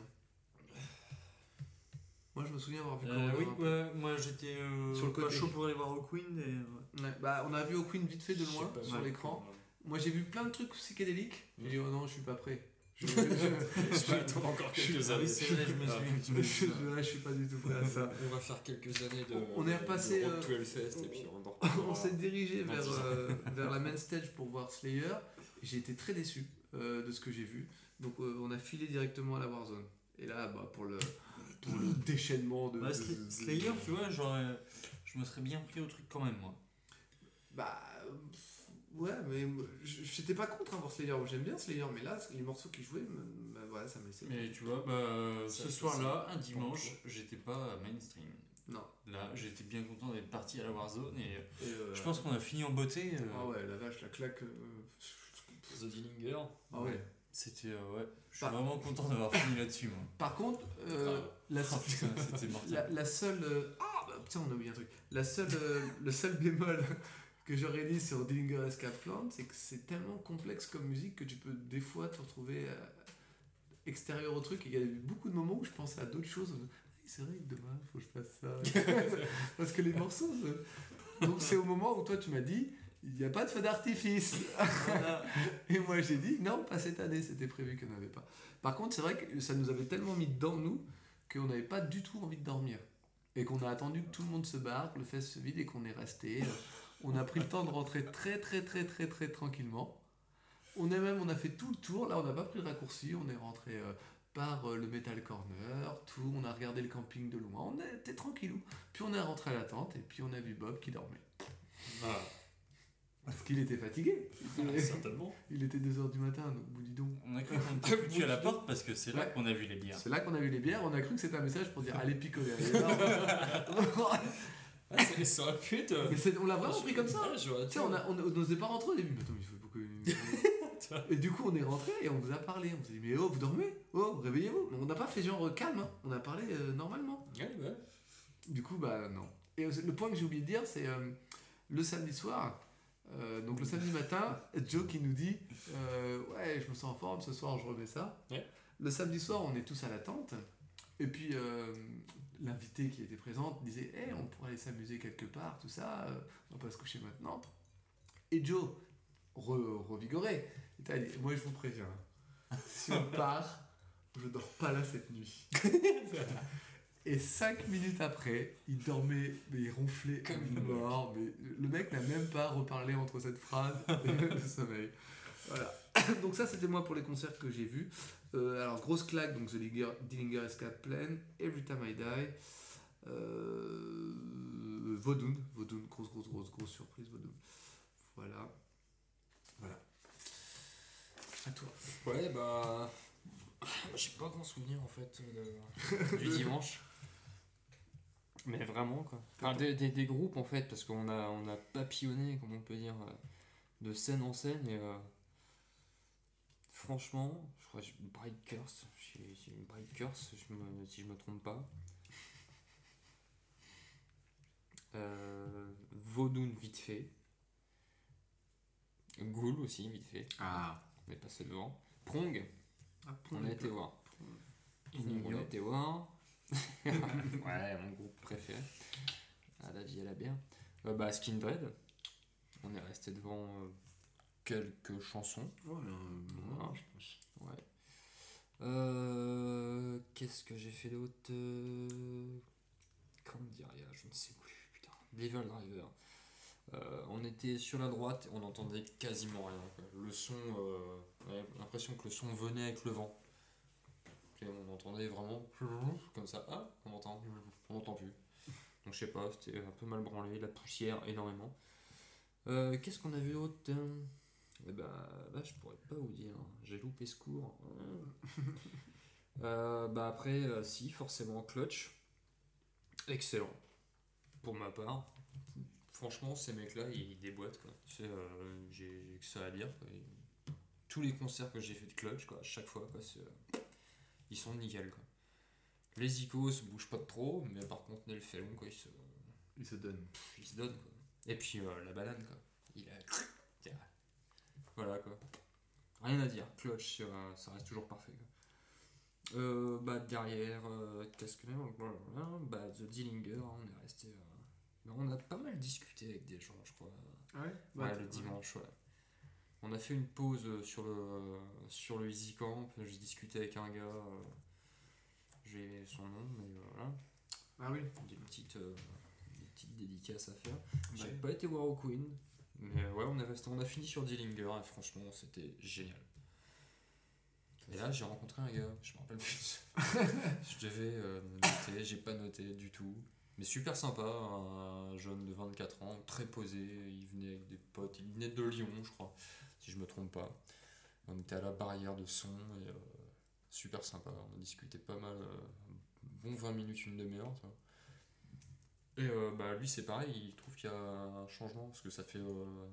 Moi, je me souviens avoir vu Coroner. Oui, moi j'étais sur le pas chaud pour aller voir au Queen. Ouais, bah, on a vu au Queen vite fait de loin, sur l'écran. Moi, j'ai vu plein de trucs psychédéliques. J'ai dit, oh non, je suis pas prêt. Je vais attendre encore quelques années. C'est vrai, je suis pas du tout prêt à ça. On va faire quelques années de... On est repassé... Road to Hellfest, et puis on s'est dirigé vers la main stage pour voir Slayer. J'ai été très déçu de ce que j'ai vu. Donc, on a filé directement à la Warzone. Et là, bah, pour le déchaînement de... Slayer, tu vois, je me serais bien pris au truc quand même, moi. Bah... Ouais, mais j'étais pas contre pour Slayer, j'aime bien Slayer, mais là, les morceaux qu'ils jouaient, bah, voilà, ça me laissait. Mais tu vois, ce soir-là, un dimanche, j'étais pas mainstream. Non. Là, j'étais bien content d'être parti à la Warzone et je pense qu'on a fini en beauté. Ah ouais, la vache, la claque. The Dillinger. Ah ouais. C'était, ouais. Je suis vraiment content d'avoir fini là-dessus, moi. Par contre, la seule. Ah, bah, putain, on a oublié un truc. Le seul bémol que j'aurais dit sur Dillinger Escape Plan, c'est que c'est tellement complexe comme musique que tu peux des fois te retrouver extérieur au truc. Et il y a eu beaucoup de moments où je pensais à d'autres choses. C'est vrai que demain, il faut que je fasse ça. Parce que les morceaux... Donc c'est au moment où toi tu m'as dit, il n'y a pas de feu d'artifice. Et moi j'ai dit, non, pas cette année, c'était prévu qu'il n'y en avait pas. Par contre, c'est vrai que ça nous avait tellement mis dedans, nous, qu'on n'avait pas du tout envie de dormir. Et qu'on a attendu que tout le monde se barre, que le fest se vide et qu'on est resté... On a pris le temps de rentrer très tranquillement. On a fait tout le tour. Là, on n'a pas pris le raccourci. On est rentré par le Metal Corner. On a regardé le camping de loin. On était tranquillou. Puis on est rentré à la tente et puis on a vu Bob qui dormait. Ah. Parce qu'il était fatigué. Certainement. Il était 2h du matin, donc bout dis donc. On a cru qu'on était foutu à la porte parce que c'est là qu'on a vu les bières. C'est là qu'on a vu les bières. On a cru que c'était un message pour dire allez picoler. Ça aurait pu être... Mais on l'a vraiment pris comme ça. On n'osait pas rentrer au début. Mais attends, il faut pourquoi... Et du coup, on est rentré et on vous a parlé. On s'est dit, mais oh, vous dormez ? Oh, réveillez-vous. On n'a pas fait genre calme, hein. On a parlé normalement. Ouais. Du coup, bah non. Et le point que j'ai oublié de dire, c'est le samedi soir. Donc le samedi matin, Joe qui nous dit ouais, je me sens en forme, ce soir je remets ça. Ouais. Le samedi soir, on est tous à la tente. Et puis l'invité qui était présente disait hey, on pourrait aller s'amuser quelque part, tout ça, on va pas se coucher maintenant. Et Joe, revigoré, il dit moi je vous préviens, si on part, je dors pas là cette nuit. Et 5 minutes après, il dormait, mais il ronflait comme une mort. Mais le mec n'a même pas reparlé entre cette phrase et le sommeil. Voilà. Donc ça, c'était moi pour les concerts que j'ai vus. Alors, grosse claque, donc The Dillinger Escape Plan, Every Time I Die, Vodun, grosse surprise, Vodun. Voilà. À toi. Ouais, bah. J'ai pas grand souvenir en fait du dimanche. Mais vraiment quoi. Enfin, des groupes en fait, parce qu'on a papillonné, comme on peut dire, de scène en scène. Et franchement, je crois que Bright Curse, j'ai une Bright Curse si je me trompe pas. Vodun vite fait. Ghoul aussi vite fait. Ah. On est passé devant. Prong. On a été voir. On a été voir. Ouais, mon groupe préféré. À la vie et à la bière. Skindred. On est resté devant quelques chansons. Ouais, voilà. je pense. Ouais. Qu'est-ce que j'ai fait d'autre Comment dire, je ne sais plus. Putain. Devil Driver. On était sur la droite, on n'entendait quasiment rien. Quoi. Le son, on avait l'impression que le son venait avec le vent. Et on entendait vraiment comme ça. Ah, on n'entend plus. Donc je sais pas, c'était un peu mal branlé, la poussière énormément. Qu'est-ce qu'on a vu d'autre là je pourrais pas vous dire. J'ai loupé ce cours. Après, si forcément Clutch. Excellent. Pour ma part. Franchement, ces mecs-là, ils déboîtent quoi. J'ai que ça à dire. Quoi. Tous les concerts que j'ai fait de Clutch, quoi, à chaque fois, quoi, ils sont nickel. Quoi. Les icônes bougent pas trop, mais par contre, Neil Fallon, quoi, il se donne. Il se donne quoi. Et puis la banane, quoi. Voilà quoi. Rien à dire. Clutch, ça reste toujours parfait. Quoi. Derrière, qu'est-ce que The Dillinger, on est resté. On a pas mal discuté avec des gens, je crois. Ah ouais. Ouais, le dimanche, ouais. On a fait une pause sur le Easy Camp. J'ai discuté avec un gars. J'ai son nom, mais voilà. Ah oui. Des petites dédicaces à faire. J'ai pas été voir au Queen, mais ouais, on a fini sur Dillinger et franchement, c'était génial. Et là, j'ai rencontré un gars, je me rappelle plus. Je devais noter, j'ai pas noté du tout. Mais super sympa, un jeune de 24 ans, très posé, il venait avec des potes, il venait de Lyon, je crois, si je me trompe pas. On était à la barrière de son et super sympa, on a discuté pas mal, bon 20 minutes, une demi-heure. Ça. Et lui c'est pareil, il trouve qu'il y a un changement, parce que ça fait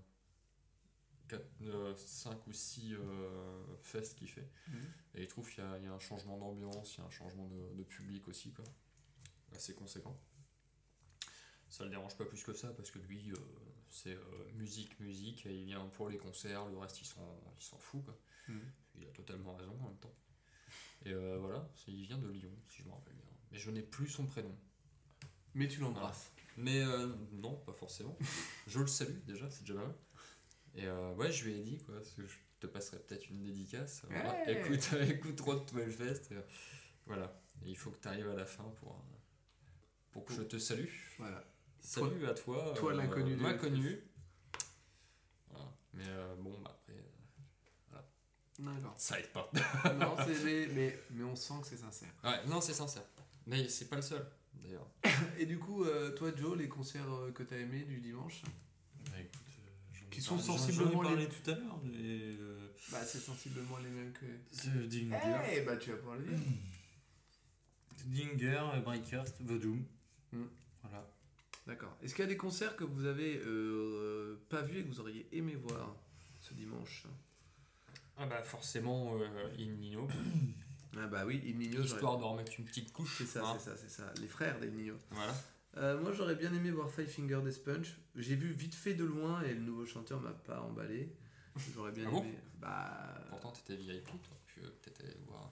5 ou 6 fests qu'il fait. Et il trouve qu'il y a un changement d'ambiance, il y a un changement de public aussi, quoi. Assez conséquent. Ça le dérange pas plus que ça, parce que lui, c'est musique, et il vient pour les concerts, le reste il s'en fout, quoi. Il a totalement raison en même temps. Et voilà, il vient de Lyon, si je me rappelle bien. Mais je n'ai plus son prénom. Mais tu l'embrasses. Mais non, pas forcément. Je le salue déjà, c'est déjà mal. Et ouais, je lui ai dit quoi, parce que je te passerai peut-être une dédicace. Voilà. Écoute Road to Hellfest. Voilà. Et il faut que tu arrives à la fin pour que je te salue. Voilà. Salut à toi. Toi l'inconnu. L'inconnu. Voilà. Mais bon, après. Voilà. D'accord. Ça aide pas. Non, mais on sent que c'est sincère. Ouais, non, c'est sincère. Mais c'est pas le seul, d'ailleurs. Et du coup, toi, Joe, les concerts que t'as aimés du dimanche écoute, qui sont sensiblement j'en ai parlé les... tout à l'heure. c'est sensiblement les mêmes que... The Dillinger. Tu vas pouvoir le dire. The Dillinger, Breakfast, Vodum. Voilà. D'accord. Est-ce qu'il y a des concerts que vous avez pas vus et que vous auriez aimé voir ce dimanche ? Forcément, In Nino. Ah bah oui, In Nino. Histoire de remettre une petite couche. C'est ça. Les frères d'In Nino. Voilà. Moi j'aurais bien aimé voir Five Finger Death Punch. J'ai vu vite fait de loin et le nouveau chanteur m'a pas emballé. J'aurais bien aimé. Pourtant t'étais VIP, toi. Tu peux peut-être aller voir.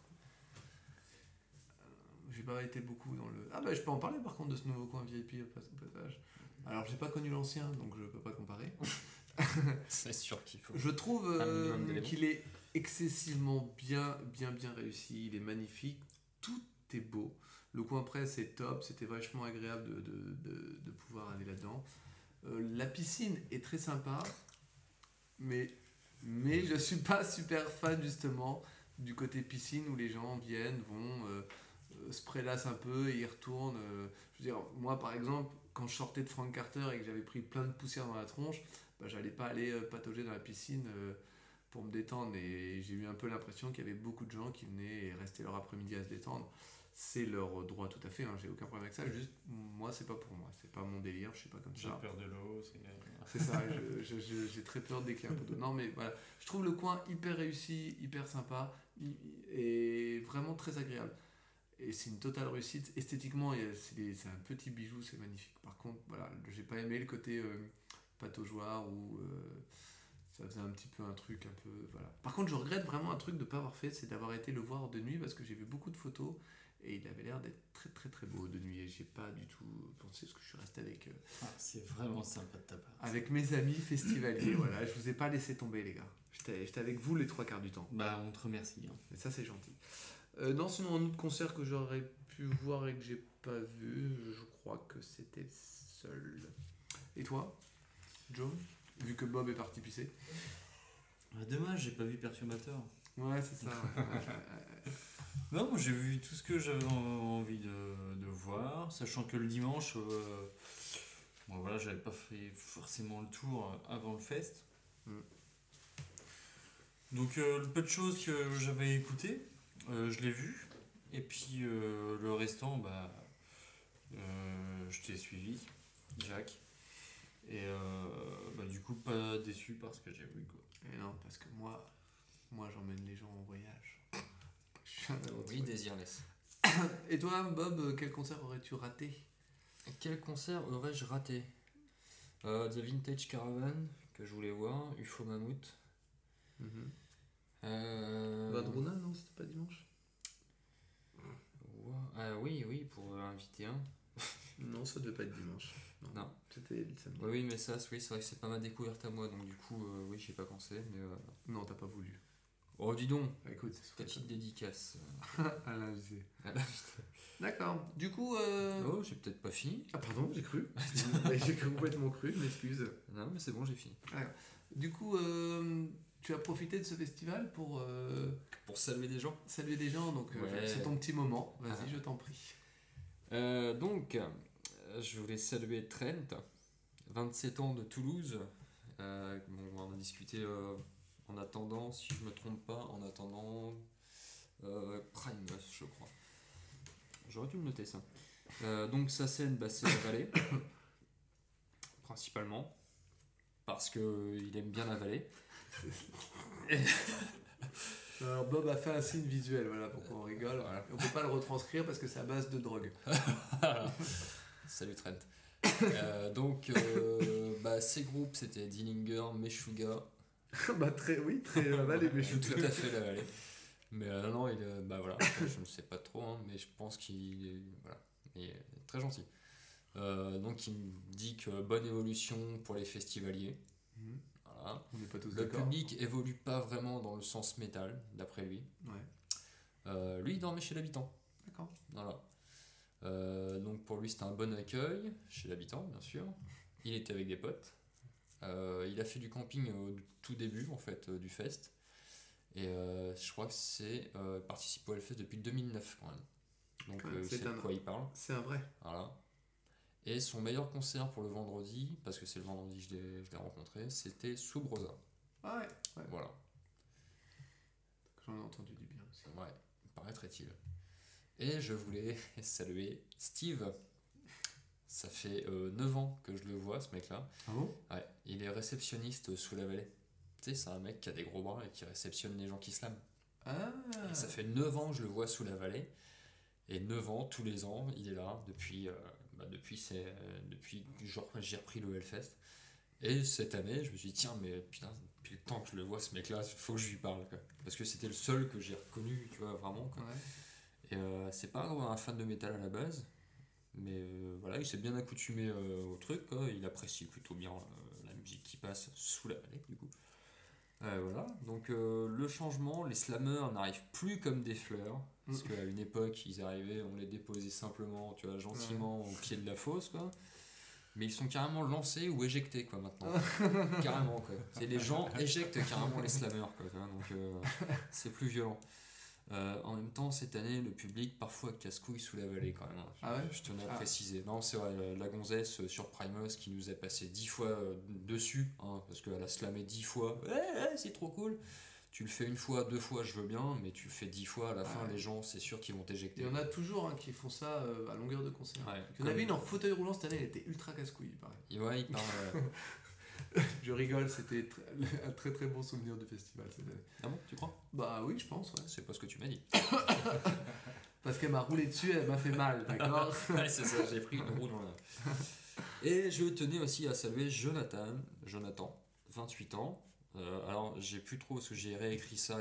J'ai pas été beaucoup dans le... je peux en parler par contre de ce nouveau coin VIP au passage. Alors j'ai pas connu l'ancien donc je peux pas comparer. C'est sûr qu'il faut. Je trouve qu'il est excessivement bien réussi. Il est magnifique. Tout était beau. Le coin presse est top, c'était vachement agréable de pouvoir aller là-dedans. La piscine est très sympa, mais je suis pas super fan justement du côté piscine où les gens viennent, vont, se prélassent un peu et y retournent. Je veux dire, moi par exemple, quand je sortais de Frank Carter et que j'avais pris plein de poussière dans la tronche, bah, j'allais pas aller patauger dans la piscine pour me détendre. Et j'ai eu un peu l'impression qu'il y avait beaucoup de gens qui venaient et restaient leur après-midi à se détendre. C'est leur droit tout à fait, hein, j'ai aucun problème avec ça. Juste, moi, c'est pas pour moi, c'est pas mon délire, je suis pas comme J'ai ça. peur de l'eau. C'est ça, j'ai très peur dès qu'il y a un peu d'eau. Non, mais voilà, je trouve le coin hyper réussi, hyper sympa et vraiment très agréable. Et c'est une totale réussite. Esthétiquement, c'est un petit bijou, c'est magnifique. Par contre, voilà, j'ai pas aimé le côté pataugeoire où ça faisait un petit peu un truc un peu. Voilà. Par contre, je regrette vraiment un truc de ne pas avoir fait, c'est d'avoir été le voir de nuit parce que j'ai vu beaucoup de photos et il avait l'air d'être très très très beau de nuit et j'ai pas du tout pensé parce que je suis resté avec. C'est vraiment sympa de ta part. Avec mes amis festivaliers, voilà, je vous ai pas laissé tomber les gars. J'étais avec vous les 3 quarts du temps. Bah, on te remercie. Hein. Et ça c'est gentil. Non, sinon un autre concert que j'aurais pu voir et que j'ai pas vu, je crois que c'était le seul. Et toi, Joe? Vu que Bob est parti pisser. Dommage, j'ai pas vu Perturbateur. Ouais, c'est ça. Non, moi j'ai vu tout ce que j'avais envie de voir, sachant que le dimanche, bon, voilà, j'avais pas fait forcément le tour avant le fest. Donc le peu de choses que j'avais écoutées, je l'ai vu. Et puis le restant, bah, je t'ai suivi, Jacques. Et bah, du coup, pas déçu parce que j'ai vu quoi. Et non, parce que moi j'emmène les gens en voyage. Je suis un Oui, aventurier. Desireless. Et toi, Bob, quel concert aurais-tu raté? Quel concert aurais-je raté? The Vintage Caravan, que je voulais voir, UFO Mammouth. Vadruna, non, c'était pas dimanche? Ah oui, pour inviter un. Non, ça devait pas être dimanche. Non. C'était le samedi. Oui, mais ça, oui, c'est vrai que c'est pas ma découverte à moi, donc du coup, oui, j'ai pas pensé, mais... Non, t'as pas voulu. Oh, dis donc, Ah, écoute, c'est petite dédicace. Alain Vizé. Ah, là, D'accord. Du coup. Oh, j'ai peut-être pas fini. Ah, pardon, j'ai cru. J'ai complètement cru, je m'excuse. Non, mais c'est bon, j'ai fini. Du coup, tu as profité de ce festival pour Pour saluer des gens. saluer des gens, donc Ouais. c'est ton petit moment. Vas-y, Ah. je t'en prie. Donc, je voulais saluer Trent, 27 ans de Toulouse. Bon, on en a discuté en attendant, si je me trompe pas, en attendant Prime, je crois. J'aurais dû me noter ça. Donc, sa scène, bah, c'est la vallée, principalement, parce qu'il aime bien la vallée. Alors, Bob a fait un signe visuel, voilà pourquoi on rigole. Voilà. On peut pas le retranscrire parce que c'est à base de drogue. Salut Trent. Donc, bah, ces groupes, c'était Dillinger, Meshuggah. Bah, très la vallée, mais je Tout à fait la vallée. Mais non, bah voilà, je ne sais pas trop, hein, mais je pense qu'il est, voilà, il est très gentil. Donc il me dit que bonne évolution pour les festivaliers. Voilà. On n'est pas tous Le d'accord. public évolue pas vraiment dans le sens métal, d'après lui. Ouais, Lui, il dormait chez l'habitant. d'accord. Voilà. Donc pour lui, c'était un bon accueil, chez l'habitant, bien sûr. Il était avec des potes. Il a fait du camping au tout début, en fait, du fest. Et je crois que participe au Hellfest depuis 2009 quand même. Donc Ouais, c'est de quoi il parle. C'est un vrai. Voilà. Et son meilleur concert pour le vendredi, parce que c'est le vendredi que je l'ai rencontré, c'était Sub Rosa. Ah ouais. Voilà. J'en ai entendu du bien aussi. Ouais, paraîtrait-il. Et je voulais saluer Steve. Ça fait 9 ans que je le vois, ce mec-là. Ah bon? Ouais, il est réceptionniste sous la vallée. Tu sais, c'est un mec qui a des gros bras et qui réceptionne les gens qui slament. Ah. Et ça fait 9 ans que je le vois sous la vallée. Et 9 ans, tous les ans, il est là depuis genre j'ai repris le Hellfest. Et cette année, je me suis dit, tiens, mais putain, depuis le temps que je le vois, ce mec-là, il faut que je lui parle. Quoi. Parce que c'était le seul que j'ai reconnu, tu vois, vraiment. Quoi. Ouais. Et c'est pas un fan de métal à la base. Mais voilà, il s'est bien accoutumé au truc, quoi. Il apprécie plutôt bien la musique qui passe sous la vallée, du coup. Voilà, donc le changement, les slammers n'arrivent plus comme des fleurs, parce qu'à une époque, ils arrivaient, on les déposait simplement, tu vois, gentiment au pied de la fosse, quoi. Mais ils sont carrément lancés ou éjectés, quoi, maintenant. Carrément, quoi. C'est les gens éjectent carrément les slammers, quoi, tu vois, donc c'est plus violent. En même temps, cette année, le public parfois casse-couille sous la vallée quand même. Hein. Ah ouais. Je tenais à préciser. Non, c'est vrai, la gonzesse sur Primos qui nous a passé 10 fois dessus, hein, parce qu'elle a slamé 10 fois. Ouais, c'est trop cool. Tu le fais une fois, 2 fois, je veux bien, mais tu le fais 10 fois, à la fin, les gens, c'est sûr qu'ils vont t'éjecter. Il y en a toujours hein, qui font ça à longueur de concert. Ouais, Il y en avait une en fauteuil roulant cette année, elle était ultra casse-couille, il paraît. Ouais, il paraît. Je rigole, c'était un très très bon souvenir du festival cette année. Ah bon, tu crois? Bah oui, je pense, ouais. C'est pas ce que tu m'as dit. Parce qu'elle m'a roulé dessus, elle m'a fait mal, d'accord? Ouais, c'est ça, j'ai pris une roue dans la... Et je tenais aussi à saluer Jonathan, 28 ans. Alors, j'ai plus trop, parce que j'ai réécrit ça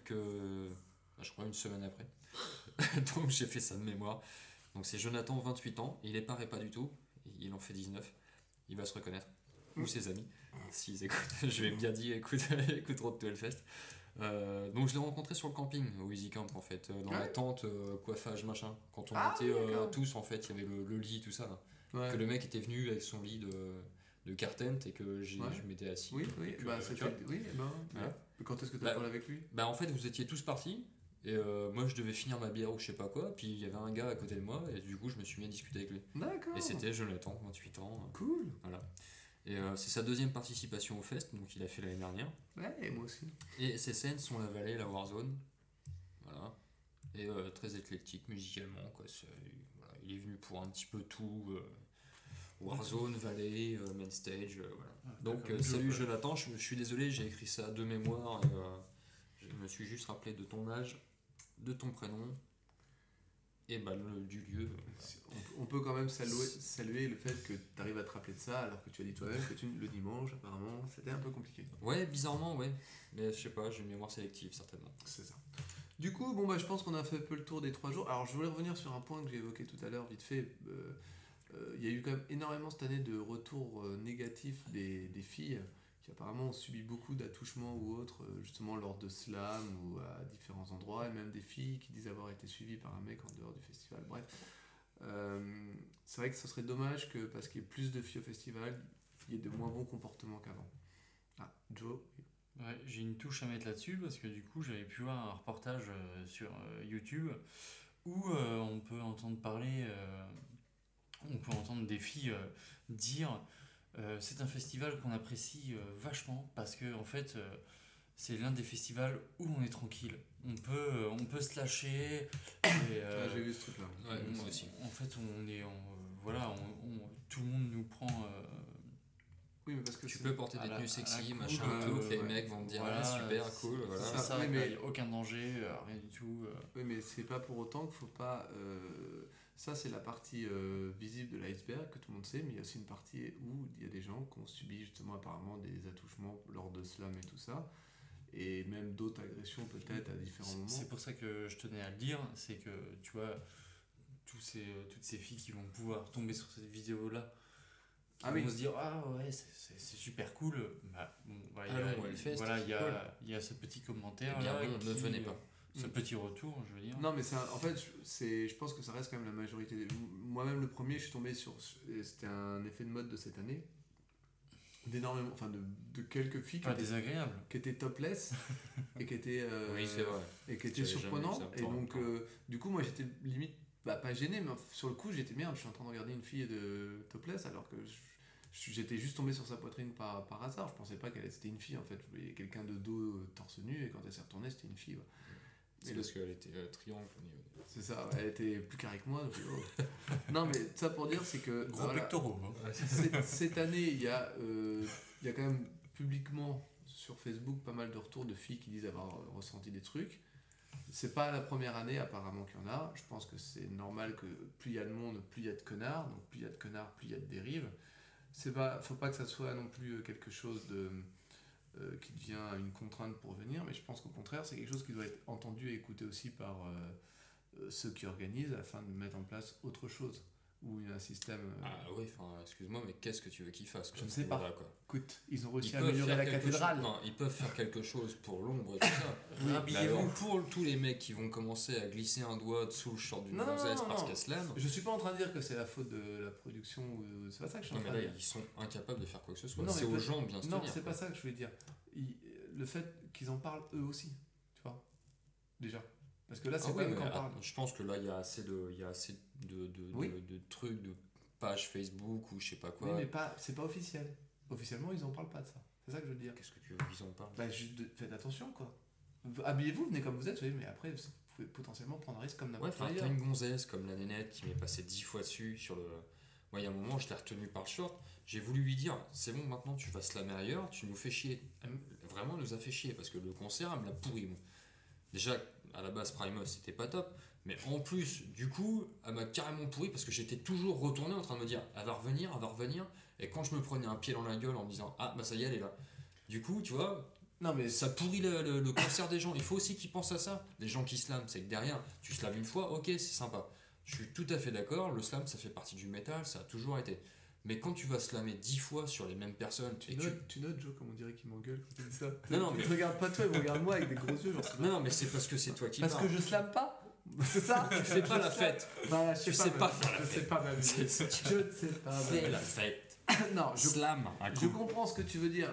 je crois une semaine après. Donc, j'ai fait ça de mémoire. Donc, c'est Jonathan, 28 ans. Il paraît pas du tout. Il en fait 19. Il va se reconnaître. Ou ses amis, s'ils écoutent. Je vais bien dire, écouteront de Hellfest. Donc je l'ai rencontré sur le camping au Easy Camp en fait, dans la tente, coiffage machin. Quand on était tous en fait, il y avait le lit, tout ça. Là. Ouais. Que le mec était venu avec son lit de cartent et que je m'étais assis. Oui, bah c'était. Oui, voilà. Quand est-ce que tu as parlé avec lui? Bah en fait, vous étiez tous partis. Et moi je devais finir ma bière ou je sais pas quoi, puis il y avait un gars à côté de moi et du coup je me suis mis à discuter avec lui. D'accord. Et c'était Jonathan, 28 ans. Cool. Voilà. Et c'est sa deuxième participation au fest, donc il a fait l'année dernière. Ouais, et moi aussi. Et ses scènes sont la vallée, la Warzone. Voilà. Et très éclectique musicalement, quoi. Voilà. Il est venu pour un petit peu tout. Warzone, vallée, main stage, voilà. Donc salut Jonathan, je suis désolé, j'ai écrit ça de mémoire. Et, je me suis juste rappelé de ton âge, de ton prénom. Et bah, du lieu. On peut quand même saluer le fait que tu arrives à te rappeler de ça alors que tu as dit toi-même que le dimanche apparemment c'était un peu compliqué. Ouais, bizarrement, ouais. Mais je sais pas, j'ai une mémoire sélective certainement. C'est ça. Du coup, bon bah je pense qu'on a fait un peu le tour des 3 jours. Alors je voulais revenir sur un point que j'ai évoqué tout à l'heure vite fait. Il y a eu quand même énormément cette année de retours négatifs des filles qui apparemment ont subi beaucoup d'attouchements ou autres, justement lors de slam ou à différents endroits, et même des filles qui disent avoir été suivies par un mec en dehors du festival. Bref, c'est vrai que ce serait dommage que, parce qu'il y ait plus de filles au festival, il y ait de moins bons comportements qu'avant. Ah, Joe? Ouais, j'ai une touche à mettre là-dessus parce que du coup j'avais pu voir un reportage sur YouTube où on peut entendre des filles dire c'est un festival qu'on apprécie vachement parce que en fait c'est l'un des festivals où on est tranquille. On peut se lâcher. J'ai vu ce truc là. Ouais, moi aussi. En fait tout le monde nous prend. Oui, mais parce que tu peux porter des tenues sexy, machin, cool, les mecs vont te dire voilà, super, cool. Voilà. C'est ça, oui, mais il n'y a aucun danger, rien du tout. Oui, mais c'est pas pour autant qu'il faut pas. Ça, c'est la partie visible de l'iceberg que tout le monde sait, mais il y a aussi une partie où il y a des gens qui ont subi justement apparemment des attouchements lors de slam et tout ça, et même d'autres agressions peut-être à différents moments. C'est pour ça que je tenais à le dire, c'est que tu vois, toutes ces filles qui vont pouvoir tomber sur cette vidéo-là, qui vont se dire ah ouais c'est super cool, il y a ce petit commentaire là ne venez pas. Ce petit retour, je veux dire. Non, mais en fait, je pense que ça reste quand même la majorité. Moi-même, le premier, je suis tombé sur. C'était un effet de mode de cette année. D'énormément. Enfin, de quelques filles qui étaient topless et qui étaient. Oui, c'est vrai. Et qui étaient surprenants. Et donc, du coup, moi, j'étais limite. Pas gêné, mais sur le coup, j'étais merde. Je suis en train de regarder une fille de topless alors que j'étais juste tombé sur sa poitrine par hasard. Je pensais pas c'était une fille en fait. Je voyais quelqu'un de dos torse nu et quand elle s'est retournée, c'était une fille. Ouais. C'est parce qu'elle était triangle au niveau. C'est ça, elle était plus carrée que moi. Donc, non, mais ça pour dire, c'est que. Gros pectoraux. Cette année, il y a quand même publiquement sur Facebook pas mal de retours de filles qui disent avoir ressenti des trucs. C'est pas la première année apparemment qu'il y en a. Je pense que c'est normal que plus il y a de monde, plus il y a de connards. Donc plus il y a de connards, plus il y a de dérives. Faut pas que ça soit non plus quelque chose qui devient une contrainte pour venir, mais je pense qu'au contraire c'est quelque chose qui doit être entendu et écouté aussi par ceux qui organisent afin de mettre en place autre chose. ou un système. Ah oui, enfin, excuse-moi, mais qu'est-ce que tu veux qu'ils fassent quoi, Je ne à ce sais pas. niveau-là, quoi. Écoute, ils ont réussi Ils à peuvent améliorer faire la quelque cathédrale. Non, ils peuvent faire quelque chose pour l'ombre et tout ça. Oui, Mais Rhabillez-vous. alors, pour tous les mecs qui vont commencer à glisser un doigt sous le short d'une Non, non, gonzesse non, parce non. qu'elle slam, Je suis pas en train de dire que c'est la faute de la production, c'est pas ça que je suis en non, mais train de là, dire. ils sont incapables de faire quoi que ce soit. Non, C'est mais aux peut- gens de bien se Non, tenir. c'est quoi. pas ça que je voulais dire. Le fait qu'ils en parlent eux aussi, tu vois, déjà. Parce que là, c'est Ah pas ouais, eux mais qui en parlent. je pense que là, il y a assez de Oui. de trucs, de pages Facebook ou je sais pas Oui, quoi. mais c'est pas officiel. Officiellement, ils en parlent pas de ça. C'est ça que je veux dire. Qu'est-ce que tu veux qu'ils en parlent Bah, juste faites attention, quoi. Habillez-vous, venez comme vous êtes, mais après, vous pouvez potentiellement prendre un risque comme Ouais, n'importe enfin, qui t'as ailleurs. une gonzesse comme la nénette qui m'est passée 10 fois dessus sur le. Moi, il y a un moment, je l'ai retenu par le short. J'ai voulu lui dire c'est bon, maintenant tu vas slammer ailleurs, tu nous fais chier. Vraiment, elle nous a fait chier parce que le concert, elle me l'a pourri. Moi. Déjà, à la base, Primus, c'était pas top. Mais en plus, du coup, elle m'a carrément pourri parce que j'étais toujours retourné en train de me dire elle va revenir, elle va revenir. Et quand je me prenais un pied dans la gueule en me disant ah, bah ça y est, elle est là. Du coup, tu vois, Non, mais ça pourrit le concert des gens. Il faut aussi qu'ils pensent à ça. Les gens qui slament, c'est que derrière, tu slams une fois, ok, c'est sympa. Je suis tout à fait d'accord, le slam, ça fait partie du métal, ça a toujours été. Mais quand tu vas slammer 10 fois sur les mêmes personnes, et que tu notes, Joe, comme on dirait qu'il m'engueule quand tu dis ça. Non, non, mais- Il te regarde pas toi, il me regarde moi avec des gros yeux, genre. Non, mais c'est parce que c'est toi qui Parce parles. que je slame pas. C'est ça. Tu fais pas la fête. Bah, je Tu sais sais pas pas m'amuser. faire la Je sais fête. pas m'amuser. C'est- Je ne sais pas. Fais m'amuser. la fête. Non, Slam, un je coup. comprends ce que tu veux dire.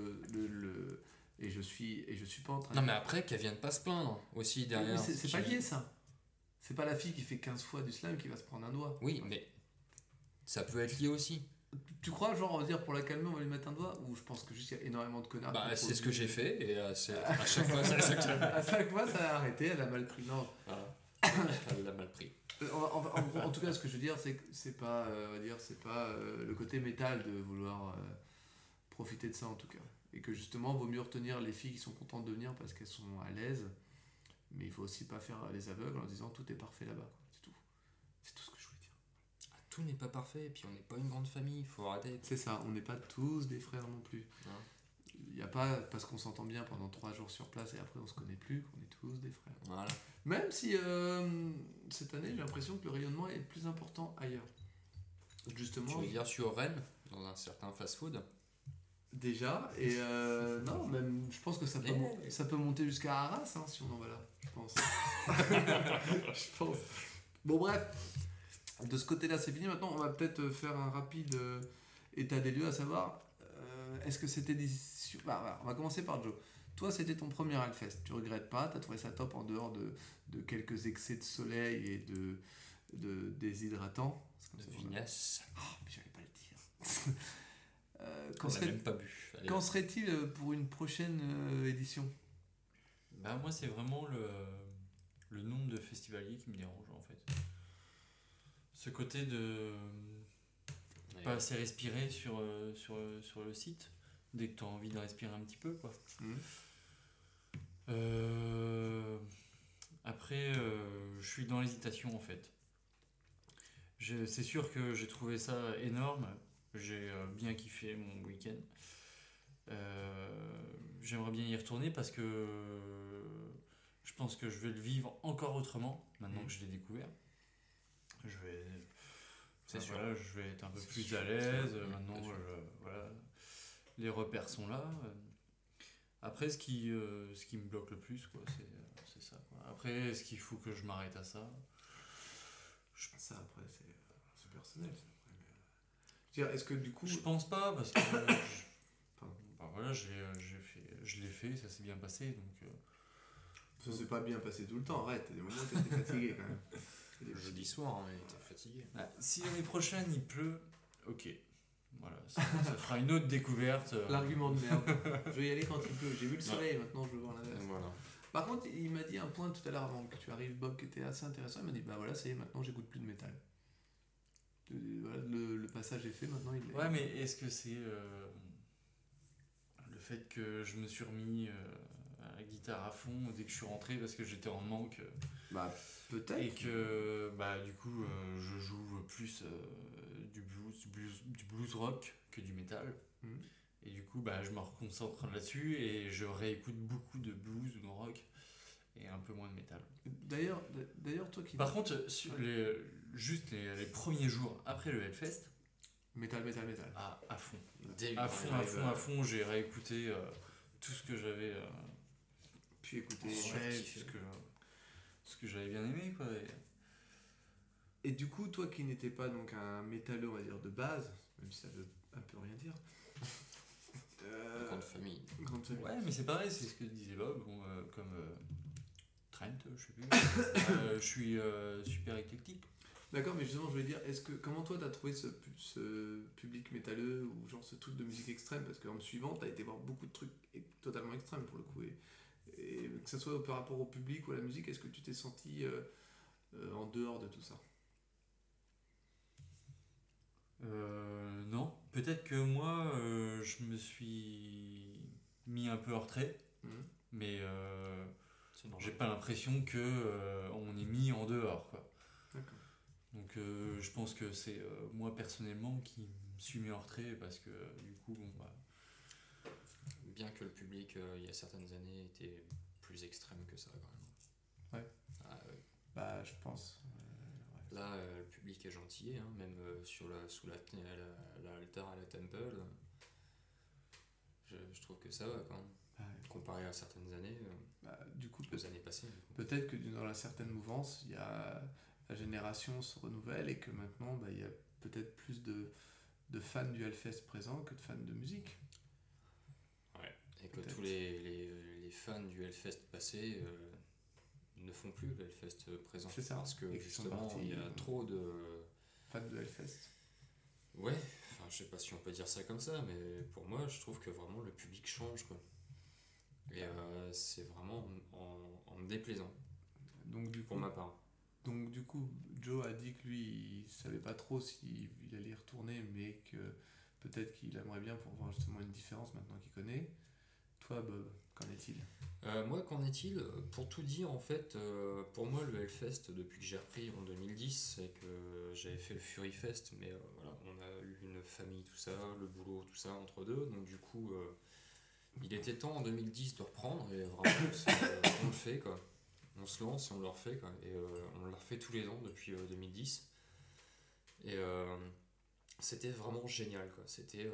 Et je suis pas en train Non, mais après, qu'elle vienne pas se plaindre aussi Mais derrière. c'est pas lié ça. C'est pas la fille qui fait 15 fois du slam qui va se prendre un doigt. Oui, mais ça peut être lié aussi. Tu crois, genre, on va dire pour la calmer, on va lui mettre un doigt? Ou je pense que juste il y a énormément de connards. Bah, qui c'est posent ce que du- j'ai fait et à chaque fois, ça calme. À chaque fois, ça a arrêté, elle a mal pris. Non. Voilà. Elle l'a mal pris. En tout cas, ce que je veux dire, c'est que c'est pas, on va dire, c'est pas le côté métal de vouloir profiter de ça en tout cas. Et que justement, vaut mieux retenir les filles qui sont contentes de venir parce qu'elles sont à l'aise. Mais il faut aussi pas faire les aveugles en disant tout est parfait là-bas. Quoi. C'est tout. C'est tout ce que je voulais dire. Ah, tout n'est pas parfait et puis on n'est pas une grande famille, il faut arrêter. C'est ça, on n'est pas tous des frères non plus. Ouais. Il n'y a pas parce qu'on s'entend bien pendant 3 jours sur place et après on se connaît plus qu'on est tous des frères. Voilà. Même si cette année j'ai l'impression que le rayonnement est plus important ailleurs. Justement, Tu veux dire sur Rennes, dans un certain fast-food déjà, et non, même je pense que ça peut monter jusqu'à Arras hein, si on en va là, je pense. Je pense. Bon, bref, de ce côté-là, c'est fini. Maintenant, on va peut-être faire un rapide état des lieux, à savoir, est-ce que cette édition. Bah, voilà, on va commencer par Joe. Toi, c'était ton premier Hellfest. Tu regrettes pas, tu as trouvé ça top en dehors de quelques excès de soleil et de déshydratants. C'est comme de ça, voilà. Vignas. Oh, mais j'allais pas le dire. On n'a même pas bu. Allez. Qu'en serait-il pour une prochaine édition? Bah, moi, c'est vraiment le nombre de festivaliers qui me dérange en fait. Ce côté de Ouais. pas assez respirer sur le site, dès que tu as envie de respirer un petit peu, quoi. Mhm. Après, je suis dans l'hésitation en fait. C'est sûr que j'ai trouvé ça énorme, j'ai bien kiffé mon week-end. J'aimerais bien y retourner parce que je pense que je vais le vivre encore autrement maintenant que je l'ai découvert. Je vais, C'est sûr. voilà, je vais être un peu C'est plus sûr, à c'est l'aise. sûr. Maintenant, Bien sûr. voilà, les repères sont là. Après, ce qui me bloque le plus, quoi, c'est ça. Quoi. Après, est-ce qu'il faut que je m'arrête à ça? Ça, après, c'est personnel. Ça, après, mais, je veux dire, est-ce que du coup. Je pense pas, parce que Pardon. bah voilà, je l'ai fait, ça s'est bien passé. Donc, Ça s'est pas bien passé tout le temps, arrête, t'as des moments où t'étais fatigué quand même. Le jeudi soir, hein, il était fatigué. si l'année prochaine il pleut, ok. Voilà, ça fera une autre découverte. L'argument de merde. Je vais y aller quand il pleut. J'ai vu le soleil, maintenant je veux voir l'inverse. Voilà. Par contre, il m'a dit un point tout à l'heure avant que tu arrives, Bob, qui était assez intéressant. Il m'a dit bah voilà, ça y est, maintenant j'écoute plus de métal. Voilà, le passage est fait, maintenant il est. Ouais, mais est-ce que c'est le fait que je me suis remis à la guitare à fond dès que je suis rentré parce que j'étais en manque Bah peut-être. et que bah du coup je joue plus du blues rock que du métal. Mhm. Et du coup bah je me reconcentre là-dessus et je réécoute beaucoup de blues ou de rock et un peu moins de métal. D'ailleurs, toi qui. Par contre, juste les premiers jours après le Hellfest, Métal. à fond. Dès À fond, j'ai réécouté tout ce que j'avais Puis écoutez, ce que j'avais bien aimé, quoi. Et du coup, toi qui n'étais pas donc un métalleux, on va dire, de base, même si ça veut un peu rien dire. Grande famille. Ouais, mais c'est pareil, c'est ce que disait Bob, comme Trent, je sais plus. Je suis super éclectique. D'accord, mais justement, je voulais dire, comment toi t'as trouvé ce public métalleux ou genre ce truc de musique extrême? Parce qu'en me suivant, t'as été voir beaucoup de trucs totalement extrêmes pour le coup. Et que ce soit par rapport au public ou à la musique, est-ce que tu t'es senti en dehors de tout ça? Non, peut-être que moi, je me suis mis un peu en retrait, mais j'ai pas l'impression que on est mis en dehors, quoi. D'accord. Donc je pense que c'est moi personnellement qui me suis mis en retrait parce que du coup, bon bah. Bien que le public, il y a certaines années, était plus extrême que ça, quand même. Ouais. Ah, ouais. Bah, je pense. Ouais. Là, le public est gentil, hein, même sous l'altar à la Temple. Je trouve que ça va, quand même. Ouais. Comparé à certaines années, Du coup, aux années passées. Du coup. peut-être que dans la certaine mouvance, il y a la génération se renouvelle et que maintenant, il y a peut-être plus de fans du Hellfest présents que de fans de musique. Ouais. Et que Peut-être. tous les fans du Hellfest passé ne font plus le Hellfest présent. C'est ça. Parce que Et qu'ils sont justement, partis, il y a trop de... Fans de Hellfest. Ouais, enfin je sais pas si on peut dire ça comme ça, mais pour moi je trouve que vraiment le public change, quoi. Et c'est vraiment en me déplaisant, Donc, pour ma part. Donc du coup, Joe a dit que lui, il savait pas trop s'il allait y retourner, mais que peut-être qu'il aimerait bien pour voir justement une différence maintenant qu'il connaît. Toi, Bob, qu'en est-il? Moi, qu'en est-il? Pour tout dire, en fait, pour moi, le Hellfest, depuis que j'ai repris en 2010, c'est que j'avais fait le Fury Fest, mais voilà, on a eu une famille, tout ça, le boulot, tout ça, entre deux, donc du coup, il était temps en 2010 de reprendre, et vraiment, on le fait, quoi. On se lance et on le refait, quoi. Et on le refait tous les ans depuis 2010. Et c'était vraiment génial, quoi. C'était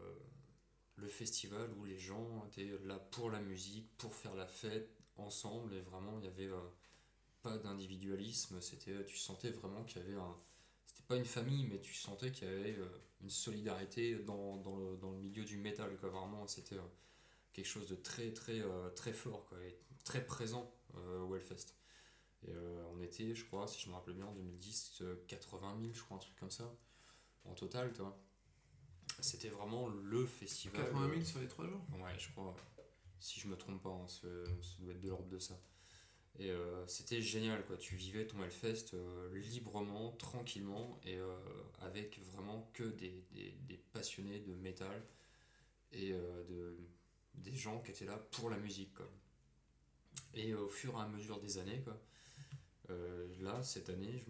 le festival où les gens étaient là pour la musique, pour faire la fête ensemble, et vraiment il y avait pas d'individualisme. Tu sentais vraiment qu'il y avait c'était pas une famille, mais tu sentais qu'il y avait une solidarité dans le milieu du métal, quoi. Vraiment, c'était quelque chose de très très très fort, quoi, et très présent au Hellfest. Et on était, je crois, si je me rappelle bien, en 2010, 80 000, je crois, un truc comme ça, en total, toi. C'était vraiment le festival. 80 000 sur les 3 jours? Ouais, je crois, si je me trompe pas, hein, ça doit être de l'ordre de ça. Et c'était génial, quoi. Tu vivais ton Hellfest librement, tranquillement, et avec vraiment que des passionnés de métal et des gens qui étaient là pour la musique, quoi. Et au fur et à mesure des années, quoi, là, cette année,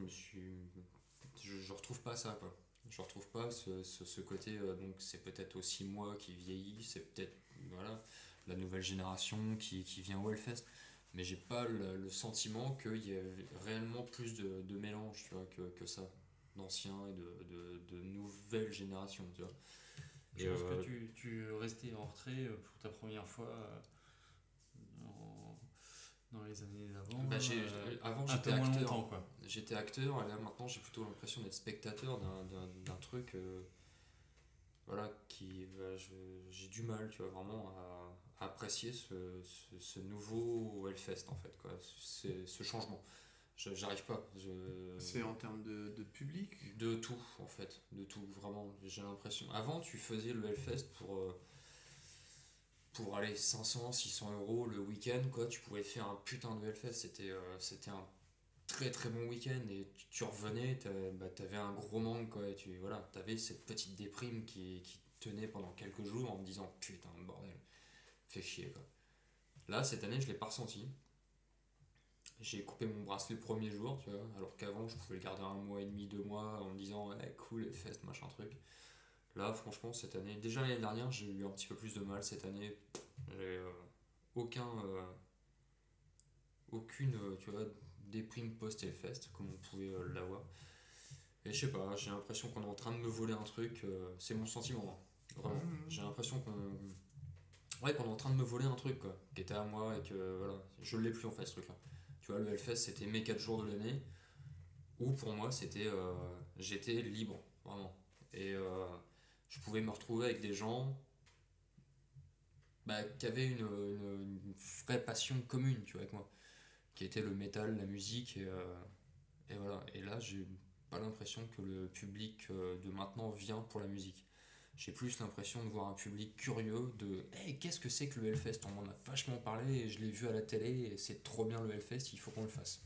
je retrouve pas ça, quoi. Je retrouve pas ce côté, donc c'est peut-être aussi moi qui vieillis, c'est peut-être voilà, la nouvelle génération qui vient au Hellfest, mais j'ai pas le sentiment qu'il y ait réellement plus de mélange, tu vois, que ça, d'anciens et de nouvelles générations, tu vois. Je pense que tu restais en retrait pour ta première fois dans les années d'avant. Avant, j'étais acteur. J'étais acteur, et là maintenant j'ai plutôt l'impression d'être spectateur d'un truc. Voilà, j'ai du mal, tu vois, vraiment à apprécier ce nouveau Hellfest, en fait, quoi. Ce changement. J'arrive pas. C'est en termes de public? De tout, en fait. De tout, vraiment. J'ai l'impression. Avant, tu faisais le Hellfest pour aller 500, 600 euros le week-end, quoi. Tu pouvais faire un putain de Hellfest. C'était un très très bon week-end, et tu revenais, t'avais un gros manque, quoi. Et voilà, t'avais cette petite déprime qui tenait pendant quelques jours en me disant putain, bordel, fait chier, quoi. Là, cette année, je l'ai pas ressenti. J'ai coupé mon bracelet le premier jour, tu vois, alors qu'avant, je pouvais le garder 1 mois et demi, 2 mois en me disant ouais, cool, Hellfest, machin truc. Là, franchement, cette année, déjà l'année dernière, j'ai eu un petit peu plus de mal. Cette année, j'ai aucun aucune tu vois, déprime post-Hellfest comme on pouvait l'avoir. Et je sais pas, j'ai l'impression qu'on est en train de me voler un truc, c'est mon sentiment, hein, vraiment. J'ai l'impression qu'on est en train de me voler un truc quoi, qui était à moi et que voilà, je l'ai plus en fait ce truc là. Tu vois, le Hellfest c'était mes 4 jours de l'année, où pour moi c'était j'étais libre, vraiment. Et je pouvais me retrouver avec des gens qui avaient une vraie passion commune, tu vois, avec moi, qui était le métal, la musique, et voilà. Et là, j'ai pas l'impression que le public de maintenant vient pour la musique. J'ai plus l'impression de voir un public curieux de hey, qu'est-ce que c'est que le Hellfest? On m'en a vachement parlé, et je l'ai vu à la télé, et c'est trop bien le Hellfest, il faut qu'on le fasse.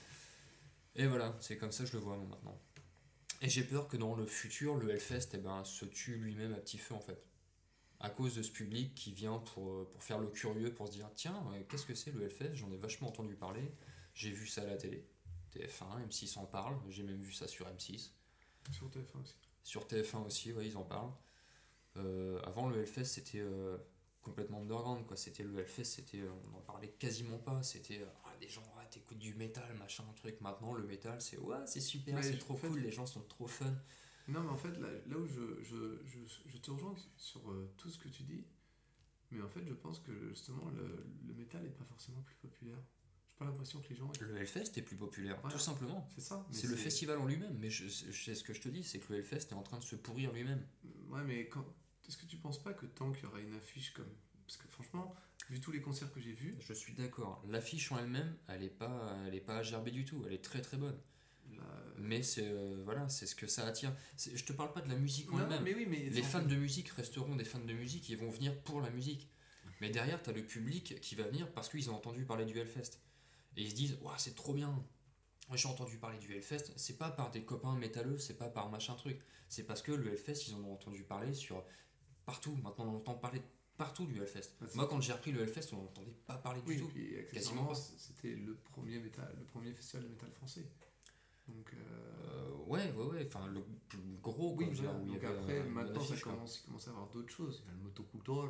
Et voilà, c'est comme ça que je le vois moi, maintenant. Et j'ai peur que dans le futur, le Hellfest se tue lui-même à petit feu en fait. À cause de ce public qui vient pour faire le curieux, pour se dire tiens, qu'est-ce que c'est le Hellfest? J'en ai vachement entendu parler, j'ai vu ça à la télé. TF1, M6 en parle, j'ai même vu ça sur M6. Sur TF1 aussi. Sur TF1 aussi, ouais, ils en parlent. Avant, le Hellfest, c'était complètement underground, quoi. C'était le Hellfest, on n'en parlait quasiment pas. C'était des gens, t'écoutes du métal, machin, truc. Maintenant, le métal, c'est super, Mais c'est trop cool, les gens sont trop fun. Non, mais en fait, là où je te rejoins sur tout ce que tu dis, mais en fait, je pense que justement, le métal n'est pas forcément plus populaire. J'ai pas l'impression que les gens. Le Hellfest est plus populaire, voilà, tout simplement. C'est ça. C'est le festival en lui-même, mais je sais ce que je te dis, c'est que le Hellfest est en train de se pourrir lui-même. Ouais, mais est-ce que tu penses pas que tant qu'il y aura une affiche comme. Parce que franchement, vu tous les concerts que j'ai vus. Je suis d'accord. L'affiche en elle-même, elle est pas à gerber du tout, elle est très très bonne. Mais c'est ce que ça attire. Je te parle pas de la musique en elle-même. Mais oui, mais les fans de musique resteront des fans de musique, ils vont venir pour la musique. Mais derrière, t'as le public qui va venir parce qu'ils ont entendu parler du Hellfest. Et ils se disent, waouh, c'est trop bien. J'ai entendu parler du Hellfest. C'est pas par des copains métalleux, c'est pas par machin truc. C'est parce que le Hellfest, ils en ont entendu parler sur partout. Maintenant, on entend parler partout du Hellfest. Moi, quand j'ai repris le Hellfest, on n'entendait pas parler du tout. Quasiment pas. C'était le premier festival de métal français. Donc, ouais. Enfin, le plus gros. Oui, voilà. Donc après, maintenant, il commence à y avoir d'autres choses. Il y a le Motocultor.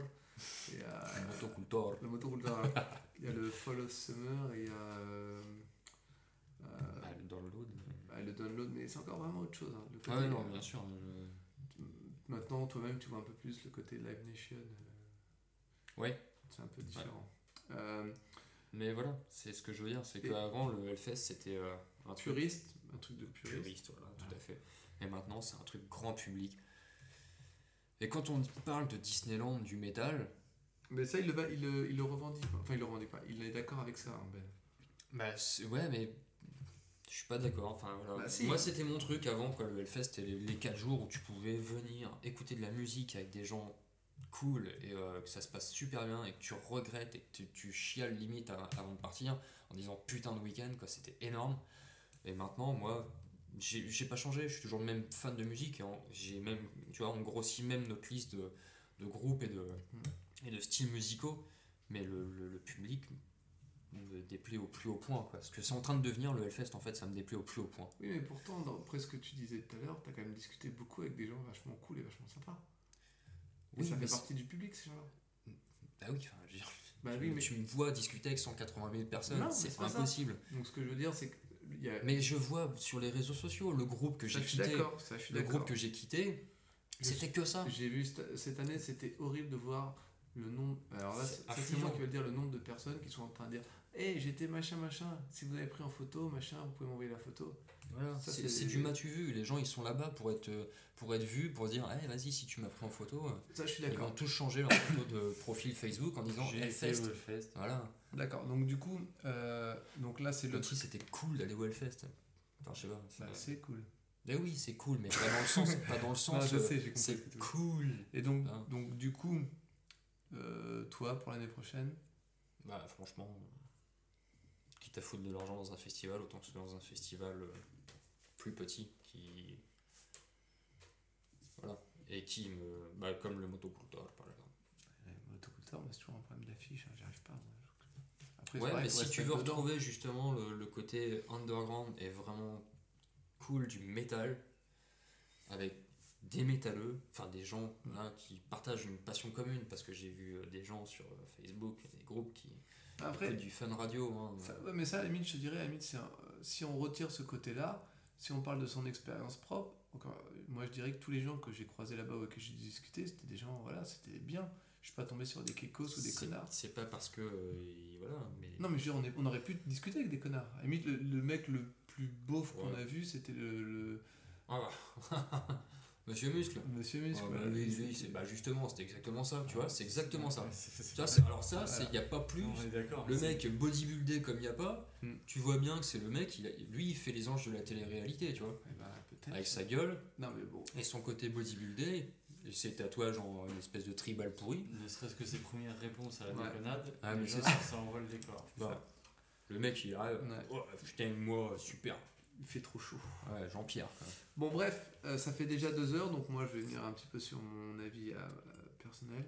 Le Motocultor. Il y a le Fall of Summer. Et il y a. Le download. Le download, mais c'est encore vraiment autre chose. Hein. Côté, non, bien sûr. Maintenant, toi-même, tu vois un peu plus le côté Live Nation. Ouais. C'est un peu différent. Ouais. Mais voilà, c'est ce que je veux dire, c'est qu'avant, le Hellfest, c'était un puriste, un truc de puriste. Voilà, tout à fait. Et maintenant, c'est un truc grand public. Et quand on parle de Disneyland, du métal... Mais ça, il le revendique. Enfin, il le revendique pas. Il est d'accord avec ça, hein, Ben. Ouais, mais... Je suis pas d'accord. Enfin, voilà. Si. Moi, c'était mon truc avant, quoi. Le Hellfest, c'était les 4 jours où tu pouvais venir écouter de la musique avec des gens cool et que ça se passe super bien et que tu regrettes et que tu chiales limite avant de partir en disant putain de week-end, quoi. C'était énorme. Et maintenant, moi, j'ai pas changé. Je suis toujours le même fan de musique. J'ai même, tu vois, on grossit même notre liste de groupes et de styles musicaux. Mais le public me déplaît au plus haut point, quoi. Ce que c'est en train de devenir le Hellfest, en fait, ça me déplaît au plus haut point. Oui, mais pourtant, d'après ce que tu disais tout à l'heure, t'as quand même discuté beaucoup avec des gens vachement cool et vachement sympas. Et oui, ça fait partie du public, ces gens-là. Bah oui, enfin, je veux dire, oui, mais tu me vois discuter avec 180 000 personnes, c'est impossible. Donc ce que je veux dire, c'est que... Mais je vois sur les réseaux sociaux, le groupe que j'ai quitté, groupe que j'ai quitté, c'était que ça. J'ai vu cette année, c'était horrible de voir le nombre... Alors là, c'est moi qui vais le dire, le nombre de personnes qui sont en train de dire hey, j'étais machin, si vous avez pris en photo, machin, vous pouvez m'envoyer la photo. Voilà, c'est du m'as-tu vu. Les gens, ils sont là-bas pour être vus, pour dire hey, vas-y, si tu m'as pris en photo. Ça, je suis d'accord. Ils vont tous changer leur photo de profil Facebook en disant Hellfest. Voilà. D'accord, donc du coup, donc là, c'est comme si c'était cool d'aller au Hellfest. Enfin, je sais pas. C'est cool. Mais oui, c'est cool, mais pas dans le sens. Pas dans le sens. Je sais, c'est cool. Et donc du coup, toi, pour l'année prochaine, bah, franchement, quitte à foutre de l'argent dans un festival, autant que ce soit dans un festival plus petit qui. Voilà. Et qui me. Bah, comme le Motocultor, par exemple. Le Motocultor, c'est toujours un problème d'affiche, hein, j'y arrive pas. Après, ouais, mais si tu veux retrouver justement le côté underground et vraiment cool du métal, avec des métalleux, enfin des gens là qui partagent une passion commune, parce que j'ai vu des gens sur Facebook, des groupes Après, du fun radio. Hein. ouais, mais ça, à la limite, je te dirais, à la limite, si on retire ce côté-là, si on parle de son expérience propre, moi je dirais que tous les gens que j'ai croisés là-bas ou que j'ai discuté, c'était des gens, voilà, c'était bien. Je suis pas tombé sur des kékos ou des connards. C'est pas parce que. Voilà, mais. Non, mais je veux dire, on aurait pu discuter avec des connards. À la limite, le mec le plus beauf qu'on a vu, c'était le Ah bah. Monsieur Muscle. Monsieur Muscle. Bah, lui, justement, c'était exactement ça, tu vois, c'est exactement ça. C'est Alors ça, il n'y a pas plus. On est d'accord. Le mec bodybuildé comme il n'y a pas, Hmm. tu vois bien que c'est le mec, lui il fait les anges de la télé-réalité, tu vois. Eh ben, peut-être. Avec sa gueule Non, mais bon. et son côté bodybuildé, et ses tatouages en une espèce de tribal pourri. Ne serait-ce que ses premières réponses à la Ouais. déconnade, Ah, mais déjà, c'est ça envoie le décor. Bah, le mec il arrive, Ouais. oh, putain, moi, super. Il fait trop chaud. Ouais, Jean-Pierre. Quoi. Bon, bref, ça fait déjà 2 heures, donc moi je vais venir un petit peu sur mon avis personnel.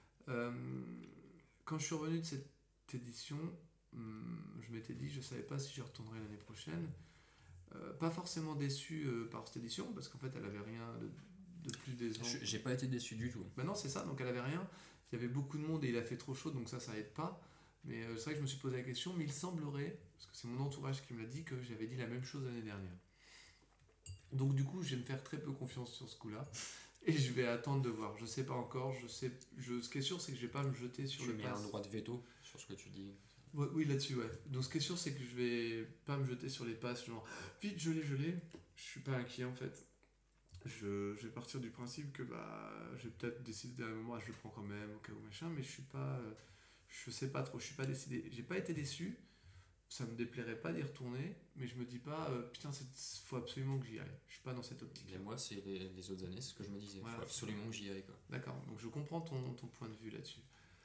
Quand je suis revenu de cette édition, je m'étais dit, je savais pas si j'y retournerais l'année prochaine. Pas forcément déçu par cette édition, parce qu'en fait elle avait rien de plus décevant. J'ai pas été déçu du tout. Ben non, c'est ça, donc elle avait rien. Il y avait beaucoup de monde et il a fait trop chaud, donc ça aide pas. Mais c'est vrai que je me suis posé la question, mais il semblerait, parce que c'est mon entourage qui me l'a dit, que j'avais dit la même chose l'année dernière. Donc du coup, je vais me faire très peu confiance sur ce coup-là. Et je vais attendre de voir. Je sais pas encore. Ce qui est sûr, c'est que je vais pas me jeter sur le mets pass. un droit de veto sur ce que tu dis. Oui, là-dessus, ouais. Donc ce qui est sûr, c'est que je vais pas me jeter sur les passes, genre vite, je l'ai. Je suis pas inquiet en fait. Je vais partir du principe que je vais peut-être décider à un moment, je le prends quand même, au cas où machin, mais je suis pas. Je sais pas trop, je suis pas décidé. J'ai pas été déçu. Ça me déplairait pas d'y retourner, mais je me dis pas, putain, faut absolument que j'y aille. Je suis pas dans cette optique. Et moi, c'est les autres années, c'est ce que je me disais. Il Voilà. faut absolument que j'y aille. Quoi. D'accord, donc je comprends ton point de vue là-dessus.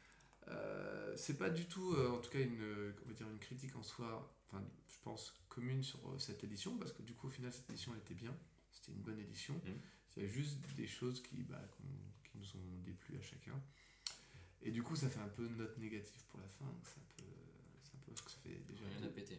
C'est pas du tout, en tout cas, on va dire une critique en soi, enfin, je pense, commune sur cette édition, parce que du coup, au final, cette édition, elle était bien. C'était une bonne édition. Il y a juste des choses qui nous ont déplu à chacun. Et du coup, ça fait un peu une note négative pour la fin. C'est un peu parce que ça fait déjà. Rien à péter.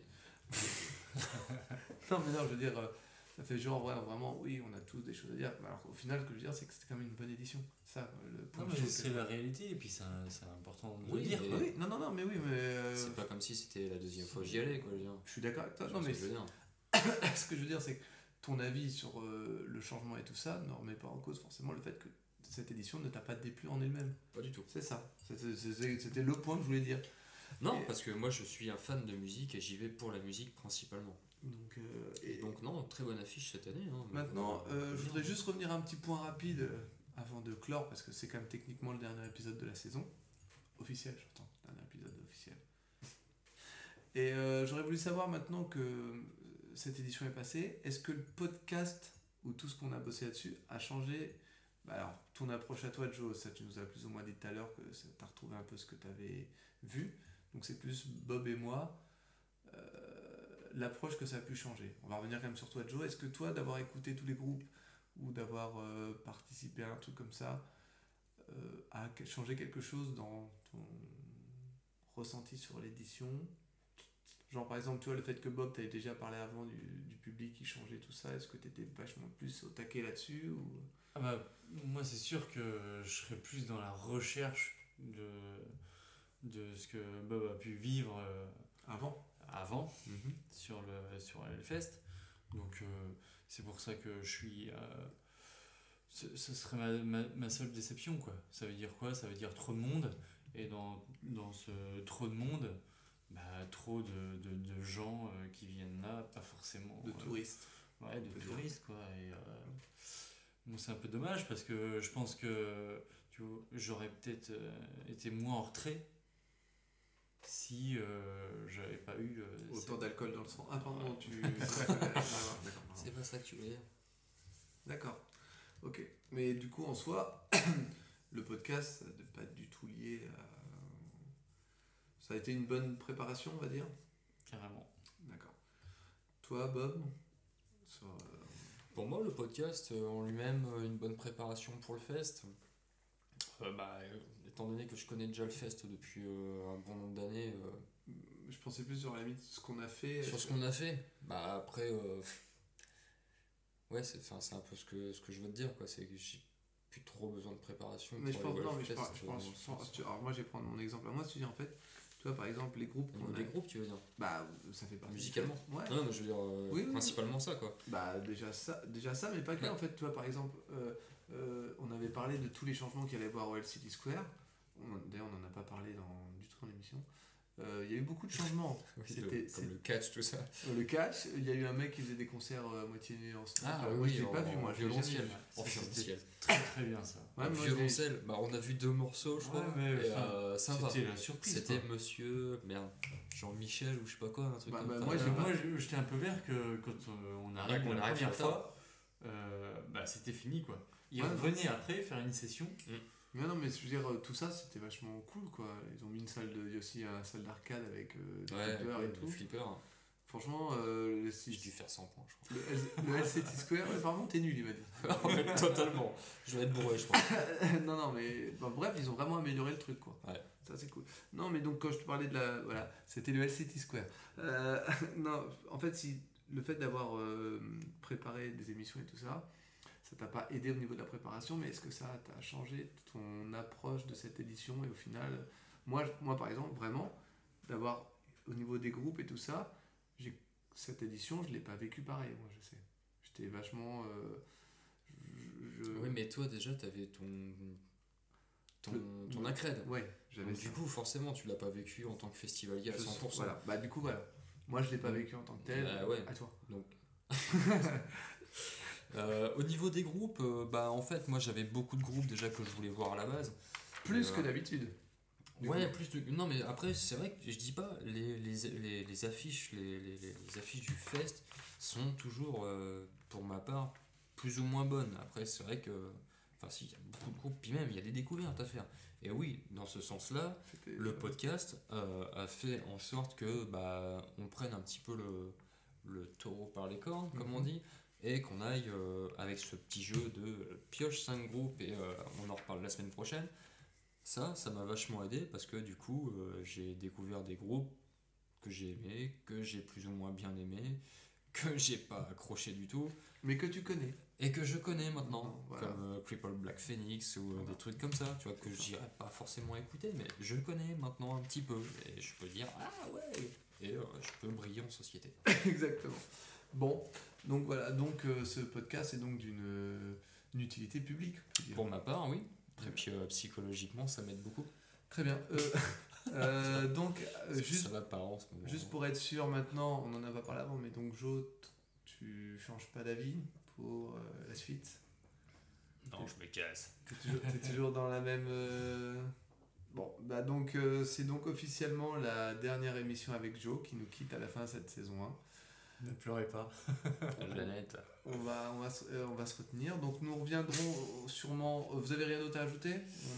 Non, mais non, je veux dire, ça fait genre, ouais, vraiment, oui, on a tous des choses à dire. Mais alors, au final, ce que je veux dire, c'est que c'était quand même une bonne édition. Ça, le point Non, de mais vue, c'est la réalité, et puis c'est important de Oui, le dire. mais- Quoi. Oui, non, mais oui, mais. C'est pas comme si c'était la deuxième fois que j'y allais, quoi. Je veux dire. Je suis d'accord avec toi. C'est Non, ce mais que je veux dire. ce que je veux dire, c'est que ton avis sur le changement et tout ça ne remet pas en cause forcément le fait que cette édition ne t'a pas déplu en elle-même. Pas du tout. C'est ça. C'était le point que je voulais dire. Non, Et- parce que moi je suis un fan de musique et j'y vais pour la musique principalement. Donc, Et donc, non, très bonne affiche cette année. Hein, maintenant, je voudrais juste revenir un petit point rapide avant de clore, parce que c'est quand même techniquement le dernier épisode de la saison. Officiel, j'entends. Dernier épisode officiel. Et j'aurais voulu savoir maintenant que cette édition est passée, est-ce que le podcast ou tout ce qu'on a bossé là-dessus a changé? Alors, ton approche à toi, Joe, ça tu nous as plus ou moins dit tout à l'heure que tu as retrouvé un peu ce que tu avais vu. Donc c'est plus Bob et moi. L'approche que ça a pu changer. On va revenir quand même sur toi, Joe. Est-ce que toi, d'avoir écouté tous les groupes ou d'avoir participé à un truc comme ça, a changé quelque chose dans ton ressenti sur l'édition? Genre par exemple, tu vois, le fait que Bob, t'avais déjà parlé avant du public qui changeait tout ça, est-ce que t'étais vachement plus au taquet là-dessus ou... Ah bah, moi, c'est sûr que je serais plus dans la recherche de ce que Bob a pu vivre Avant? avant sur le Hellfest. Donc, c'est pour ça que je suis. Ce serait ma seule déception, quoi. Ça veut dire quoi? Ça veut dire trop de monde. Et dans ce trop de monde, trop de gens qui viennent là, pas forcément. De touristes. Ouais, de touristes, quoi. Et bon, c'est un peu dommage parce que je pense que j'aurais peut-être été moins en retrait si j'avais pas eu Autant d'alcool dans le sang. Ah pardon, tu... C'est pas ça que tu voulais dire. D'accord. Ok. Mais du coup, en soi, le podcast, ça n'est pas du tout lié à... Ça a été une bonne préparation, on va dire? Carrément. D'accord. Toi, Bob? Sur, Pour moi, le podcast en lui-même, une bonne préparation pour le fest. Étant donné que je connais déjà le fest depuis un bon nombre d'années. je pensais plus sur la limite ce qu'on a fait. Sur ce qu'on a fait. Après, ouais, c'est un peu ce que je veux te dire, quoi. C'est que j'ai plus trop besoin de préparation. Mais je pour pense, aller non, voir mais le fest, alors moi je vais prendre mon exemple à moi, tu dis en fait, tu vois, par exemple, les groupes Au niveau qu'on des a. groupes, tu veux dire? Bah, ça fait partie. Musicalement. Ouais. Non, mais je veux dire, Oui, oui. principalement ça, quoi. Bah, déjà ça, mais pas que. Ouais. En fait, tu vois, par exemple, on avait parlé de tous les changements qu'il allait y avoir au LCD Square. D'ailleurs, on n'en a pas parlé du tout dans l'émission. Il y a eu beaucoup de changements. Oui, C'était le catch, tout ça. le catch. Il y a eu un mec qui faisait des concerts à moitié en street. Ah, Moi, oui, je l'ai pas vu, moi. je l'ai jamais violoncelle. vu. En violoncelle. Très très bien ça. Ouais, En moi, je l'ai- violoncelle, bah, on a vu 2 morceaux, je crois. Ouais, mais, et enfin, ça va. C'était la surprise. C'était quoi. monsieur Jean-Michel ou je sais pas quoi, un truc Bah, comme bah, ça. moi, j'ai pas- Moi j'étais un peu vert que quand on arrive qu'on la arrive première comme ça. fois, bah, c'était fini quoi. Il Ouais, revenait après faire une session. Mais non, mais je veux dire, tout ça, c'était vachement cool, quoi. Ils ont mis une salle il y a aussi une salle d'arcade avec des flippers et tout. Le flipper. Franchement, J'ai dû faire 100 points, je crois. le LCT Square, apparemment, t'es nul, il m'a dit. En fait, totalement. Je vais être bourré, je crois. non, mais bon, bref, ils ont vraiment amélioré le truc, quoi. Ouais. Ça, c'est cool. Non, mais donc, quand je te parlais de la. Voilà, c'était le LCT Square. Non, en fait, le fait d'avoir préparé des émissions et tout ça, ça t'a pas aidé au niveau de la préparation, mais est-ce que ça t'a changé ton approche de cette édition? Et au final, moi par exemple, vraiment, d'avoir au niveau des groupes et tout ça, cette édition, je l'ai pas vécu pareil, moi, je sais. J'étais vachement. Oui, mais toi, déjà, t'avais ton accred. Ouais, j'avais Donc, ça. du coup, forcément, tu l'as pas vécu en tant que festivalier à 100%. Voilà, bah du coup, voilà. Moi, je l'ai pas vécu en tant que tel. Bah, ouais. À toi. Donc. Au niveau des groupes, bah en fait, moi j'avais beaucoup de groupes déjà que je voulais voir à la base. Plus Et, que d'habitude. Du Ouais, coup. plus de. Non, mais après, c'est vrai que je dis pas, les affiches, les affiches du fest sont toujours, pour ma part, plus ou moins bonnes. Après, c'est vrai que. Enfin, si, il y a beaucoup de groupes, puis même, il y a des découvertes à faire. Et oui, dans ce sens-là, C'était- le podcast a fait en sorte que bah, on prenne un petit peu le taureau par les cornes, comme on dit, et qu'on aille avec ce petit jeu de pioche 5 groupes et on en reparle la semaine prochaine. Ça m'a vachement aidé parce que du coup, j'ai découvert des groupes que j'ai aimés, que j'ai plus ou moins bien aimés, que j'ai pas accroché du tout. Mais que tu connais. Et que je connais maintenant, Voilà. comme Cripple Black Phoenix ou Voilà. des trucs comme ça, tu vois, que j'irais pas forcément écouter, mais je connais maintenant un petit peu, et je peux dire, ah ouais, et je peux briller en société. Exactement. Bon, donc voilà, donc ce podcast est donc d'une utilité publique, on peut dire. Pour ma part, oui, et puis psychologiquement, ça m'aide beaucoup. Très bien. Donc, juste, Ça va pas en ce moment. juste pour être sûr maintenant, on en a pas parlé avant, mais donc Jo, tu changes pas d'avis pour la suite? Non, je me casse. T'es toujours dans la même. Bon, bah donc c'est donc officiellement la dernière émission avec Joe qui nous quitte à la fin de cette saison 1. Ne pleurez pas. Jeannette. On va se retenir. Donc nous reviendrons sûrement. Vous avez rien d'autre à ajouter?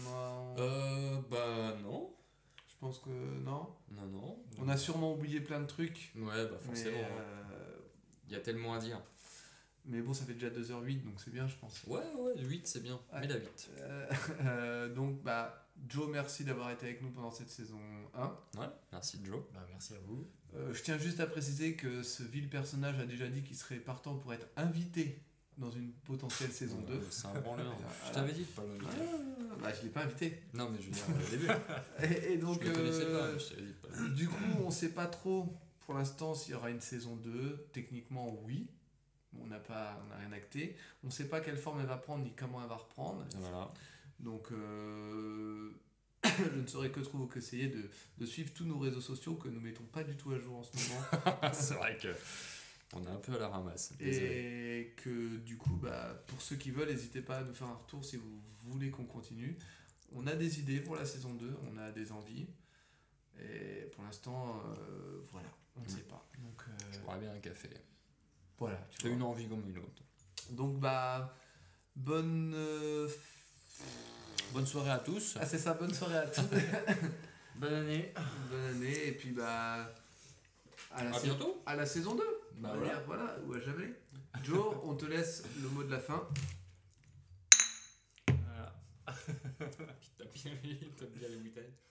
Bah non. Je pense que non. Non. On a sûrement oublié plein de trucs. Ouais, bah forcément. Il y a tellement à dire. Mais bon, ça fait déjà 2h08, donc c'est bien, je pense. Ouais, 8 c'est bien. Ouais. Mais la 8. Donc, bah, Joe, merci d'avoir été avec nous pendant cette saison 1. Ouais, merci Joe. Bah, merci à vous. Je tiens juste à préciser que ce vil personnage a déjà dit qu'il serait partant pour être invité dans une potentielle saison 2. C'est un branleur. Voilà. Je t'avais dit de pas l'inviter. Bah, je l'ai pas invité. Non, mais je veux dire, au début. Et donc, Je le connaissais pas, mais je t'avais dit de pas l'inviter. du coup, on sait pas trop pour l'instant s'il y aura une saison 2. Techniquement, oui. On n'a rien acté. On sait pas quelle forme elle va prendre ni comment elle va reprendre. Voilà. Donc, je ne saurais que trop vous conseiller de suivre tous nos réseaux sociaux que nous mettons pas du tout à jour en ce moment. C'est vrai que on est un peu à la ramasse. Désolé. Et que du coup, bah, pour ceux qui veulent, n'hésitez pas à nous faire un retour si vous voulez qu'on continue. On a des idées pour la saison 2, on a des envies. Et pour l'instant, voilà, on ne sait pas. Donc, Je boirais bien un café. voilà, tu Tu as vois. une envie comme une autre. Donc, bah, bonne Bonne soirée à tous. Ah, c'est ça, bonne soirée à tous. Bonne année. Bonne année, et puis bah. À bientôt. À la saison 2. Bah On va dire, voilà, ou à jamais. Joe, on te laisse le mot de la fin. Voilà. T'as bien les week-ends.